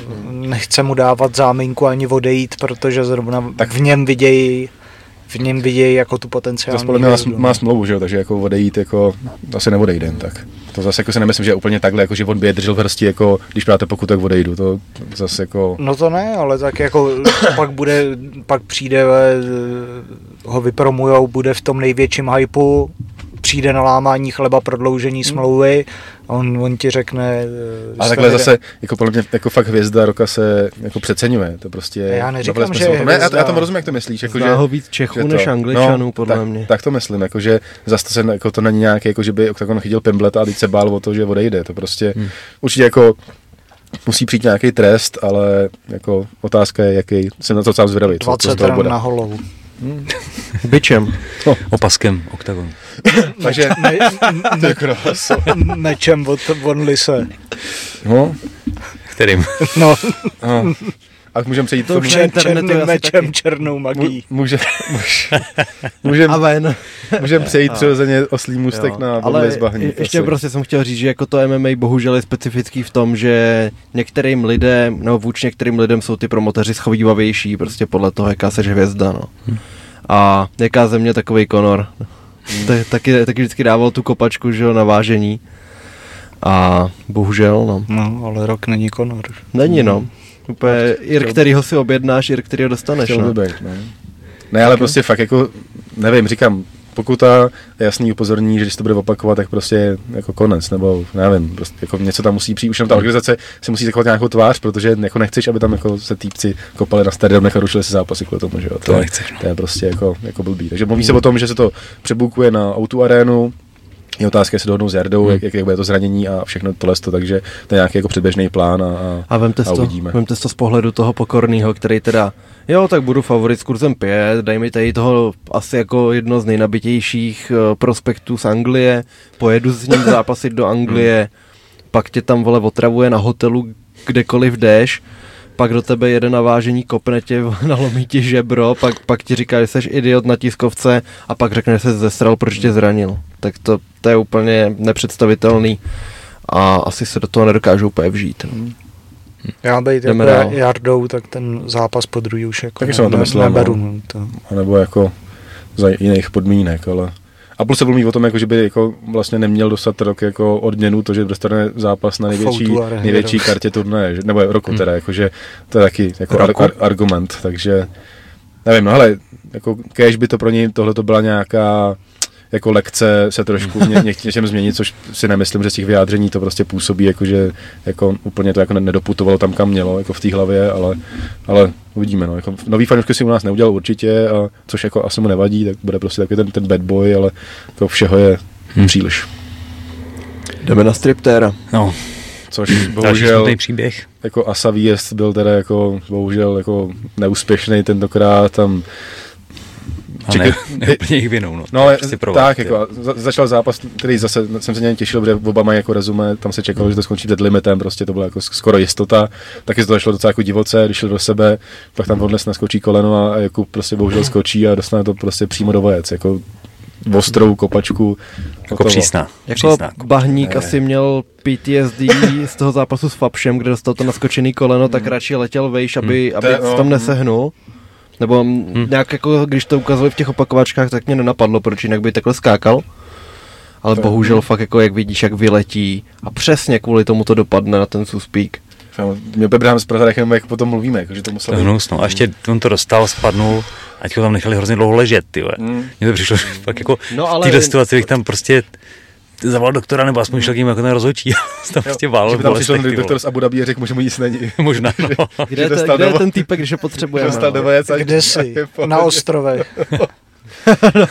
nechce mu dávat záminku ani odejít, protože zrovna tak v něm vidějí v něm vidějí jako tu potenciální zase podle mě má, má smlouvu, že jo, takže jako odejít jako asi neodejde, tak to zase jako si nemyslím, že je úplně takhle, jako že on by je držel v hrsti, jako když práte pokud, tak odejdu, to zase jako... No to ne, ale tak jako pak bude, pak přijde, ho vypromujou, bude v tom největším hypeu, přijde na lámání chleba, prodloužení smlouvy a on, on ti řekne... A takhle jde. Zase, jako podle mě, jako fakt hvězda Roka se jako přeceňuje, to prostě... Já neříkám, že je ne, já, já tomu rozumím, jak to myslíš. Jako, zná že, ho víc Čechů to, než Angličanů, no, podle tak, mě. Tak to myslím, jako, že zase to, se, jako, to není nějaké, jako, že by Octagon chytil Pimbleta a teď se bál o to, že odejde, to prostě hmm. určitě jako musí přijít nějaký trest, ale jako otázka je, jaký, jsem na to sám zvědavý. dvacet ran na holovu. Hmm. Bičem. No. Opaskem Octagon. Takže me, me, me, mečem od Vonlise. No. Kterým? No. no. A můžeme přejít to čer, černým mečem, černou magií. Může, můžeme můžem, můžem přejít přirozeně oslý můstek na ale zbahní. Ještě asi. Prostě jsem chtěl říct, že jako to M M A bohužel je specifický v tom, že některým lidem, nebo vůči některým lidem jsou ty promoteři schovývavější, prostě podle toho, jaká seš hvězda, no. Hmm. A jaká země, takovej Conor. Hmm. Tak, taky, taky vždycky dával tu kopačku, že jo, na vážení. A bohužel, no. No, ale Rok není Conor. Není, no. Úplně ir, kterýho si objednáš, ir, kterýho dostaneš. No. Být, ne? ne, ale prostě fakt jako, nevím, říkám, pokuta, jasný upozornění, že když to bude opakovat, tak prostě jako konec, nebo nevím, prostě jako něco tam musí přijít, už jenom ta organizace si musí zachovat nějakou tvář, protože jako nechceš, aby tam jako se týpci kopali na stadionech a rušili se zápasy kvůli tomu, že jo. To, to, nechceš, no. To je prostě jako, jako blbý. Takže mluví se o tom, že se to přebukuje na O dva arénu. Je otázka, jestli dohodnou s Jardou, hmm. jak, jak bude to zranění a všechno tohle, takže to je nějaký jako předběžný plán a, a, a, vemte, a to, uvidíme. Vemte to z pohledu toho Pokorného, který teda, jo, tak budu favorit s kurzem pět, daj mi tady toho asi jako jedno z nejnabitějších uh, prospektů z Anglie, pojedu s ním zápasit do Anglie, hmm. pak tě tam, vole, otravuje na hotelu, kdekoliv jdeš, pak do tebe jede na vážení, kopne tě, nalomí ti žebro, pak, pak ti říká, že jsi idiot na tiskovce a pak řekne, že se zesral, proč tě zranil. Tak to, to je úplně nepředstavitelný a asi se do toho nedokážou úplně vžít. No. Já být jako Jardou, tak ten zápas po druhý už jako taky ne, ne, myslel, neberu. No. To. A nebo jako za jiných podmínek, ale... A plus se mluví o tom, jako, že by jako vlastně neměl dostat rok jako odměnu, to, že dostane zápas na největší, největší kartě turnaje, nebo roku hmm. teda, jakože to je taky jako ar, ar, argument, takže nevím, no hele, jako kéž by to pro něj tohle to byla nějaká jako lekce se trošku ně, ně, něčem změnit, což si nemyslím, že z těch vyjádření to prostě působí, jako že jako úplně to jako nedoputovalo tam, kam mělo, jako v té hlavě, ale, ale uvidíme, no, jako nový fanoušky si u nás neudělal určitě, a což jako asi mu nevadí, tak bude prostě takový ten, ten bad boy, ale jako všeho je hmm. příliš. Jdeme na striptéra. No. Což bohužel příběh. Jako Asa výjezd byl teda jako bohužel jako neúspěšný tentokrát, tam a ne, ne úplně jich vinou, no. No ale tak, jako, za, začal zápas, který zase jsem se něj těšil, protože oba mají jako rezumé, tam se čekalo, mm. že to skončí dead limitem, prostě to byla jako skoro jistota, taky se to šlo docela jako divoce, když šel do sebe, pak tam odnes naskočí koleno a, a jako prostě bohužel skočí a dostane to prostě přímo do vajec, jako ostrou kopačku. Jako přísná. Jako přísná. Bahník ne. asi měl P T S D z toho zápasu s Fabšem, kde dostal to naskočený koleno, tak radši letěl vejš, aby, mm. aby se no, tam nesehnul. Nebo hmm. nějak jako, když to ukazovali v těch opakovačkách, tak mě nenapadlo, proč jinak by takhle skákal. Ale bohužel fakt jako jak vidíš, jak vyletí a přesně kvůli tomu to dopadne na ten suspík. Mě bebrám z Prahy, jak potom mluvíme, jako, že to muselo... To hnus, no. A ještě on to dostal, spadnul, ať ho tam nechali hrozně dlouho ležet, ty vole. Hmm. Mně to přišlo, že fakt jako no, ale... v této situaci bych tam prostě zavolal doktora, nebo aspoň šel k ním jako ten rozhodčí. Tam prostě válil. Tam přišel ten doktor z Abu Dhabi a řekl mu, že mu nic není. Možná, no. Kde, je, kde je ten týpek, když ho potřebujeme? Dostal do vajec a kde jsi? Na ostrově. no,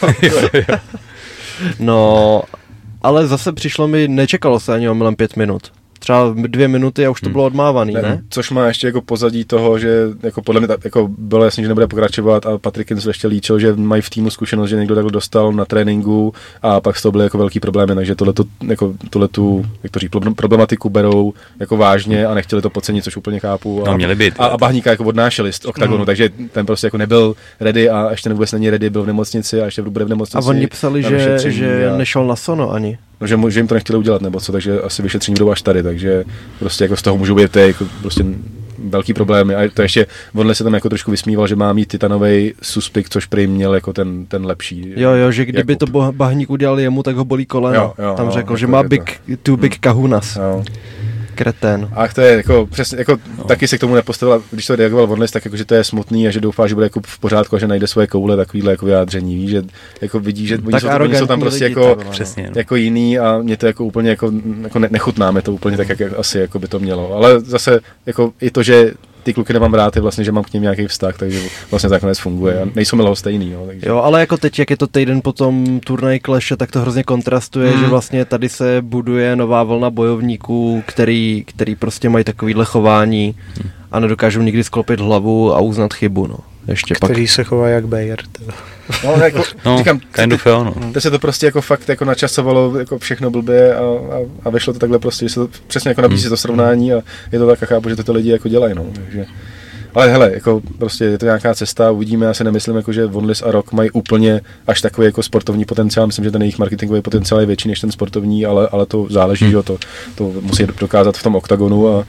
no, ale zase přišlo mi, nečekalo se ani omylem pět minut. Třeba dvě minuty a už to bylo odmávaný, ne? ne? Což má ještě jako pozadí toho, že jako podle mě jako bylo jasný, že nebude pokračovat a Patrick Kinzel ještě líčil, že mají v týmu zkušenost, že někdo takhle dostal na tréninku a pak z toho byly jako velký problémy, takže tohletu, jako tohletu, jak to říct, problematiku berou jako vážně a nechtěli to podcenit, což úplně chápu. A, no, měli být, a, a Bahníka jako odnášeli z oktagonu, mm. takže ten prostě jako nebyl ready a ještě vůbec není ready, byl v nemocnici a ještě bude v nemocnici. A oni psali, že, že a... nešel na sono ani. No, že, že jim to nechtěli udělat nebo co, takže asi vyšetření budou až tady, takže prostě jako z toho můžou být jako prostě velký problémy a to ještě on se tam jako trošku vysmíval, že má mít titanovej suspik, což prý měl jako ten, ten lepší. Jo, jo, že kdyby Jakub. to Bahník udělal jemu, tak ho bolí koleno. Jo, jo, tam jo, řekl, jako že má big, two big kahunas. Jo. Kretén. A to je jako přesně, jako no. taky se k tomu nepostavila, když to reagoval Vonlis, tak jako, že to je smutný a že doufá, že bude jako v pořádku a že najde svoje koule, takovýhle jako vyjádření, víš, že jako vidí, že oni jsou, oni jsou tam prostě lidi, jako, přesně, no. jako jiný a mě to jako úplně jako, jako ne, nechutná, mě to úplně tak, jak asi jako by to mělo, ale zase jako i to, že ty kluky nemám rád, je vlastně, že mám k ním nějaký vztah, takže vlastně to nakonec funguje a nejsou mi stejný. Jo, takže. Jo, ale jako teď, jak je to týden po tom turnaj Clash, tak to hrozně kontrastuje, hmm. že vlastně tady se buduje nová vlna bojovníků, který, který prostě mají takovýhle chování hmm. a nedokážou nikdy sklopit hlavu a uznat chybu, no. Ještě který pak. se chová jak Bayer. No, jako, no, říkám, kind of jo, no. To se to prostě jako fakt jako načasovalo jako všechno blbě a, a, a vyšlo to takhle prostě, že se to přesně jako nabízí hmm. to srovnání a je to tak a chápu, že to ty lidi jako dělají, no. Takže, ale hele, jako prostě je to nějaká cesta, uvidíme, já si nemyslím, jako, že Vonlis a Rock mají úplně až takový jako sportovní potenciál, myslím, že ten jejich marketingový potenciál je větší než ten sportovní, ale, ale to záleží, hmm. jo, to, to musí dokázat v tom oktagonu a,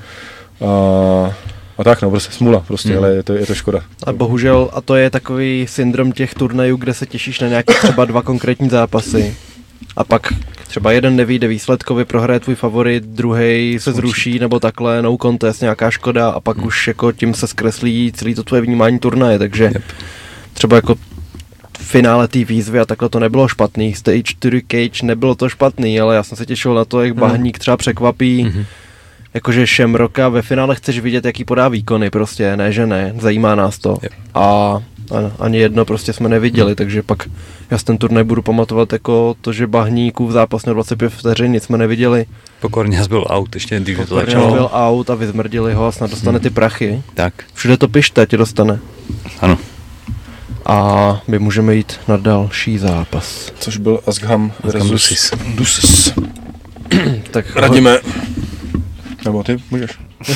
a A tak no, prostě smula prostě, mm. ale je to, je to škoda. A bohužel, a to je takový syndrom těch turnajů, kde se těšíš na nějaké třeba dva konkrétní zápasy a pak třeba jeden nevyjde výsledkově, prohraje tvůj favorit, druhý se zruší nebo takhle, no contest, nějaká škoda a pak hmm. už jako tím se zkreslí celý to tvoje vnímání turnaje, takže yep. třeba jako v finále té výzvy a takhle to nebylo špatný, Stage čtyři Cage nebylo to špatný, ale já jsem se těšil na to, jak Bahník třeba překvapí, hmm. jakože Shamrocka ve finále chceš vidět, jaký podá výkony prostě, ne že ne, zajímá nás to yep. a ani jedno prostě jsme neviděli, hmm. takže pak já ten turnaj budu pamatovat jako to, že Bahníků v zápas na dvacet pět vteřin, nic jsme neviděli. Pokorňas byl out, ještě když to Pokorňas začalo. byl out a vyzmrdili ho a snad dostane ty prachy. Tak. Všude to pište, tě dostane. Ano. A my můžeme jít na další zápas. Což byl Asgham versus Dusis. Dusis. Tak radíme. Nebo ty můžeš.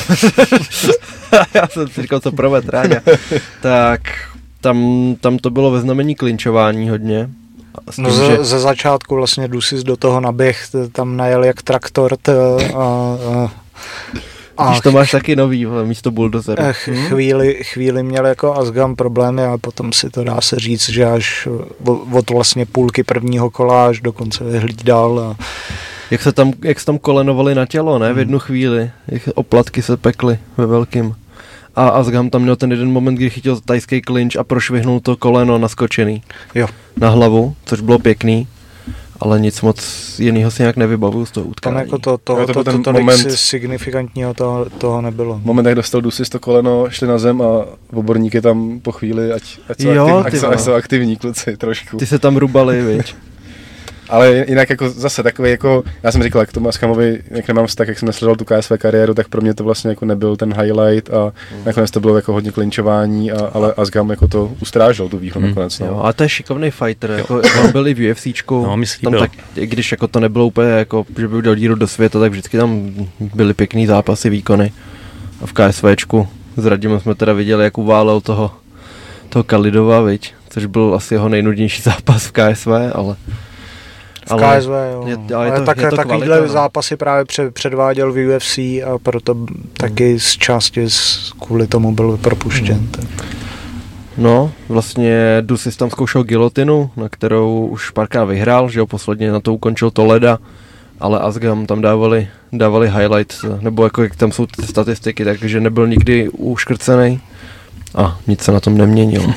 Já jsem si říkal, co proved, Ráďa. Tak tam, tam to bylo ve znamení klinčování hodně. Tím, no ze, že... ze začátku vlastně Dusis do toho naběh, tam najel jak traktor t, a, a, a Když to máš taky nový, místo bulldozeru. Ch, chvíli, chvíli měl jako Asgham problémy a potom si to dá se říct, že až od vlastně půlky prvního kola až do konce hlídal. A... Jak se tam, jak se tam kolenovali na tělo, ne? V jednu chvíli. Jak oplatky se pekly ve velkým. A Asgham tam měl ten jeden moment, kdy chytil tajský klinč a prošvihnul to koleno naskočený. Jo. Na hlavu, což bylo pěkný. Ale nic moc jinýho si nějak nevybavuju z toho utkání. Tam jako to, to, to, to, to, to moment, signifikantního toho, toho nebylo. Moment, jak dostal Dusis to koleno, šli na zem a oborníky tam po chvíli, ať, ať, jsou, jo, aktiv, ať, ať jsou aktivní kluci trošku. Ty se tam rubali, viď? Ale jinak jako zase takový jako, já jsem říkal, k tomu Asghamovi, jak nemám vztah, jak jsem nesledoval tu K S V kariéru, tak pro mě to vlastně jako nebyl ten highlight a mm. nakonec to bylo jako hodně klinčování, a, ale Asgham jako to ustrážel tu výhru mm. nakonec. No. Jo, a to je šikovný fighter, jako on byl i v UFCčku, no, tam tak, když jako to nebylo úplně jako, že by udělal díru do světa, tak vždycky tam byly pěkný zápasy, výkony. A v KSVčku s Radimem jsme teda viděli, jak uválel toho, toho Kalidova, viď, což byl asi jeho nejnudnější zápas v K S V, ale... V K S V, jo. Je, ale je to, tak, je to takovýhle kvalita, zápasy právě před, předváděl v U F C a proto hmm. taky z části z, kvůli tomu byl propuštěn. Hmm. No, vlastně Dusis tam zkoušel gilotinu, na kterou už párkrát vyhrál, že jo, posledně na to ukončil Toleda, ale Asgham tam dávali, dávali highlight, nebo jako jak tam jsou ty statistiky, takže nebyl nikdy uškrcený a nic se na tom neměnilo.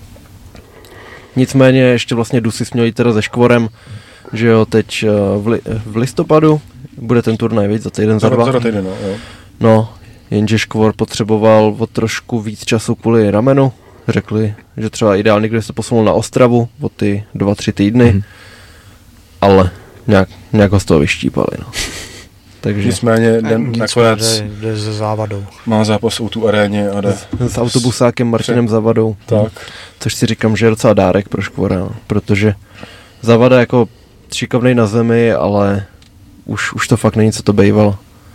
Nicméně ještě vlastně Dusis měl jít teda se Škvorem, že jo, teď v, li, v listopadu bude ten turnaj, víc, za týden, za dva. Za týden, no, jo. No, jenže Škvor potřeboval o trošku víc času kvůli ramenu. Řekli, že třeba ideálně, když se posunul na Ostravu o ty dva, tři týdny, mm. ale nějak, nějak ho z toho vyštípali, no. Takže... Nicméně den nakonec jde se Závadou. Má zápas u tu aréně a jde s, s autobusákem Martinem Pře- Zavadou. Tak. Což si říkám, že je docela dárek pro Škvora, no, protože Zavada jako šikovnej na zemi, ale už, už to fakt není, co to bejvalo.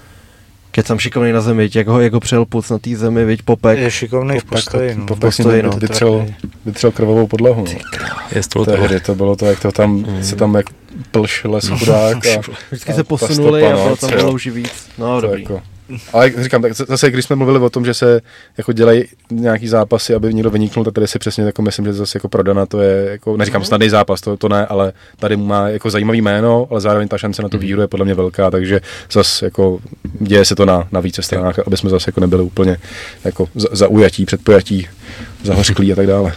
Keď jsem šikovnej na zemi, jak ho, jak ho přijel puc na té zemi, viď, Popek. Je šikovnej v postoji, no. Popek s ním vytřel, vytřel krvavou podlahu, no. Je to, to, hry, to bylo to, jak to tam, mm. se tam jak plš les chudák a... Vždycky a se posunuli stopa, a bylo tam dlouží víc. No, dobrý. Jako, ale jak říkám, tak zase, když jsme mluvili o tom, že se jako dělají nějaký zápasy, aby někdo vyniknul, tak tady si přesně jako myslím, že zase jako Prodana to je, jako, neříkám snadný zápas, to, to ne, ale tady má jako zajímavý jméno, ale zároveň ta šance na tu výhru je podle mě velká, takže zase jako děje se to na, na více stranách, aby jsme zase jako nebyli úplně jako zaujatí, předpojatí, zahořklí a tak dále.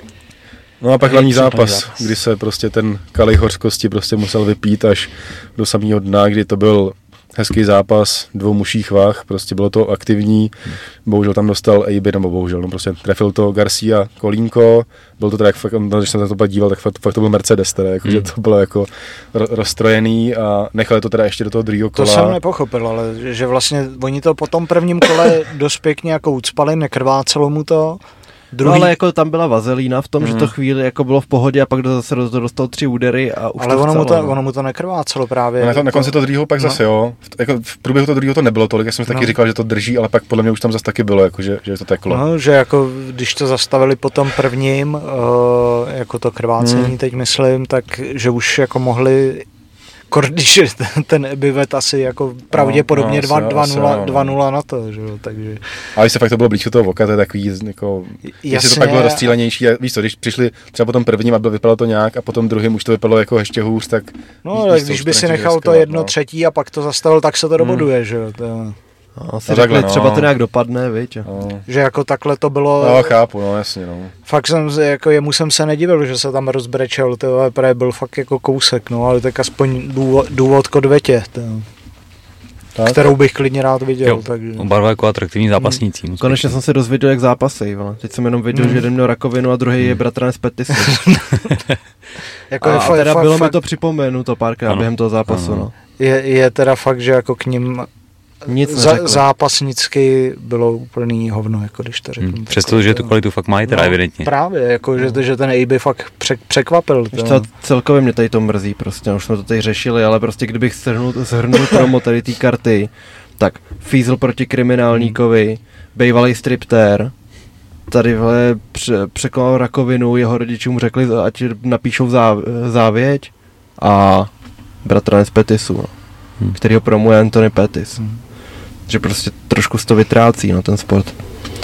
No a pak hlavní zápas, zápas, kdy se prostě ten kalich hořkosti prostě musel vypít až do samého dna, kdy to byl hezký zápas dvou muších vah, prostě bylo to aktivní, bohužel tam dostal Ejby, nebo bohužel, no prostě trefil to Garcia Kolínko, byl to teda, jak fakt, když jsem se to pak díval, tak fakt, fakt to byl Mercedes teda, jako, hmm. že to bylo jako rozstrojený a nechali to teda ještě do toho druhého kola. To jsem nepochopil, ale že vlastně oni to po tom prvním kole dost pěkně jako ucpali, nekrvácelo mu to. Druhý... No ale jako tam byla vazelína v tom, mm. že to chvíli jako bylo v pohodě a pak zase dostal tři údery a už ale to ono, chcelo, mu to, no. ono mu to nekrvácelo právě. No, na, to, na konci to druhého pak no. zase jo, v, jako v průběhu toho druhého to nebylo tolik, já jsem taky no. říkal, že to drží, ale pak podle mě už tam zase taky bylo, jako, že, že to teklo. No, že jako když to zastavili po tom prvním, uh, jako to krvácení mm. teď myslím, tak že už jako mohli kor, když ten Ebivet asi jako pravděpodobně no, no, dva nula na to, že jo, takže... Ale se fakt to bylo blízko toho oka, to je takový, jako, jestli to pak bylo rozstřílenější, víš co, když přišli třeba po tom prvním a bylo, vypadalo to nějak a potom druhým už to vypadalo jako ještě hůř, tak... No, tak když by si nechal to jedno no. třetí a pak to zastavil, tak se to doboduje, hmm. že jo, to... No, si no, řekli, no. třeba to nějak dopadne, viď? No. Že jako takhle to bylo... No, chápu, no, jasně, no. Fakt jsem, jako jemu jsem se nedivil, že se tam rozbrečel, to byl fakt jako kousek, no, ale tak aspoň důvod, důvod k odvetě, to, tak, kterou bych klidně rád viděl. Jo, takže... Oba dva jako atraktivní zápasníci. Hmm. Konečně jsem se dozvěděl, jak zápasej, vole. Teď jsem jenom věděl, hmm. že jeden měl rakovinu a druhý hmm. je bratranec Pettis. jako a fakt, teda fakt, bylo fakt... mi to připomenuto párkrát ano. během toho zápasu, ano. no. Je, je teda fakt, že jako k nim nic za, zápasnicky bylo úplný hovno, jako když to řeknu. Hmm, přestože tu kvalitu fakt mají teda no, evidentně. Právě, jako no. že, že ten A B fakt přek, překvapil. To. Celkově mě tady to mrzí prostě, už jsme to tady řešili, ale prostě kdybych shrnul promo tady té karty, tak Fízl proti kriminálníkovi, bejvalý striptér, tady vle pře, překonal rakovinu, jeho rodiči mu řekli, ať napíšou zá, závěť a bratranec Pettisu, no, hmm. který ho promuje Anthony Pettis. Hmm. Že prostě trošku z to vytrácí, no, ten sport.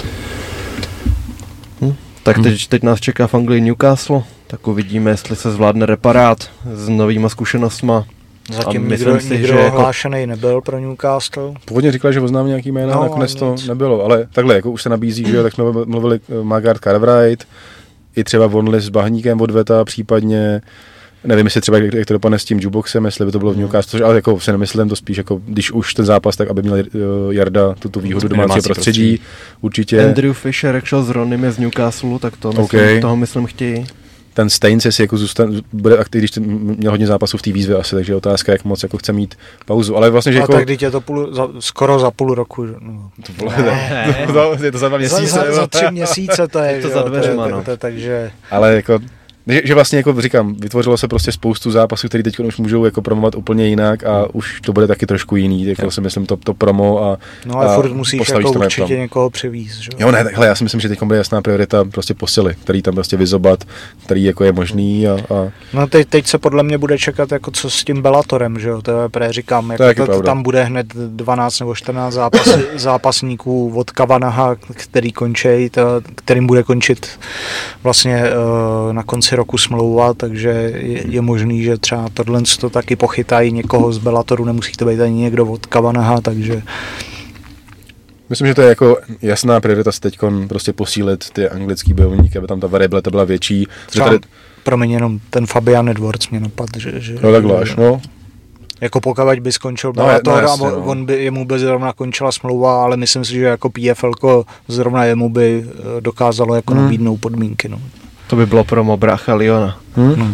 Hm? Tak teď, hmm. teď nás čeká v Anglii Newcastle, tak uvidíme, jestli se zvládne reparát s novýma zkušenostma. Zatím nikdo, si, nikdo že ohlášený jako... nebyl pro Newcastle. Původně říkali, že oznámí nějaký jména, no, nakonec to nic. Nebylo, ale takhle, jako už se nabízí, že tak jsme mluvili Margaret Cartwright, i třeba Vonley s Bahníkem odveta, případně nevím, jestli třeba jak to dopadne s tím jukeboxem, jestli by to bylo v Newcastle, ale jako se nemyslím, to spíš jako, když už ten zápas, tak aby měl Jarda tu, tu výhodu domácího prostředí, prostředí, určitě. Andrew Fisher, jak šel s Ronym je z Newcastle, tak to myslím, okay. toho myslím chtějí. Ten Staines, jestli jako zůstane, bude aktivní, když měl hodně zápasů v té výzvě asi, takže otázka, jak moc jako chce mít pauzu, ale vlastně, že a jako... tak teď je to půl, za, skoro za půl roku, no. To bylo, ne, to, to, je to za dva měsíce. Za, za, za tři měsíce to je, to za dveřma, no. Takže... Ale jako... Že, že vlastně, jako říkám, vytvořilo se prostě spoustu zápasů, které teď už můžou jako promovat úplně jinak a už to bude taky trošku jiný, jako jo. si myslím to, to promo a no ale a furt musíš jako určitě tam. Někoho přivízt, že? Jo, ne, takhle, já si myslím, že teď bude jasná priorita prostě posily, který tam prostě vyzobat, který jako je možný a... a... No teď, teď se podle mě bude čekat jako co s tím Bellatorem, že jo, to je pré říkám, jako to, tam bude hned dvanáct nebo čtrnáct zápas, zápasníků od Kavanaha, který končí, to, kterým bude končit vlastně uh, na konci roku smlouva, takže je, je možný, že třeba tohle to taky pochytají někoho z Bellatoru, nemusí to být ani někdo od Kavanaha, takže... Myslím, že to je jako jasná priorita se teďkon prostě posílit ty anglický bojovníky, aby tam ta variabilita byla větší. Třeba, tady... promiň, jenom ten Fabian Edwards mě napadl, že... že no takhle až, no. Jako pokud by skončil Bellator no, no, jasně, a on, on by, jemu by zrovna končila smlouva, ale myslím si, že jako P F L zrovna jemu by dokázalo jako hmm. nabídnout podmínky, no. To by bylo promo brácha Liona. Hmm? No.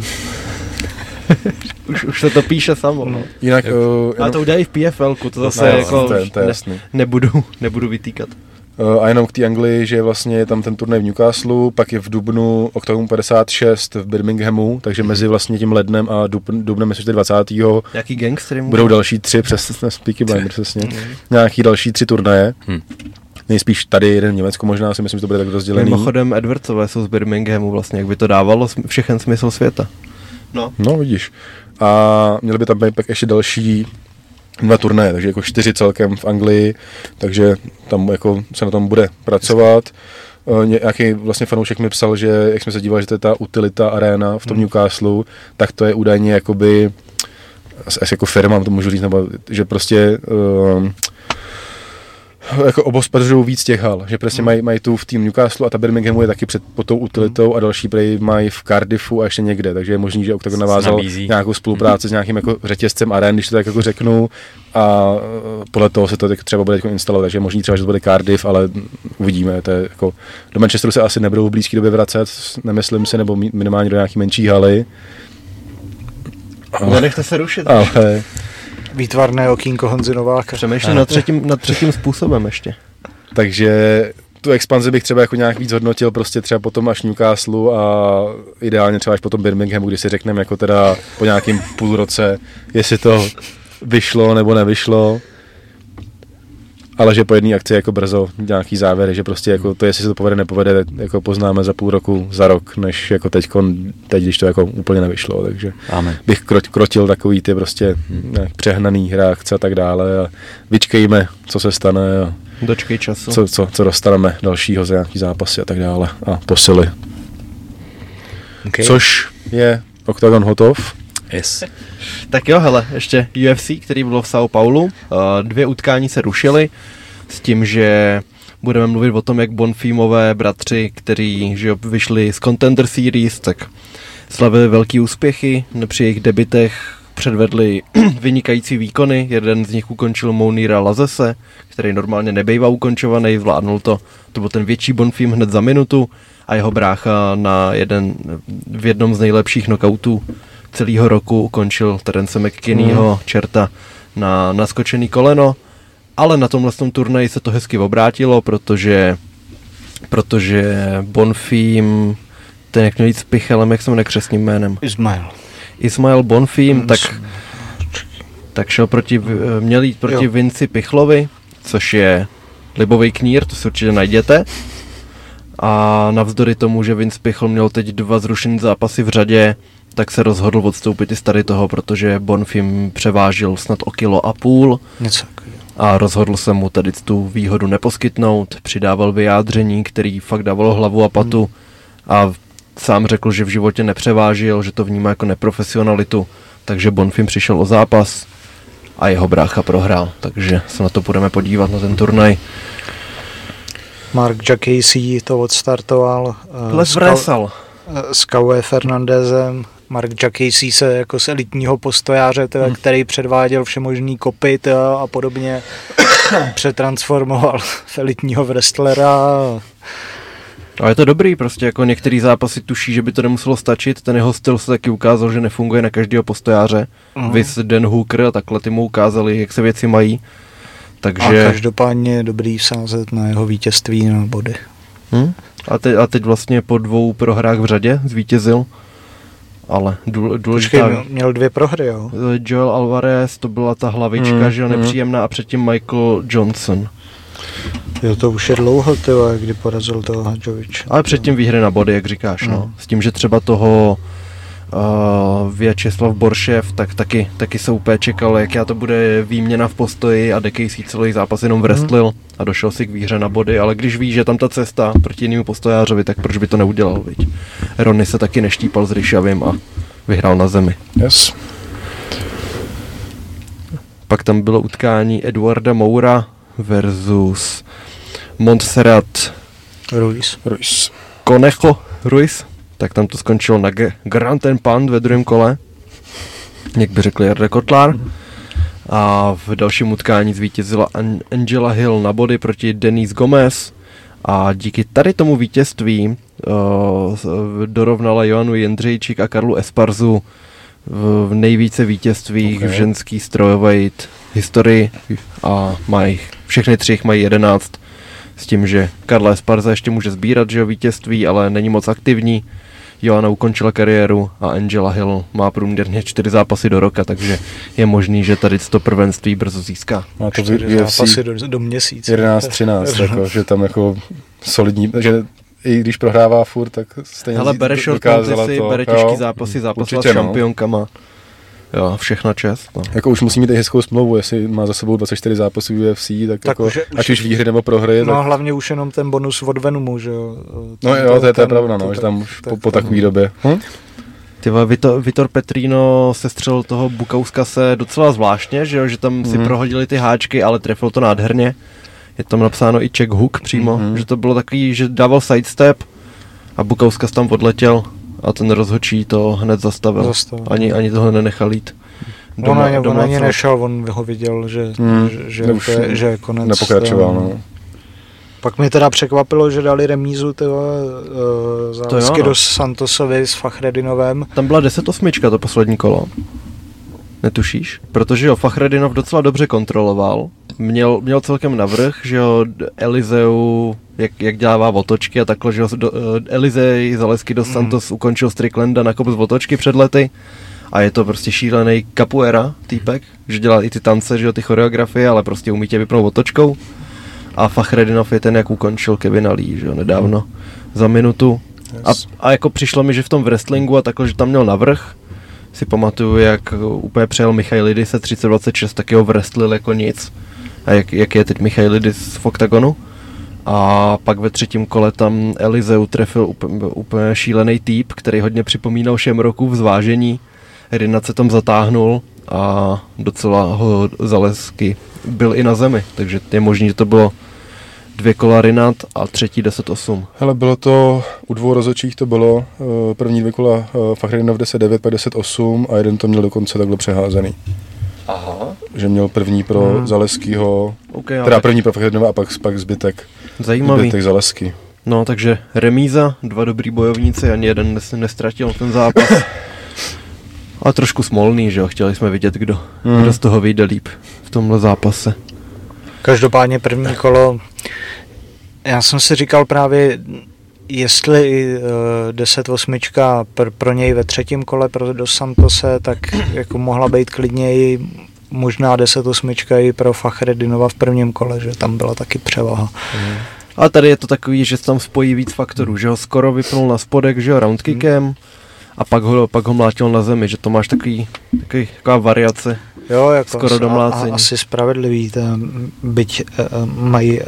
už, už se to píše samo. No. Jinak, uh, a to udělají v P F L ku, to zase no, jako to je, to je ne, nebudu, nebudu vytýkat. Uh, a jenom k té Anglii, že vlastně je tam ten turnaj v Newcastle, pak je v dubnu Octagon padesát šest v Birminghamu, takže mezi vlastně tím lednem a dub, dubnem, myslím, že dvacátého Jaký gangstery budou může? další tři, přesně, Peaky Blinders, přesně, nějaký další tři turnaje. Hmm. Nejspíš tady jeden v Německu možná, si myslím, že to bude tak rozdělený. Mimochodem Edwardsové jsou z Birminghamu vlastně, jak by to dávalo všechen smysl světa. No. No, vidíš. A měli by tam být pak ještě další dva turnaje, takže jako čtyři celkem v Anglii, takže tam jako se na tom bude pracovat. Nějaký vlastně fanoušek mi psal, že jak jsme se dívali, že to je ta Utilita Arena v tom hmm. Newcastle, tak to je údajně jakoby, asi jako firma, to můžu říct, nebo že prostě... Um, jako obhospodařují víc těch hal, že prostě hmm. mají, mají tu v tým Newcastle a ta Birminghamu je taky před pod tou Utilitou a další prej mají v Cardiffu a ještě někde, takže je možný, že Octagon navázal nabízí. nějakou spolupráci hmm. s nějakým jako řetězcem aren, když to tak jako řeknu a podle toho se to třeba bude jako instalovat, takže je možný třeba, že to bude Cardiff, ale uvidíme, to je jako do Manchesteru se asi nebudou v blízké době vracet, nemyslím si, nebo minimálně do nějaký menší haly. Nenechte se rušit. Ale... Výtvarné okýnko Honzy Nováka. Přemýšlím nad třetím, nad třetím způsobem ještě. Takže tu expanzi bych třeba jako nějak víc hodnotil prostě třeba potom až Newcastle a ideálně třeba až potom Birminghamu, kdy si řekneme jako teda po nějakým půl roce, jestli to vyšlo nebo nevyšlo. ale že po jedné akci jako brzo nějaký závěry, že prostě jako to, jestli se to povede, nepovede, jako poznáme za půl roku, za rok, než jako teď, teď když to jako úplně nevyšlo, takže Amen. bych krotil takový ty prostě přehnaný reakce a tak dále a vyčkejme, co se stane a dočkej času. Co, co, co dostaneme dalšího za nějaký zápasy a tak dále a posily. Okay. Což je Octagon hotov. Yes. Tak jo, hele, ještě U F C, který bylo v São Paulo. Dvě utkání se rušily s tím, že budeme mluvit o tom, jak Bonfimové bratři, kteří že vyšli z Contender Series, tak slavili velký úspěchy. Při jejich debitech předvedli vynikající výkony. Jeden z nich ukončil Mounira Lazese, který normálně nebejvá ukončovaný, zvládnul to. To byl ten větší Bonfim hned za minutu a jeho brácha na jeden, v jednom z nejlepších knockoutů celého roku ukončil Terence McKinneyho mm. čerta na naskočený koleno, ale na tomhle turnaji se to hezky obrátilo, protože protože Bonfim, ten jak měl jít s Pichelem, jak se jmenuje křestním jménem? Ismail. Ismail Bonfim, mm. tak, tak šel proti, měl jít proti jo. Vinci Pichlovi, což je libový knír, to si určitě najděte. A navzdory tomu, že Vince Pichl měl teď dva zrušené zápasy v řadě, tak se rozhodl odstoupit i z tady toho, protože Bonfim převážil snad o kilo a půl a rozhodl se mu tady tu výhodu neposkytnout, přidával vyjádření, který fakt dávalo hlavu a patu hmm. a sám řekl, že v životě nepřevážil, že to vnímá jako neprofesionalitu, takže Bonfim přišel o zápas a jeho brácha prohrál, takže se na to budeme podívat na ten turnaj. Mark Jacasey to odstartoval uh, s, Kau- s Kaué Fernandezem. Mark Jacasey se jako z elitního postojáře, teda, hmm. který předváděl všemožný kopy teda, a podobně, přetransformoval v elitního wrestlera. A je to dobrý, prostě jako některý zápasy tuší, že by to nemuselo stačit, ten jeho styl se taky ukázal, že nefunguje na každého postojáře. Uh-huh. Vys Dan Hooker a takhle ty mu ukázali, jak se věci mají. Takže... A každopádně je dobrý sázet na jeho vítězství na body. Hmm? A, te, a teď vlastně po dvou prohrách v řadě zvítězil, ale důležitá... Počkej, měl dvě prohry, jo? Joel Alvarez, to byla ta hlavička, hmm, že jo, nepříjemná, a předtím Michael Johnson. Jo, to už je dlouho, tyvo, kdy porazil toho Hadžovič. Ale předtím výhry na body, jak říkáš, hmm. no. S tím, že třeba toho uh, Vyacheslav Boršev, tak taky, taky se úplně čekal, jaká to bude výměna v postoji a Dekejsí celý zápas jenom wrestlil hmm. a došel si k výhře na body, ale když ví, že tam ta cesta proti jinému postojářovi, tak proč by to neudělal, viď? Ronny se taky neštípal s Ryšavým a vyhrál na zemi. Yes. Pak tam bylo utkání Eduarda Moura versus Montserrat Ruiz. Ruiz. Conejo Ruiz. Tak tam to skončilo na G- Grand Pand ve druhém kole. Jak by řekl Jarda Kotlár. Mm. A v dalším utkání zvítězila An- Angela Hill na body proti Denise Gomez. A díky tady tomu vítězství uh, dorovnala Joanu Jędřejčík a Karlu Esparzu v, v nejvíce vítězstvích okay. v ženský strojové historii a mají, všechny tři mají jedenáct, s tím, že Karla Esparza ještě může sbírat, že jo, vítězství, ale není moc aktivní. Joana ukončila kariéru a Angela Hill má průměrně čtyři zápasy do roka, takže je možný, že tady to prvenství brzo získá. Má to čtyři zápasy do, do měsíce. jedenáct třináct, jako, že tam jako solidní, že i když prohrává furt, tak stejně ale bere short county, bere těžký zápasy, zápasila s šampionkama. No. Jo, všechna čest. No. Jako už musí mít i hezkou smlouvu, jestli má za sebou dvacet čtyři zápasů U F C, tak, tak jako, už, ať už výhry nebo prohry. No tak... hlavně už jenom ten bonus od Venumu, že jo. No jo, to je, to je pravda, no, že tam už tak, po, po takové době. Hm? Tyva, Vitor, Vitor Petrino se střelil toho Bukauskase docela zvláštně, že jo, že tam si mm. prohodili ty háčky, ale trefil to nádherně. Je tam napsáno i check hook přímo, mm. že to bylo takový, že dával sidestep a Bukauskas tam odletěl a ten rozhodčí to hned zastavil. zastavil. Ani, ani toho nenechal jít. Doma, on, doma on ani nešel, on ho viděl, že, hmm. že, že, to je, že je konec. Nepokračoval, no. Pak mě teda překvapilo, že dali remízu tyhle uh, závisky do Santosovi s Fahredinovem. Tam byla deset osm to poslední kolo. Netušíš? Protože jo, Fahredinov docela dobře kontroloval. Měl, měl celkem navrch, že jo, Elizeu, jak, jak dělává otočky a takhle, že jo, do, uh, Elizej Zalesky dos Santos mm. ukončil Stricklanda na kop z otočky před lety. A je to prostě šílený capoeira týpek, že dělá i ty tance, že jo, ty choreografie, ale prostě umí tě vypnout otočkou. A Fakhredinov je ten, jak ukončil Kevina Lee, že jo, nedávno, za minutu. A, a jako přišlo mi, že v tom wrestlingu a takhle, že tam měl navrch, si pamatuju, jak úplně přejel Michailidis se třicet dvacet šest, tak ho wrestlil jako nic. A jak, jak je teď Michailidis v Octagonu. A pak ve třetím kole tam Elizeu trefil úplně, úplně šílený týp, který hodně připomínal Shamrockův zvážení. Rinat se tam zatáhnul a docela ho Zalesky byl i na zemi, takže je možný, že to bylo dvě kola Rinat a třetí deset osm. Hele, bylo to, u dvou rozhodčích to bylo, první dvě kola Fakhredinov deset devět, pak deset osm a jeden to měl dokonce takhle přeházený. Aha. Že měl první pro hmm. Zaleskýho, okay, teda první pro Fakhredinova a pak, pak zbytek. Zajímavý. Zbytek Zalesky. No, takže remíza, dva dobrý bojovníci, ani jeden nes, nestratil ten zápas. Ale trošku smolný, že jo, chtěli jsme vidět, kdo, hmm. kdo z toho vyjde líp v tomhle zápase. Každopádně první kolo, já jsem si říkal právě, jestli uh, deset osm pr- pro něj ve třetím kole pro Dos Santose, tak jako mohla být klidně i možná deset osm i pro Fakhredinova v prvním kole, že tam byla taky převaha. Hmm. A tady je to takový, že se tam spojí víc faktorů, že ho skoro vypnul na spodek, že ho roundkickem hmm. a pak ho, pak ho mlátil na zemi, že to máš takový, takový taková variace. Jo, jako skoro domlácení. A, a asi spravedlivý, tam, byť uh, mají, uh,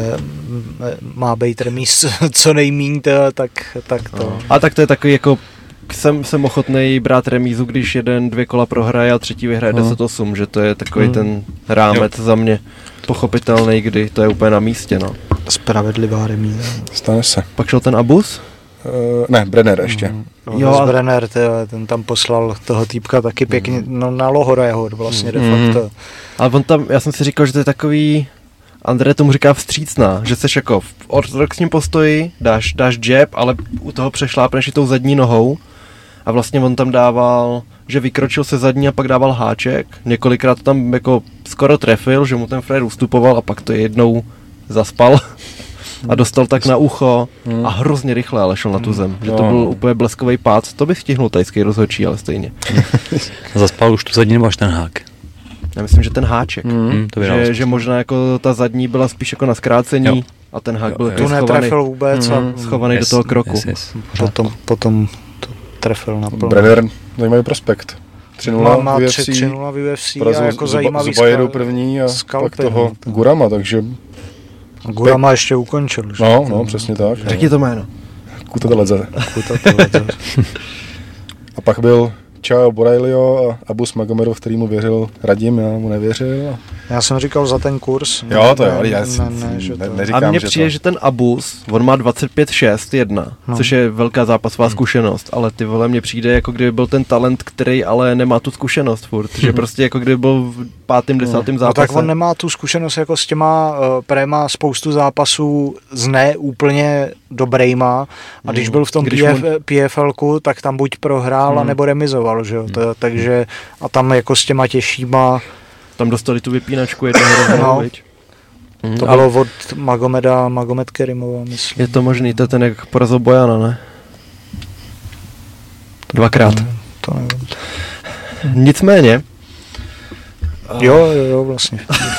má být remíz co nejmíň, tak, tak to. No. A tak to je takový jako, jsem, jsem ochotnej brát remízu, když jeden dvě kola prohraje a třetí vyhraje no. deset osm, že to je takový hmm. ten rámec jo. za mě pochopitelný, kdy to je úplně na místě, no. Spravedlivá remíza. Stane se. Pak šel ten Abus? Uh, ne, Brenner ještě. Mm. No, jo, ale... Brenner, tyhle, ten tam poslal toho týpka taky pěkně, mm. no na Lohora jeho vlastně mm. de facto. Ale on tam, já jsem si říkal, že to je takový, André tomu říká vstřícná, že seš jako v ortodoxním postoji, dáš, dáš jab, ale u toho přešlápneš i tou zadní nohou a vlastně on tam dával, že vykročil se zadní a pak dával háček, několikrát tam jako skoro trefil, že mu ten Fred ustupoval a pak to jednou zaspal. A dostal tak na ucho hmm. a hrozně rychle ale šel na tu zem. Že to byl úplně bleskový pád. To by stihnul tajský rozhodčí, ale stejně. Zaspal už tu zadní nebo až ten hák? Já myslím, že ten háček. Hmm. To že, že možná jako ta zadní byla spíš jako na zkrácení jo. a ten hák jo, byl tu netrefil vůbec hmm. a schovaný yes, do toho kroku. Yes, yes. Potom, potom to trefil naplno. Brenner, zajímavý prospekt. tři nula má v U F C. tři nula v U F C a jako zajímavý Zuba jedou první a pak toho Gurama, takže... Gurama ještě ukončil. Že? No, no, přesně tak. Řekni to jméno. Kutateledze. Kutateledze. A pak byl Chao Borrailio a Abus Magomedov, který mu věřil Radim, já mu nevěřil. Já jsem říkal za ten kurz. Jo, to jo, ale já ne, ne, že ne, to... neříkám, a mně že přijde, to... že ten Abus, on má dvacet pět šest jedna, no. což je velká zápasová zkušenost, ale ty vole, mně přijde, jako kdyby byl ten talent, který ale nemá tu zkušenost furt, že prostě jako kdyby byl v pátým, desátým zápase. No tak on nemá tu zkušenost jako s těma, uh, Pré má spoustu zápasů z ne úplně dobrejma a když byl v tom P F, on... P F L ku, tak tam buď prohrál, hmm. nebo remizoval, že jo, to, takže a tam jako s těma těžšíma tam dostali tu vypínačku jednoho rozhodu, viď? Mm, to bylo od Magomeda, Magomed Kerimova, myslím. Je to možný, to je ten, jak porazil Bojana, ne? Dvakrát. Ne, to nevím. Nicméně. Jo, jo, jo, vlastně.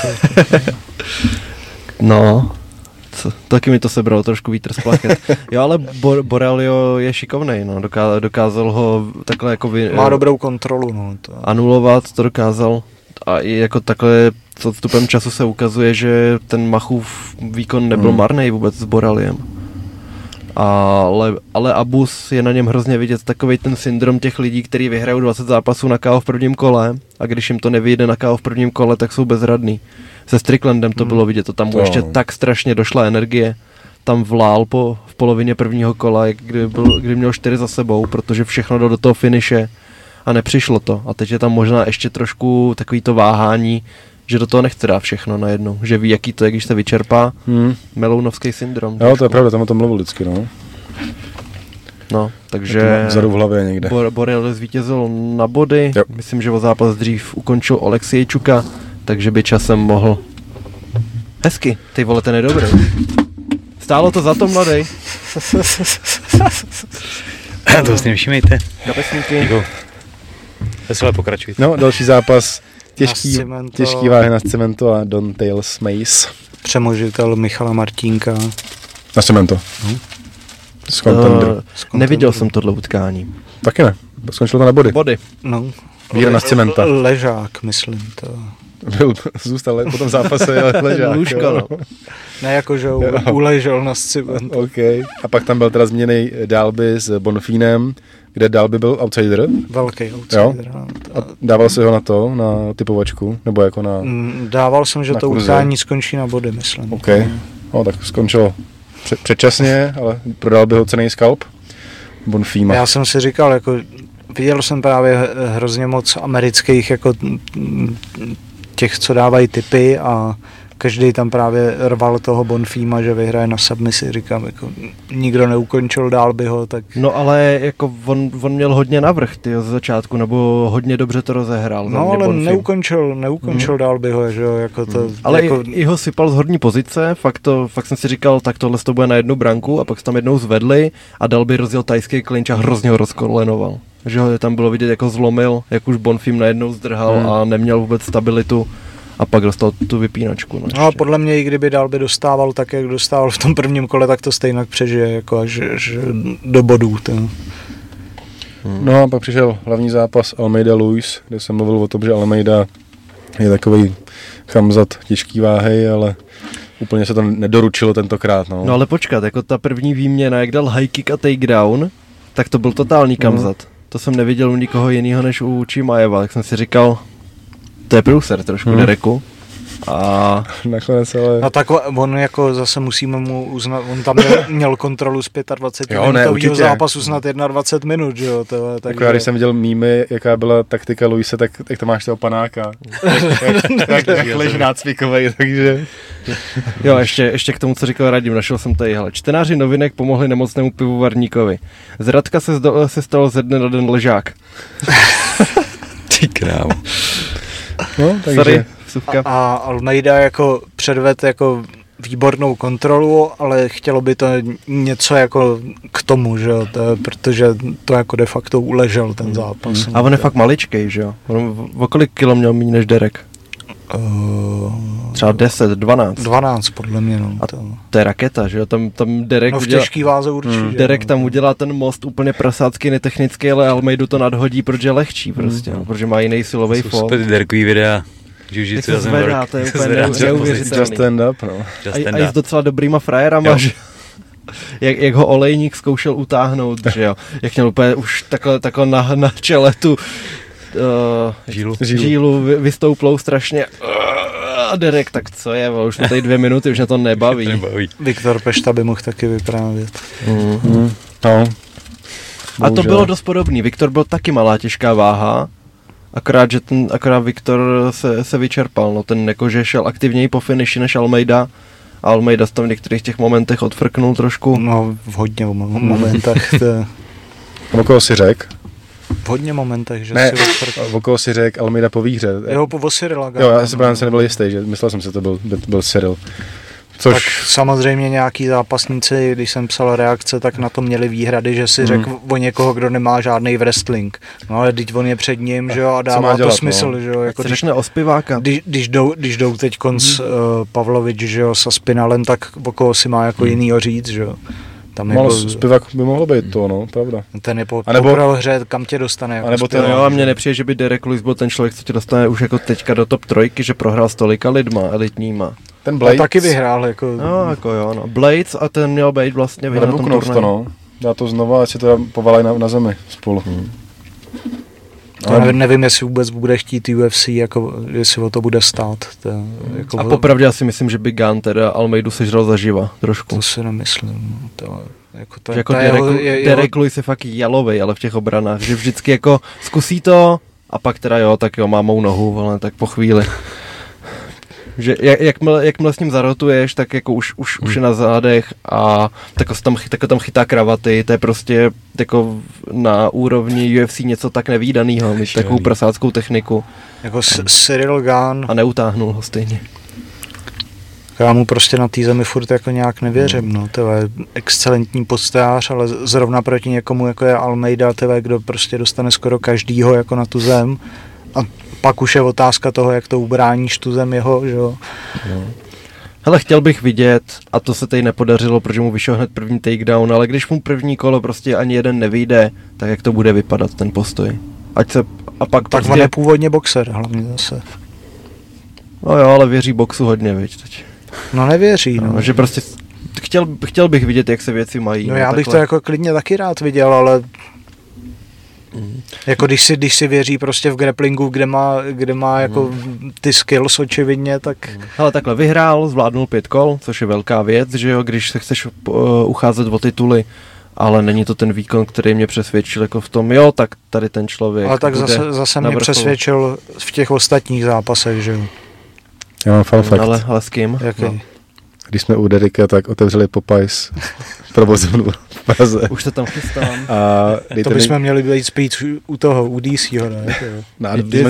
No, co, taky mi to sebralo trošku vítr z plachet. Jo, ale Bor- Borrailio je šikovnej, no, dokázal, dokázal ho takhle jako vy, má dobrou kontrolu, no. To... anulovat, to dokázal. A i jako takhle s odstupem času se ukazuje, že ten Machův výkon nebyl hmm. marný vůbec s Borrailiem. Ale, ale Abus je na něm hrozně vidět takovej ten syndrom těch lidí, kteří vyhrajou dvacet zápasů na K O v prvním kole a když jim to nevyjde na K O v prvním kole, tak jsou bezradný. Se Stricklandem to hmm. bylo vidět, to tam mu ještě tak strašně došla energie. Tam vlál po, v polovině prvního kola, kdy, byl, kdy měl čtyři za sebou, protože všechno dal do toho finiše a nepřišlo to. A teď je tam možná ještě trošku takový to váhání, že do toho nechce dát všechno najednou. Že ví, jaký to je, když se vyčerpá. Hmm. Melounovský syndrom. Jo, trošku. To je pravda, tam o tom mluvil vždycky, no. No, takže... Vzadu v hlavě někde. Bor- Borrailio zvítězil na body. Jo. Myslím, že o zápas dřív ukončil Oleksiejčuka, takže by časem mohl... Hezky, ty vole, ten je dobrý. Stálo to za to, mladej. To si nevšimejte. Kapesníky. Děkuju. Veselé pokračujte. No, další zápas. Těžký, těžký váhy na Cemento a Don Tales Mace. přemožitel Michala Martínka. Na cemento. Hmm. Z kontendru. Uh, neviděl jsem tohle utkání. Taky ne. Skončilo to na body. Body. No. Výhra z cementa. Ležák, myslím to. Byl, zůstal po tom zápase, ale ležák. Lůžko, no. Ne jako, že uležel na cementu. OK. A pak tam byl teda změněný Dalby s Bonfínem, kde Dalby byl outsider. Velký outsider. Jo? A dával si ho na to, na typovačku, nebo jako na... Dával jsem, že to utkání skončí na body, myslím. OK. No, tak skončilo předčasně, ale prodal by ho cenný skalp. Bonfíma. Já jsem si říkal, jako viděl jsem právě hrozně moc amerických jako těch, co dávají tipy a každý tam právě rval toho Bonfíma, že vyhraje na submisi, říkám, jako nikdo neukončil Dalby ho, tak... No ale jako on, on měl hodně navrch, tyjo, z začátku, nebo hodně dobře to rozehrál. No ale Bonfím. neukončil, neukončil hmm. Dalby ho, že jo, jako to... Hmm. Ale jako... i, i ho sypal z horní pozice, fakt, to, fakt jsem si říkal, tak tohle to bude na jednu branku a pak se tam jednou zvedli a Dalby rozjel tajský klinč a hrozně ho rozkolenoval. Že ho tam bylo vidět, jako zlomil, jak už Bonfím najednou zdrhal hmm. a neměl vůbec stabilitu. A pak dostal tu vypínačku. No, no a podle mě, i kdyby Dalby dostával tak, jak dostával v tom prvním kole, tak to stejně přežije, jako až, až do bodů. To. Hmm. No a pak přišel hlavní zápas Almeida-Lewis, kde jsem mluvil o tom, že Almeida je takový chamzat těžký váhy, ale úplně se to nedoručilo tentokrát. No, no ale počkat, jako ta první výměna, jak dal high kick a takedown, tak to byl totální chamzat. Hmm. To jsem neviděl u nikoho jiného než u Chimaeva, tak jsem si říkal, to je průser trošku hmm. Dereku. A nakonec ale... No tak on jako zase musíme mu uznat, on tam měl, měl kontrolu z dvacetipětiminutového zápasu snad dvacet jedna minut, že jo. To, tak jako já, když jsem viděl mýmy, jaká byla taktika Luise, tak, tak to máš toho panáka. jak, jak leží nácvikovej, takže... Jo, ještě, ještě k tomu, co říkal Radim, našel jsem tady, hele, čtenáři novinek pomohli nemocnému pivovarníkovi. Z Radka se, zdo, se stal ze dne na den ležák. Ty krávo. No, takže... Sorry, vsuvka. A, a Almeida jako předved jako výbornou kontrolu, ale chtělo by to něco jako k tomu, že jo, to, protože to jako de facto uležel ten zápas. A on je fakt maličkej, že jo? On o kolik kilo měl méně než Derek? Uh, Třeba deset, dvanáct. dvanáct podle mě, no. A to, to je raketa, že jo? Tam, tam Derek no v udělá, těžký váze určitě. Hmm. Derek no. Tam udělá ten most úplně prasácky, netechnický, ale Almeidu to nadhodí, protože je lehčí prostě, hmm. no, protože má jiný silový fond. Jsou Derekový videa. Jak se zvedá, to je úplně neuvěřitelný. Just stand up, no. Just stand a, a i s docela dobrýma frajerama, že jak, jak ho olejník zkoušel utáhnout, že jo. Jak měl úplně už takhle, takhle na, na čele tu uh, žílu, žílu vy, vystouplou strašně. A Derek, tak co je, už na tady dvě minuty, už na to nebaví. nebaví. Viktor Pešta by mohl taky vyprávět. Mm-hmm. No. A to bylo dost podobný. Viktor byl taky malá těžká váha, akorát, že ten, akorát Viktor se, se vyčerpal, no ten jakože šel aktivněji po finiši než Almeida. A Almeida tam v některých těch momentech odfrknul trošku. No v hodně momentech. To... Okolo si řek? V hodně momentech, že ne, si odfrknul. Okolo si řek Almeida po výhře. Jeho po Cyrila. Jo, já si právě se nebyl jistý, že myslel jsem si, že to byl, byl Cyril. Což... Tak samozřejmě nějaký zápasníci, když jsem psal reakce, tak na to měli výhrady, že si hmm. řekl o někoho, kdo nemá žádný wrestling. No ale teď on je před ním, že jo, a dává dělat, to smysl, no. Že jo. Jako když, řekne o zpěváka. Když, když, jdou, když jdou teď konc hmm. uh, Pavlovič, že jo, sa Spinalem, tak okolo si má jako hmm. jinýho říct, že jo. Tam jako... zpěvák by mohlo být to, no, pravda. Ten je po, nebo... po prohře, kam tě dostane. Jako a nebo ten, jo, a mně nepřijde, že by Derek Lewis byl ten člověk, co tě dostane už jako teďka do top trojky, že prohrál s tolika lidma, elitníma. Ten Blades. A taky vyhrál, jako... No, jako jo, no. Blades a ten měl být vlastně vyhrát na tom turnaji. to, no. Dá to znova, ať si to povalají na, na zemi spolu. Hmm. To nevím, nevím, jestli vůbec bude chtít U F C, jako, jestli o to bude stát. To, jako a popravdě já si myslím, že by Gunn teda Almeidu sežral zaživa trošku. To si nemyslím. To, jako to, jako to Derek, jeho, je, Derek Lewis je fakt jalovej, ale v těch obranách, že vždycky jako zkusí to a pak teda jo, tak jo, má mou nohu, ale tak po chvíli. Že jak, jakmile, jakmile s ním zarotuješ, tak jako už, už, hmm. už je na zádech a tak tam, tak tam chytá kravaty, to je prostě jako na úrovni U F C něco tak nevídanýho, mít takovou prasáckou techniku. Jako s- Cyril Gane. A neutáhnul ho stejně. Já mu prostě na té zemi furt jako nějak nevěřím, no, to je excelentní postojář, ale zrovna proti někomu, jako je Almeida, tebe, kdo prostě dostane skoro každýho jako na tu zem. A pak už je otázka toho, jak to ubráníš tu zem jeho, že jo. No. Hele, chtěl bych vidět, a to se tady nepodařilo, protože mu vyšel hned první takedown, ale když mu první kolo prostě ani jeden nevyjde, tak jak to bude vypadat ten postoj? Ať se, a pak tak prostě... on je původně boxer, hlavně zase. No jo, ale věří boxu hodně, viď, teď. No nevěří, no. no. Že prostě chtěl, chtěl bych vidět, jak se věci mají. No no, já bych takhle. to jako klidně taky rád viděl, ale mm. jako když si, když si věří prostě v grapplingu, kde má, kde má jako mm. ty skills očividně, tak... Mm. Hele, takhle vyhrál, zvládnul pět kol, což je velká věc, že jo, když se chceš uh, ucházet o tituly, ale není to ten výkon, který mě přesvědčil jako v tom, jo, tak tady ten člověk ale tak zase, zase mě přesvědčil v těch ostatních zápasech, že jo. Já mám fun fact. Ale, ale s kým? Jaký? No. Když jsme u Derricka, tak otevřeli Popeyes provozovnu v Praze. Už se tam chystám. A to bychom nej... měli být spíš u toho, u D C ho, ne? No,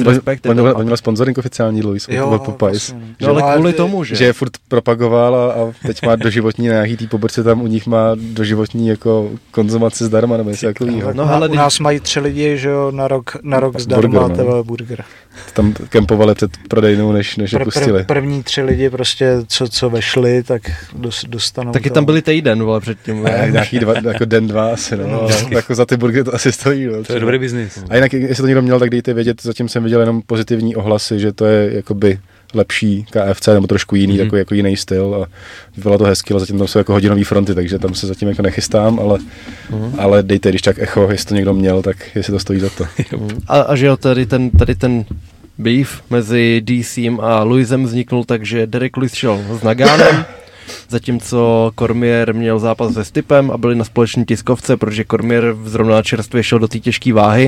on měl sponsoring oficiální Louis od Popeyes. Vlastně. No, ale kvůli tomu, že? Že je furt propagoval a, a teď má doživotní na nějaký tý pobočce, tam u nich má doživotní jako konzumaci zdarma, nebo něco takového. No, no, u nás mají tři lidi, že jo, na rok, na rok zdarma burger, no. burger. Tam kempovali před prodejnou, než, než je pr- pustili. Pr- první tři lidi prostě, co, co vešli, tak dostanou. Taky to. Tam byli týden, vole, předtím. Ne, nějaký dva, jako den, dva asi, no. no jako za ty burgery to asi stojí, no. To je dobrý biznis. A jinak, jestli to někdo měl, tak dejte vědět, zatím jsem viděl jenom pozitivní ohlasy, že to je jakoby lepší K F C, nebo trošku jiný, mm. jako, jako jiný styl a bylo to hezky, ale zatím tam jsou jako hodinový fronty, takže tam se zatím jako nechystám, ale, mm. ale dejte, když tak echo, jestli to někdo měl, tak jestli to stojí za to. a, a že jo, tady ten, tady ten beef mezi D C a Louisem vzniknul tak, že Derek Lewis šel s Nagánem, zatímco Cormier měl zápas se Stipem a byli na společné tiskovce, protože Cormier zrovna čerstvě šel do té těžké váhy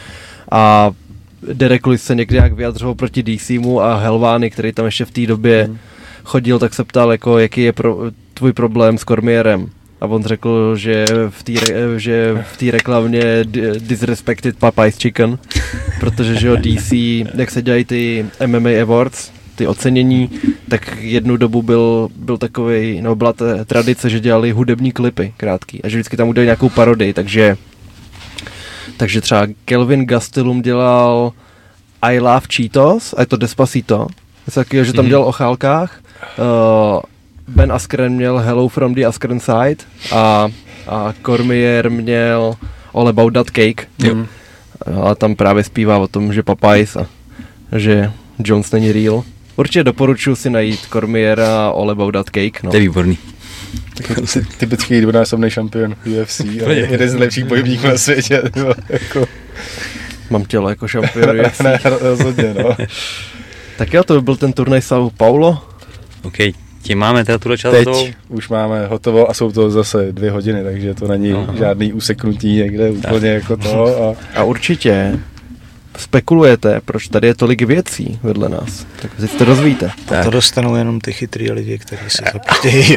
a Derek Lewis se někdy jak vyjadřoval proti D C mu a Helvány, který tam ještě v té době hmm. chodil, tak se ptal, jako, jaký je pro, tvůj problém s Cormierem. A on řekl, že v té že v té reklamě disrespected Popeye's Chicken, protože že jo, D C, jak se dělají ty M M A Awards, ty ocenění, tak jednu dobu byl, byl takovej, no byla ta tradice, že dělali hudební klipy krátký a že vždycky tam udělali nějakou parodii, takže takže třeba Kelvin Gastelum dělal I Love Cheetos a je to Despacito, taky, že tam dělal o chálkách. Uh, Ben Askren měl Hello from the Askren Side a, a Cormier měl All About That Cake. Mm. A tam právě zpívá o tom, že Popeyes a že Jones není real. Určitě doporučuji si najít Cormiera All About That Cake. No. To je výborný. Typický dvojnásobný šampion U F C a jeden z nejlepších bojovníků na světě. Jako. Mám tělo jako šampion U F C. Ne, rozhodně, no. Tak jo, to by byl ten turnaj São Paulo. OK, tím máme teda tuhle část. Teď už máme hotovo a jsou to zase dvě hodiny, takže to není no. žádný useknutí někde úplně tak. jako to. A... a určitě spekulujete, proč tady je tolik věcí vedle nás. Tak si to dozvíte. A to dostanou jenom ty chytrý lidi, kteří se zapítějí.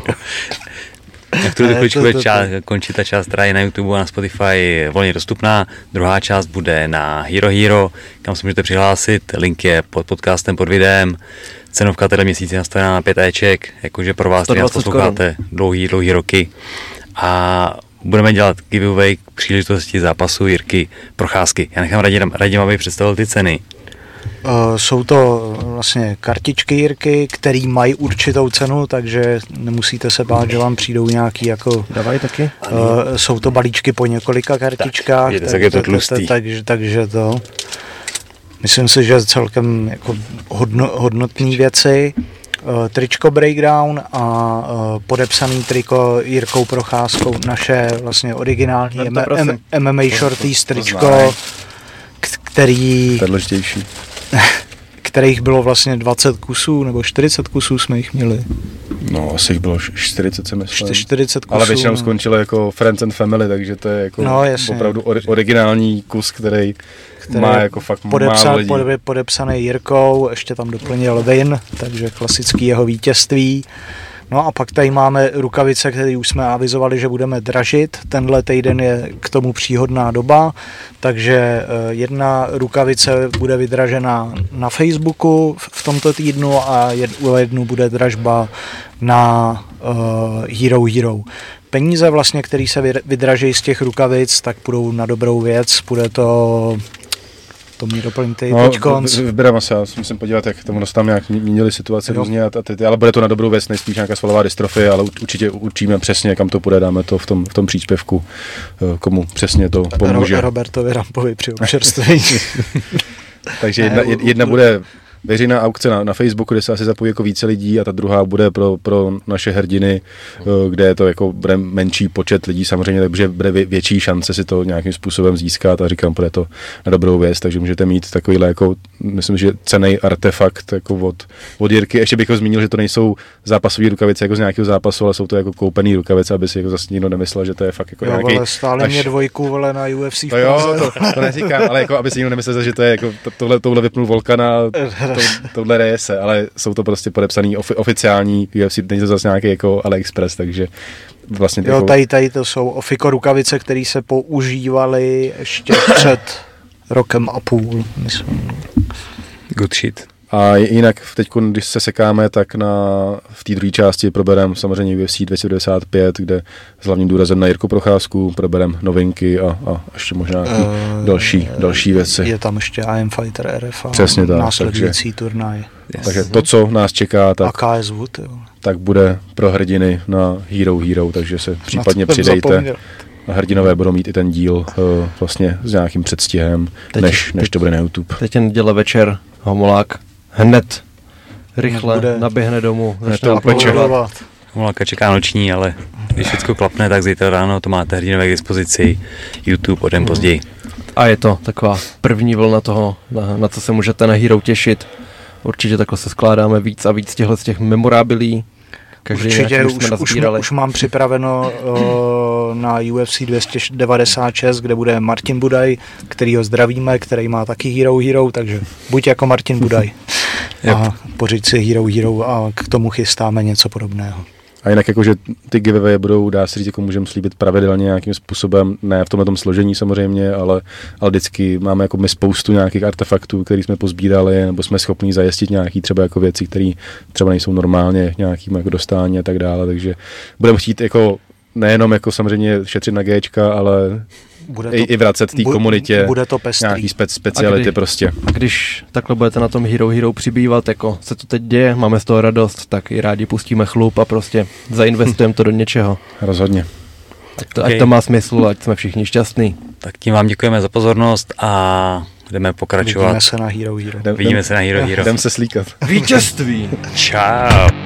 Jak tu chvíličku bude končit ta část, která je na YouTube a na Spotify volně dostupná. Druhá část bude na Hero Hero, kam se můžete přihlásit. Link je pod podcastem, pod videem. Cenovka téhle měsíce nastavená na pět éček, jakože pro vás, kteří nás posloucháte dlouhý, dlouhý roky. A budeme dělat giveaway k příležitosti zápasu Jirky Procházky. Já nechám Radim, Radim, aby představil ty ceny. Uh, jsou to vlastně kartičky Jirky, které mají určitou cenu, takže nemusíte se bát, že vám přijdou nějaký jako... Dávají taky? Uh, jsou to balíčky po několika kartičkách. Tak, tak je to tlustý. Takže, takže to... Myslím si, že celkem jako hodno, hodnotné věci. Uh, tričko Breakdown a uh, podepsaný triko Jirkou Procházkou, naše vlastně originální M- M- M M A Shorties tričko, který... Důležitější. kterých bylo vlastně dvacet kusů, nebo čtyřicet kusů jsme jich měli. No, asi jich bylo čtyřicet, se myslím. čtyřicet kusů. Ale většinou skončilo jako Friends and Family, takže to je jako no, opravdu or- originální kus, který, který má jako fakt podepsa- málo lidí. Podep- podepsaný Jirkou, ještě tam doplnil Vin, takže klasický jeho vítězství. No a pak tady máme rukavice, které už jsme avizovali, že budeme dražit. Tenhle týden je k tomu příhodná doba, takže jedna rukavice bude vydražena na Facebooku v tomto týdnu a jednu bude dražba na uh, Hero Hero. Peníze vlastně, které se vydraží z těch rukavic, tak půjdou na dobrou věc. Bude to To mě doplň ty, no, teď konc. Vybereme se, já si musím podívat, jak tomu tam nějak měnili situace různě, a ty, ale bude to na dobrou věc, nejspíš nějaká svalová dystrofie, ale určitě učíme přesně, kam to půjde, dáme to v tom, v tom příspěvku, komu přesně to pomůže. Robertovi Rampovi při občerstvení. Takže jedna, jedna bude veřejná aukce na, na Facebooku, kde se asi zapojí jako více lidí, a ta druhá bude pro, pro naše hrdiny, kde je to jako bude menší počet lidí samozřejmě, takže bude větší šance si to nějakým způsobem získat, a říkám, bude to na dobrou věc, takže můžete mít takovýhle jako, myslím, že cenný artefakt jako od, od Jirky. Ještě bych ho zmínil, že to nejsou zápasové rukavice jako z nějakého zápasu, ale jsou to jako koupený rukavice, aby si jako zase nikdo nemyslel, že to je fakt jako jo, nějaký... Jo, stále až... mě dvojku, vole, na U F C. To jo, to, to neříkám, ale jako aby si nikdo nemyslel, že to je jako to, tohle, tohle vypnul Volkana, to, tohle neje se, ale jsou to prostě podepsaný ofi, oficiální U F C, není to zase nějaký jako AliExpress, takže vlastně... Jo, tady, tady to jsou Ofiko rukavice, které se používaly ještě před rokem a půl, myslím. Good shit. A jinak teď, když se sekáme, tak na, v té druhé části probereme samozřejmě U F C dvě stě devadesát pět, kde s hlavním důrazem na Jirku Procházku probereme novinky a, a ještě možná uh, další, další věci. Je tam ještě I am Fighter R F a přesně tak, následující takže, turnaj. Yes. Takže to, co nás čeká, tak, a K S V, tak bude pro hrdiny na Hero Hero, takže se případně přidejte. Zapomněl. A hrdinové budou mít i ten díl uh, vlastně s nějakým předstihem, teď, než, než teď, to bude na YouTube. Teď je neděle večer, Homolák hned rychle bude, naběhne domů, začne upečovat. Homoláka čeká noční, ale když všechno klapne, tak zítra ráno to máte hrdinové k dispozici, YouTube o den mm. později. A je to taková první vlna toho, na, na co se můžete na Hero těšit. Určitě takhle se skládáme víc a víc těchto z těch memorábilí. Každý určitě už, už, už mám připraveno uh, na U F C dvě stě devadesát šest, kde bude Martin Budaj, který ho zdravíme, který má taky Hero Hero, takže buď jako Martin Budaj a pořiď si Hero Hero a k tomu chystáme něco podobného. A jinak jakože ty giveaway budou, dá se říct, jako můžeme slíbit pravidelně nějakým způsobem, ne v tomhle složení samozřejmě, ale, ale vždycky máme jako my spoustu nějakých artefaktů, které jsme pozbírali, nebo jsme schopni zajistit nějaký třeba jako věci, které třeba nejsou normálně nějakým jako dostání a tak dále, takže budeme chtít jako nejenom jako samozřejmě šetřit na Gčka, ale bude to, i, i vracet té komunitě bude to pestrý. Nějaký spe, speciality kdy, prostě. A když takhle budete na tom Hero Hero přibývat, jako se to teď děje, máme z toho radost, tak i rádi pustíme chlup a prostě zainvestujeme to do něčeho. Rozhodně. Ať to, okay. ať to má smysl, ať jsme všichni šťastní. Tak tím vám děkujeme za pozornost a jdeme pokračovat. Vidíme se na Hero Hero. Vidíme se na Hero Hero. Jdeme se slíkat. Vítězství. Čau.